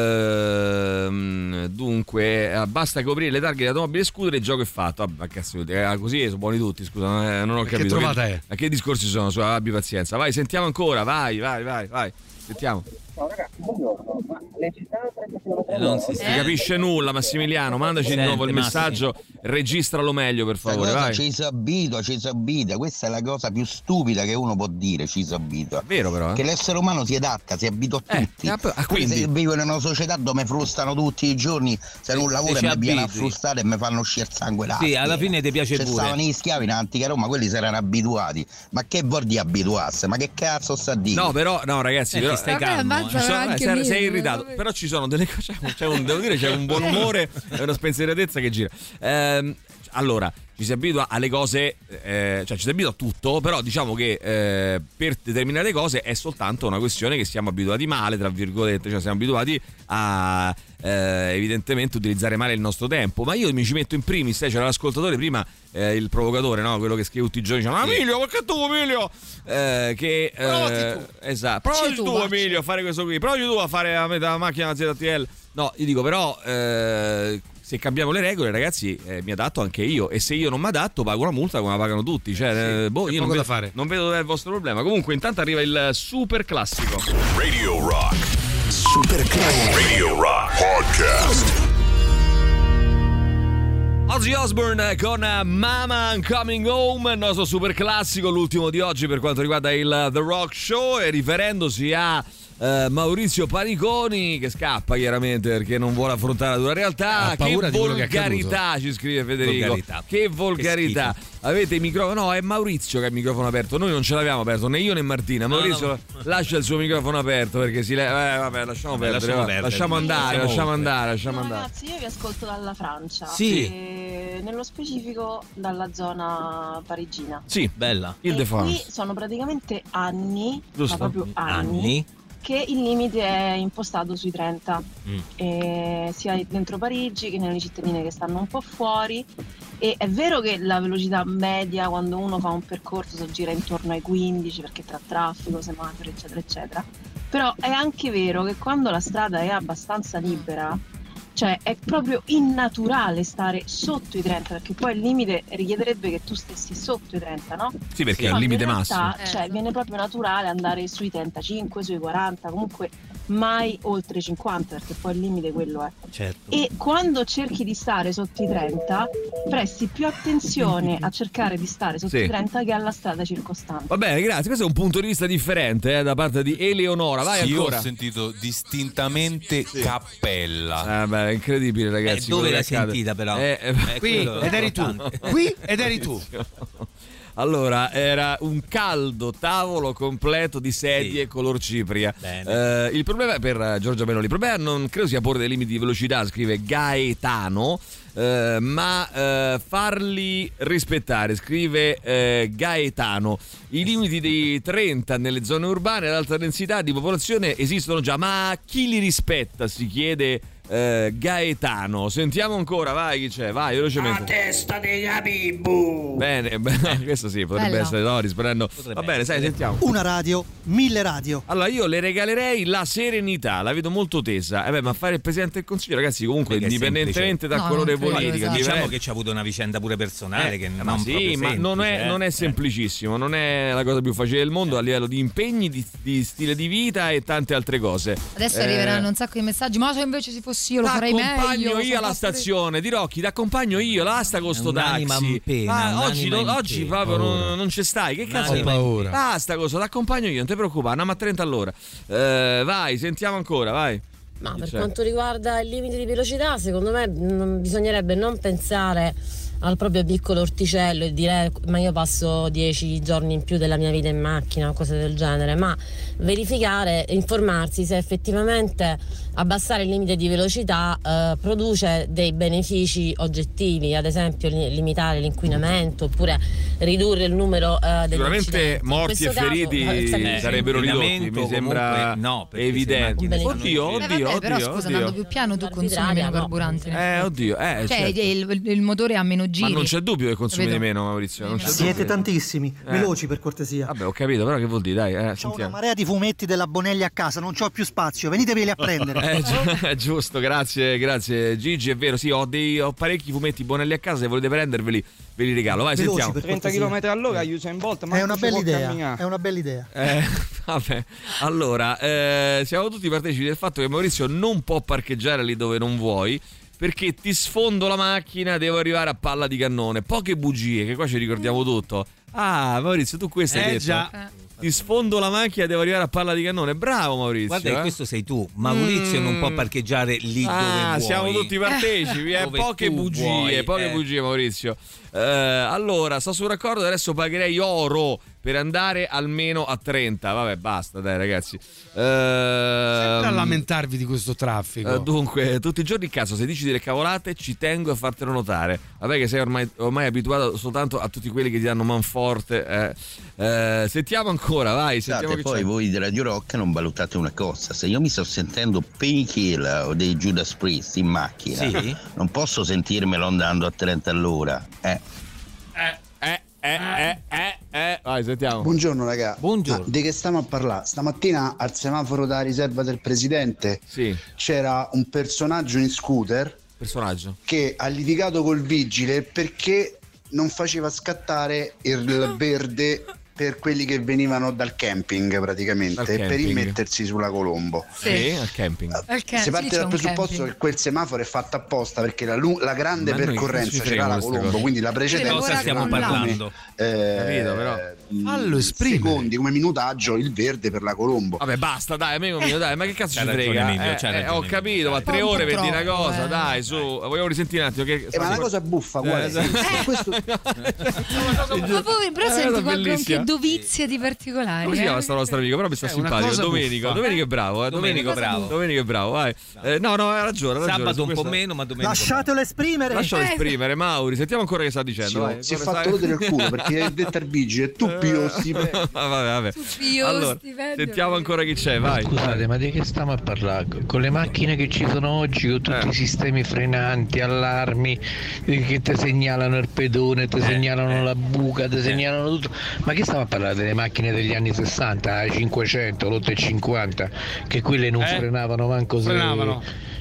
Dunque basta coprire le targhe di automobili e scooter e il gioco è fatto. Vabbè, così sono buoni tutti, scusa, non ho capito. Che discorsi sono? Abbi pazienza. Vai, sentiamo ancora, vai. Sentiamo. No, ragazzi, buongiorno. Ma le città non si capisce nulla, Massimiliano. Mandaci di nuovo il messaggio, registralo meglio, per favore. Vai. Ci si abitua. Questa è la cosa più stupida che uno può dire. Ci si abitua. Vero, però. Che l'essere umano si adatta, si abitua a tutti. Quindi se vivo in una società dove mi frustano tutti i giorni, se non lavoro mi viene a frustare e mi fanno uscire il sangue là. Sì, alla fine ti piace pure. Stavano gli schiavi in antica Roma, quelli si erano abituati. Ma che vuol dire abituarsi? Ma che cazzo sta a dire? No, però, no, ragazzi, però, stai calmo. Sei irritato, però ci sono delle cose, devo dire, c'è un buon umore e una spensieratezza che gira. Allora, ci si abitua alle cose, cioè ci si abitua a tutto, però diciamo che per determinate cose è soltanto una questione che siamo abituati male, tra virgolette, cioè siamo abituati a evidentemente utilizzare male il nostro tempo. Ma io mi ci metto in primis, c'era l'ascoltatore prima, il provocatore, no? Quello che scrive tutti i giorni, dice: ma Emilio, perché tu, Emilio? Esatto, provaci tu, Emilio, a fare questo qui, provaci tu a fare la macchina ZTL. No, io dico, però se cambiamo le regole, ragazzi, mi adatto anche io, e se io non mi adatto pago una multa come la pagano tutti, cioè io non vedo dov'è il vostro problema. Comunque intanto arriva il super classico Radio Rock Super Classico Radio Rock Podcast. Ozzy Osbourne con Mama I'm Coming Home, il nostro super classico, l'ultimo di oggi per quanto riguarda il The Rock Show, e riferendosi a Maurizio Paniconi, che scappa chiaramente perché non vuole affrontare la dura realtà. Che volgarità, ci scrive Federico. Che volgarità. Avete il microfono? No, è Maurizio che ha il microfono aperto. Noi non ce l'abbiamo aperto, né io né Martina. Maurizio lascia il suo microfono aperto perché vabbè, lasciamo perdere. Lasciamo andare. Ragazzi, io vi ascolto dalla Francia. Sì. Nello specifico dalla zona parigina. Sì, bella. Qui sono praticamente anni, ma proprio anni, che il limite è impostato sui 30, sia dentro Parigi che nelle cittadine che stanno un po' fuori. E è vero che la velocità media quando uno fa un percorso si gira intorno ai 15 perché tra traffico, semaforo, eccetera eccetera, però è anche vero che quando la strada è abbastanza libera, cioè è proprio innaturale stare sotto i 30, perché poi il limite richiederebbe che tu stessi sotto i 30, no? Sì, perché è il limite massimo. Cioè viene proprio naturale andare sui 35, sui 40, comunque mai oltre 50, perché poi il limite quello è. Certo. E quando cerchi di stare sotto i 30, presti più attenzione a cercare di stare sotto i 30 che alla strada circostante. Va bene, grazie. Questo è un punto di vista differente da parte di Eleonora. Vai ancora. Io ho sentito distintamente cappella. Beh, incredibile, ragazzi. Dove l'hai sentita però? Qui ed eri tu. Qui ed eri tu. Allora, era un caldo tavolo completo di sedie color cipria. Il problema per Giorgio Meloni, il problema non credo sia porre dei limiti di velocità, scrive Gaetano, ma farli rispettare, scrive Gaetano. I limiti di 30 nelle zone urbane ad alta densità di popolazione esistono già, ma chi li rispetta, si chiede Gaetano. Sentiamo ancora, vai, chi c'è? Vai velocemente. La testa dei Gabibu. Bene, questo sì, potrebbe Bello. essere, no, rispondendo. Va bene, sai, sentiamo. Una radio, 1000 radio. Allora, io le regalerei la serenità, la vedo molto tesa. Ma fare il presidente del consiglio, ragazzi, comunque, indipendentemente dal colore politico, diciamo che c'ha avuto una vicenda pure personale che non sì, ma non è semplicissimo, non è la cosa più facile del mondo a livello di impegni, di stile di vita e tante altre cose. Adesso arriveranno un sacco di messaggi, ma se invece si fosse io lo farei meglio. T'accompagno io alla stazione di Rocchi, t'accompagno io, là sta con sto taxi. Oggi proprio non ci stai, che cazzo hai paura? Basta cosa, t'accompagno io, non ti preoccupare, andiamo a 30 all'ora. Vai, sentiamo ancora, vai. Ma per quanto riguarda il limite di velocità, secondo me bisognerebbe non pensare al proprio piccolo orticello e dire ma io passo 10 giorni in più della mia vita in macchina o cose del genere, ma verificare, informarsi se effettivamente abbassare il limite di velocità produce dei benefici oggettivi, ad esempio limitare l'inquinamento oppure ridurre il numero degli sicuramente morti e feriti sarebbero ridotti, mi sembra evidente. Oddio, però scusa, andando più piano tu consumi meno carburante. Cioè certo. il motore ha meno giri. Ma non c'è dubbio che consumi di meno, Maurizio. Non c'è Siete dubbio. Tantissimi, veloci per cortesia. Vabbè, ho capito, però che vuol dire? Dai, c'ho una marea di fumetti della Bonelli a casa, non c'ho più spazio, veniteveli a prendere. Giusto, grazie Gigi, è vero, sì, ho parecchi fumetti Bonelli a casa, se volete prenderveli ve li regalo. Vai, veloci, sentiamo. 30 km all'ora Usain Bolt, ma è una bella idea. Vabbè, allora, siamo tutti partecipi del fatto che Maurizio non può parcheggiare lì dove non vuoi, perché ti sfondo la macchina, devo arrivare a palla di cannone. Poche bugie, che qua ci ricordiamo tutto. Ah, Maurizio, tu questo hai detto? Già. Ti sfondo la macchina, devo arrivare a palla di cannone. Bravo Maurizio. Guarda che questo sei tu. Maurizio non può parcheggiare lì dove vuoi. Siamo tutti partecipi, poche bugie Maurizio. Allora, sto sul raccordo, adesso pagherei oro per andare almeno a 30. Vabbè, basta, dai ragazzi. Sempre a lamentarvi di questo traffico. Dunque, tutti i giorni cazzo, se dici delle cavolate ci tengo a fartelo notare. Vabbè che sei ormai abituato soltanto a tutti quelli che ti danno manforte. Sentiamo ancora, vai. Sentiamo che poi voi di Radio Rock non valutate una cosa. Se io mi sto sentendo Painkiller o dei Judas Priest in macchina, non posso sentirmelo andando a 30 all'ora. Vai, sentiamo. Buongiorno raga. Buongiorno. Di che stiamo a parlare? Stamattina al semaforo da riserva del presidente c'era un personaggio in scooter che ha litigato col vigile perché non faceva scattare il verde per quelli che venivano dal camping praticamente per immettersi sulla Colombo. Al camping. Si parte dal presupposto che quel semaforo è fatto apposta perché la grande percorrenza c'era la Colombo, quindi la precedente. Cosa stiamo parlando? Capito, però. Fallo esprimere. Secondi come minutaggio il verde per la Colombo. Vabbè, basta, dai, amico mio, dai, ma che cazzo ci frega? Ho capito, ma 3 ore per dire una cosa, dai, su, vogliamo risentire un attimo ma una cosa buffa, guarda. Questo però senti qualche dovizia di particolari. Come si chiama sta nostra amica? Però mi sta simpatico. Domenico è bravo, Domenico è bravo, vai. No, ha ragione. Sabato un po' meno, ma Domenico. Lasciatelo esprimere. Mauri, sentiamo ancora che sta dicendo. Si è fatto rodere il culo perché è detto al vigile, tu pio stipendio. Vabbè. Allora, sentiamo ancora chi c'è, vai. Scusate, ma di che stiamo a parlare? Con le macchine che ci sono oggi, con tutti i sistemi frenanti, allarmi che ti segnalano il pedone, ti segnalano la buca, ti segnalano tutto. Ma che stiamo a parlare delle macchine degli anni 60, 500, l'850, che quelle non frenavano manco se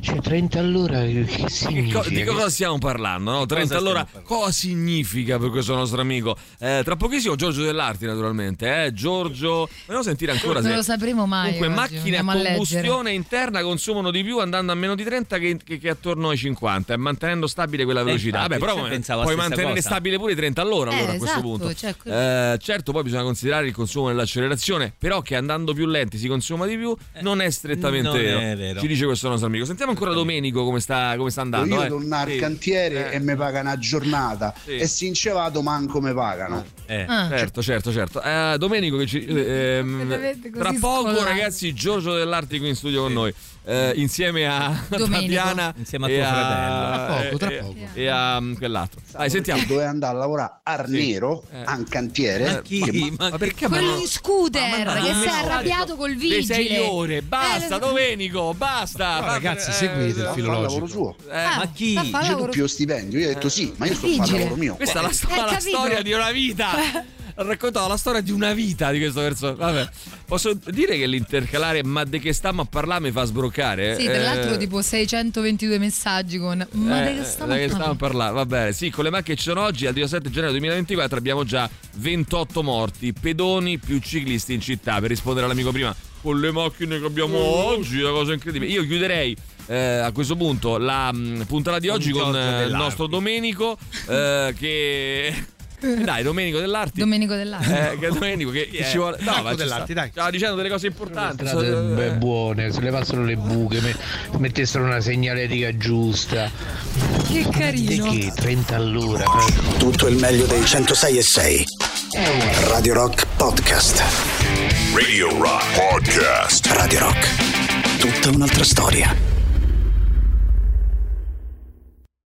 Cioè 30 all'ora che significa? Di cosa stiamo parlando? No? 30 all'ora cosa significa per questo nostro amico? Tra pochissimo Giorgio Dell'Arti naturalmente. Giorgio, vogliamo sentire ancora non lo sapremo mai. Comunque macchine a combustione interna consumano di più andando a meno di 30 che attorno ai 50, mantenendo stabile quella velocità. Vabbè, però puoi mantenere stabile pure i 30 all'ora allora a questo punto. Certo, poi bisogna considerare il consumo nell'accelerazione, però che andando più lenti si consuma di più non è strettamente vero. Ci dice questo nostro amico. Sentiamo ancora Domenico come sta andando. Io tornare al cantiere e mi paga una giornata e se in vado manco me pagano. Certo. Domenico che tra poco ragazzi Giorgio Dell'Arti qui in studio con noi. Insieme a Tatiana, insieme a tuo fratello, tra poco. E a quell'altro. Sentiamo. Doveva andare a lavorare a Nero, a un cantiere. Ma perché? Quello in scooter che si è arrabbiato col vigile. 6 ore, basta Domenico, basta. No, ragazzi, seguite il filologico suo. Ma chi? Dice tu più stipendio. Io ho detto sì, ma io sto facendo il lavoro mio. Questa è la storia di una vita. Ha raccontato la storia di una vita di questo verso. Vabbè, posso dire che l'intercalare ma de che stiamo a parlare mi fa sbroccare? Sì, tra l'altro tipo 622 messaggi con ma de che stiamo a parlare? Va bene, sì, con le macchine che ci sono oggi al 17 gennaio 2024 abbiamo già 28 morti, pedoni più ciclisti in città. Per rispondere all'amico prima, con le macchine che abbiamo oggi, una cosa incredibile. Io chiuderei a questo punto la puntata di oggi con il nostro Domenico che... Dai, Domenico Dell'Arti. Che Domenico che ci vuole. No, ma Dell'Arti, dai. Stava dicendo delle cose importanti. Le buone, se levassero le buche, mettessero una segnaletica giusta. Che carino. E che 30 all'ora. Tutto il meglio dei 106.6. Radio Rock Podcast. Radio Rock Podcast. Radio Rock. Tutta un'altra storia.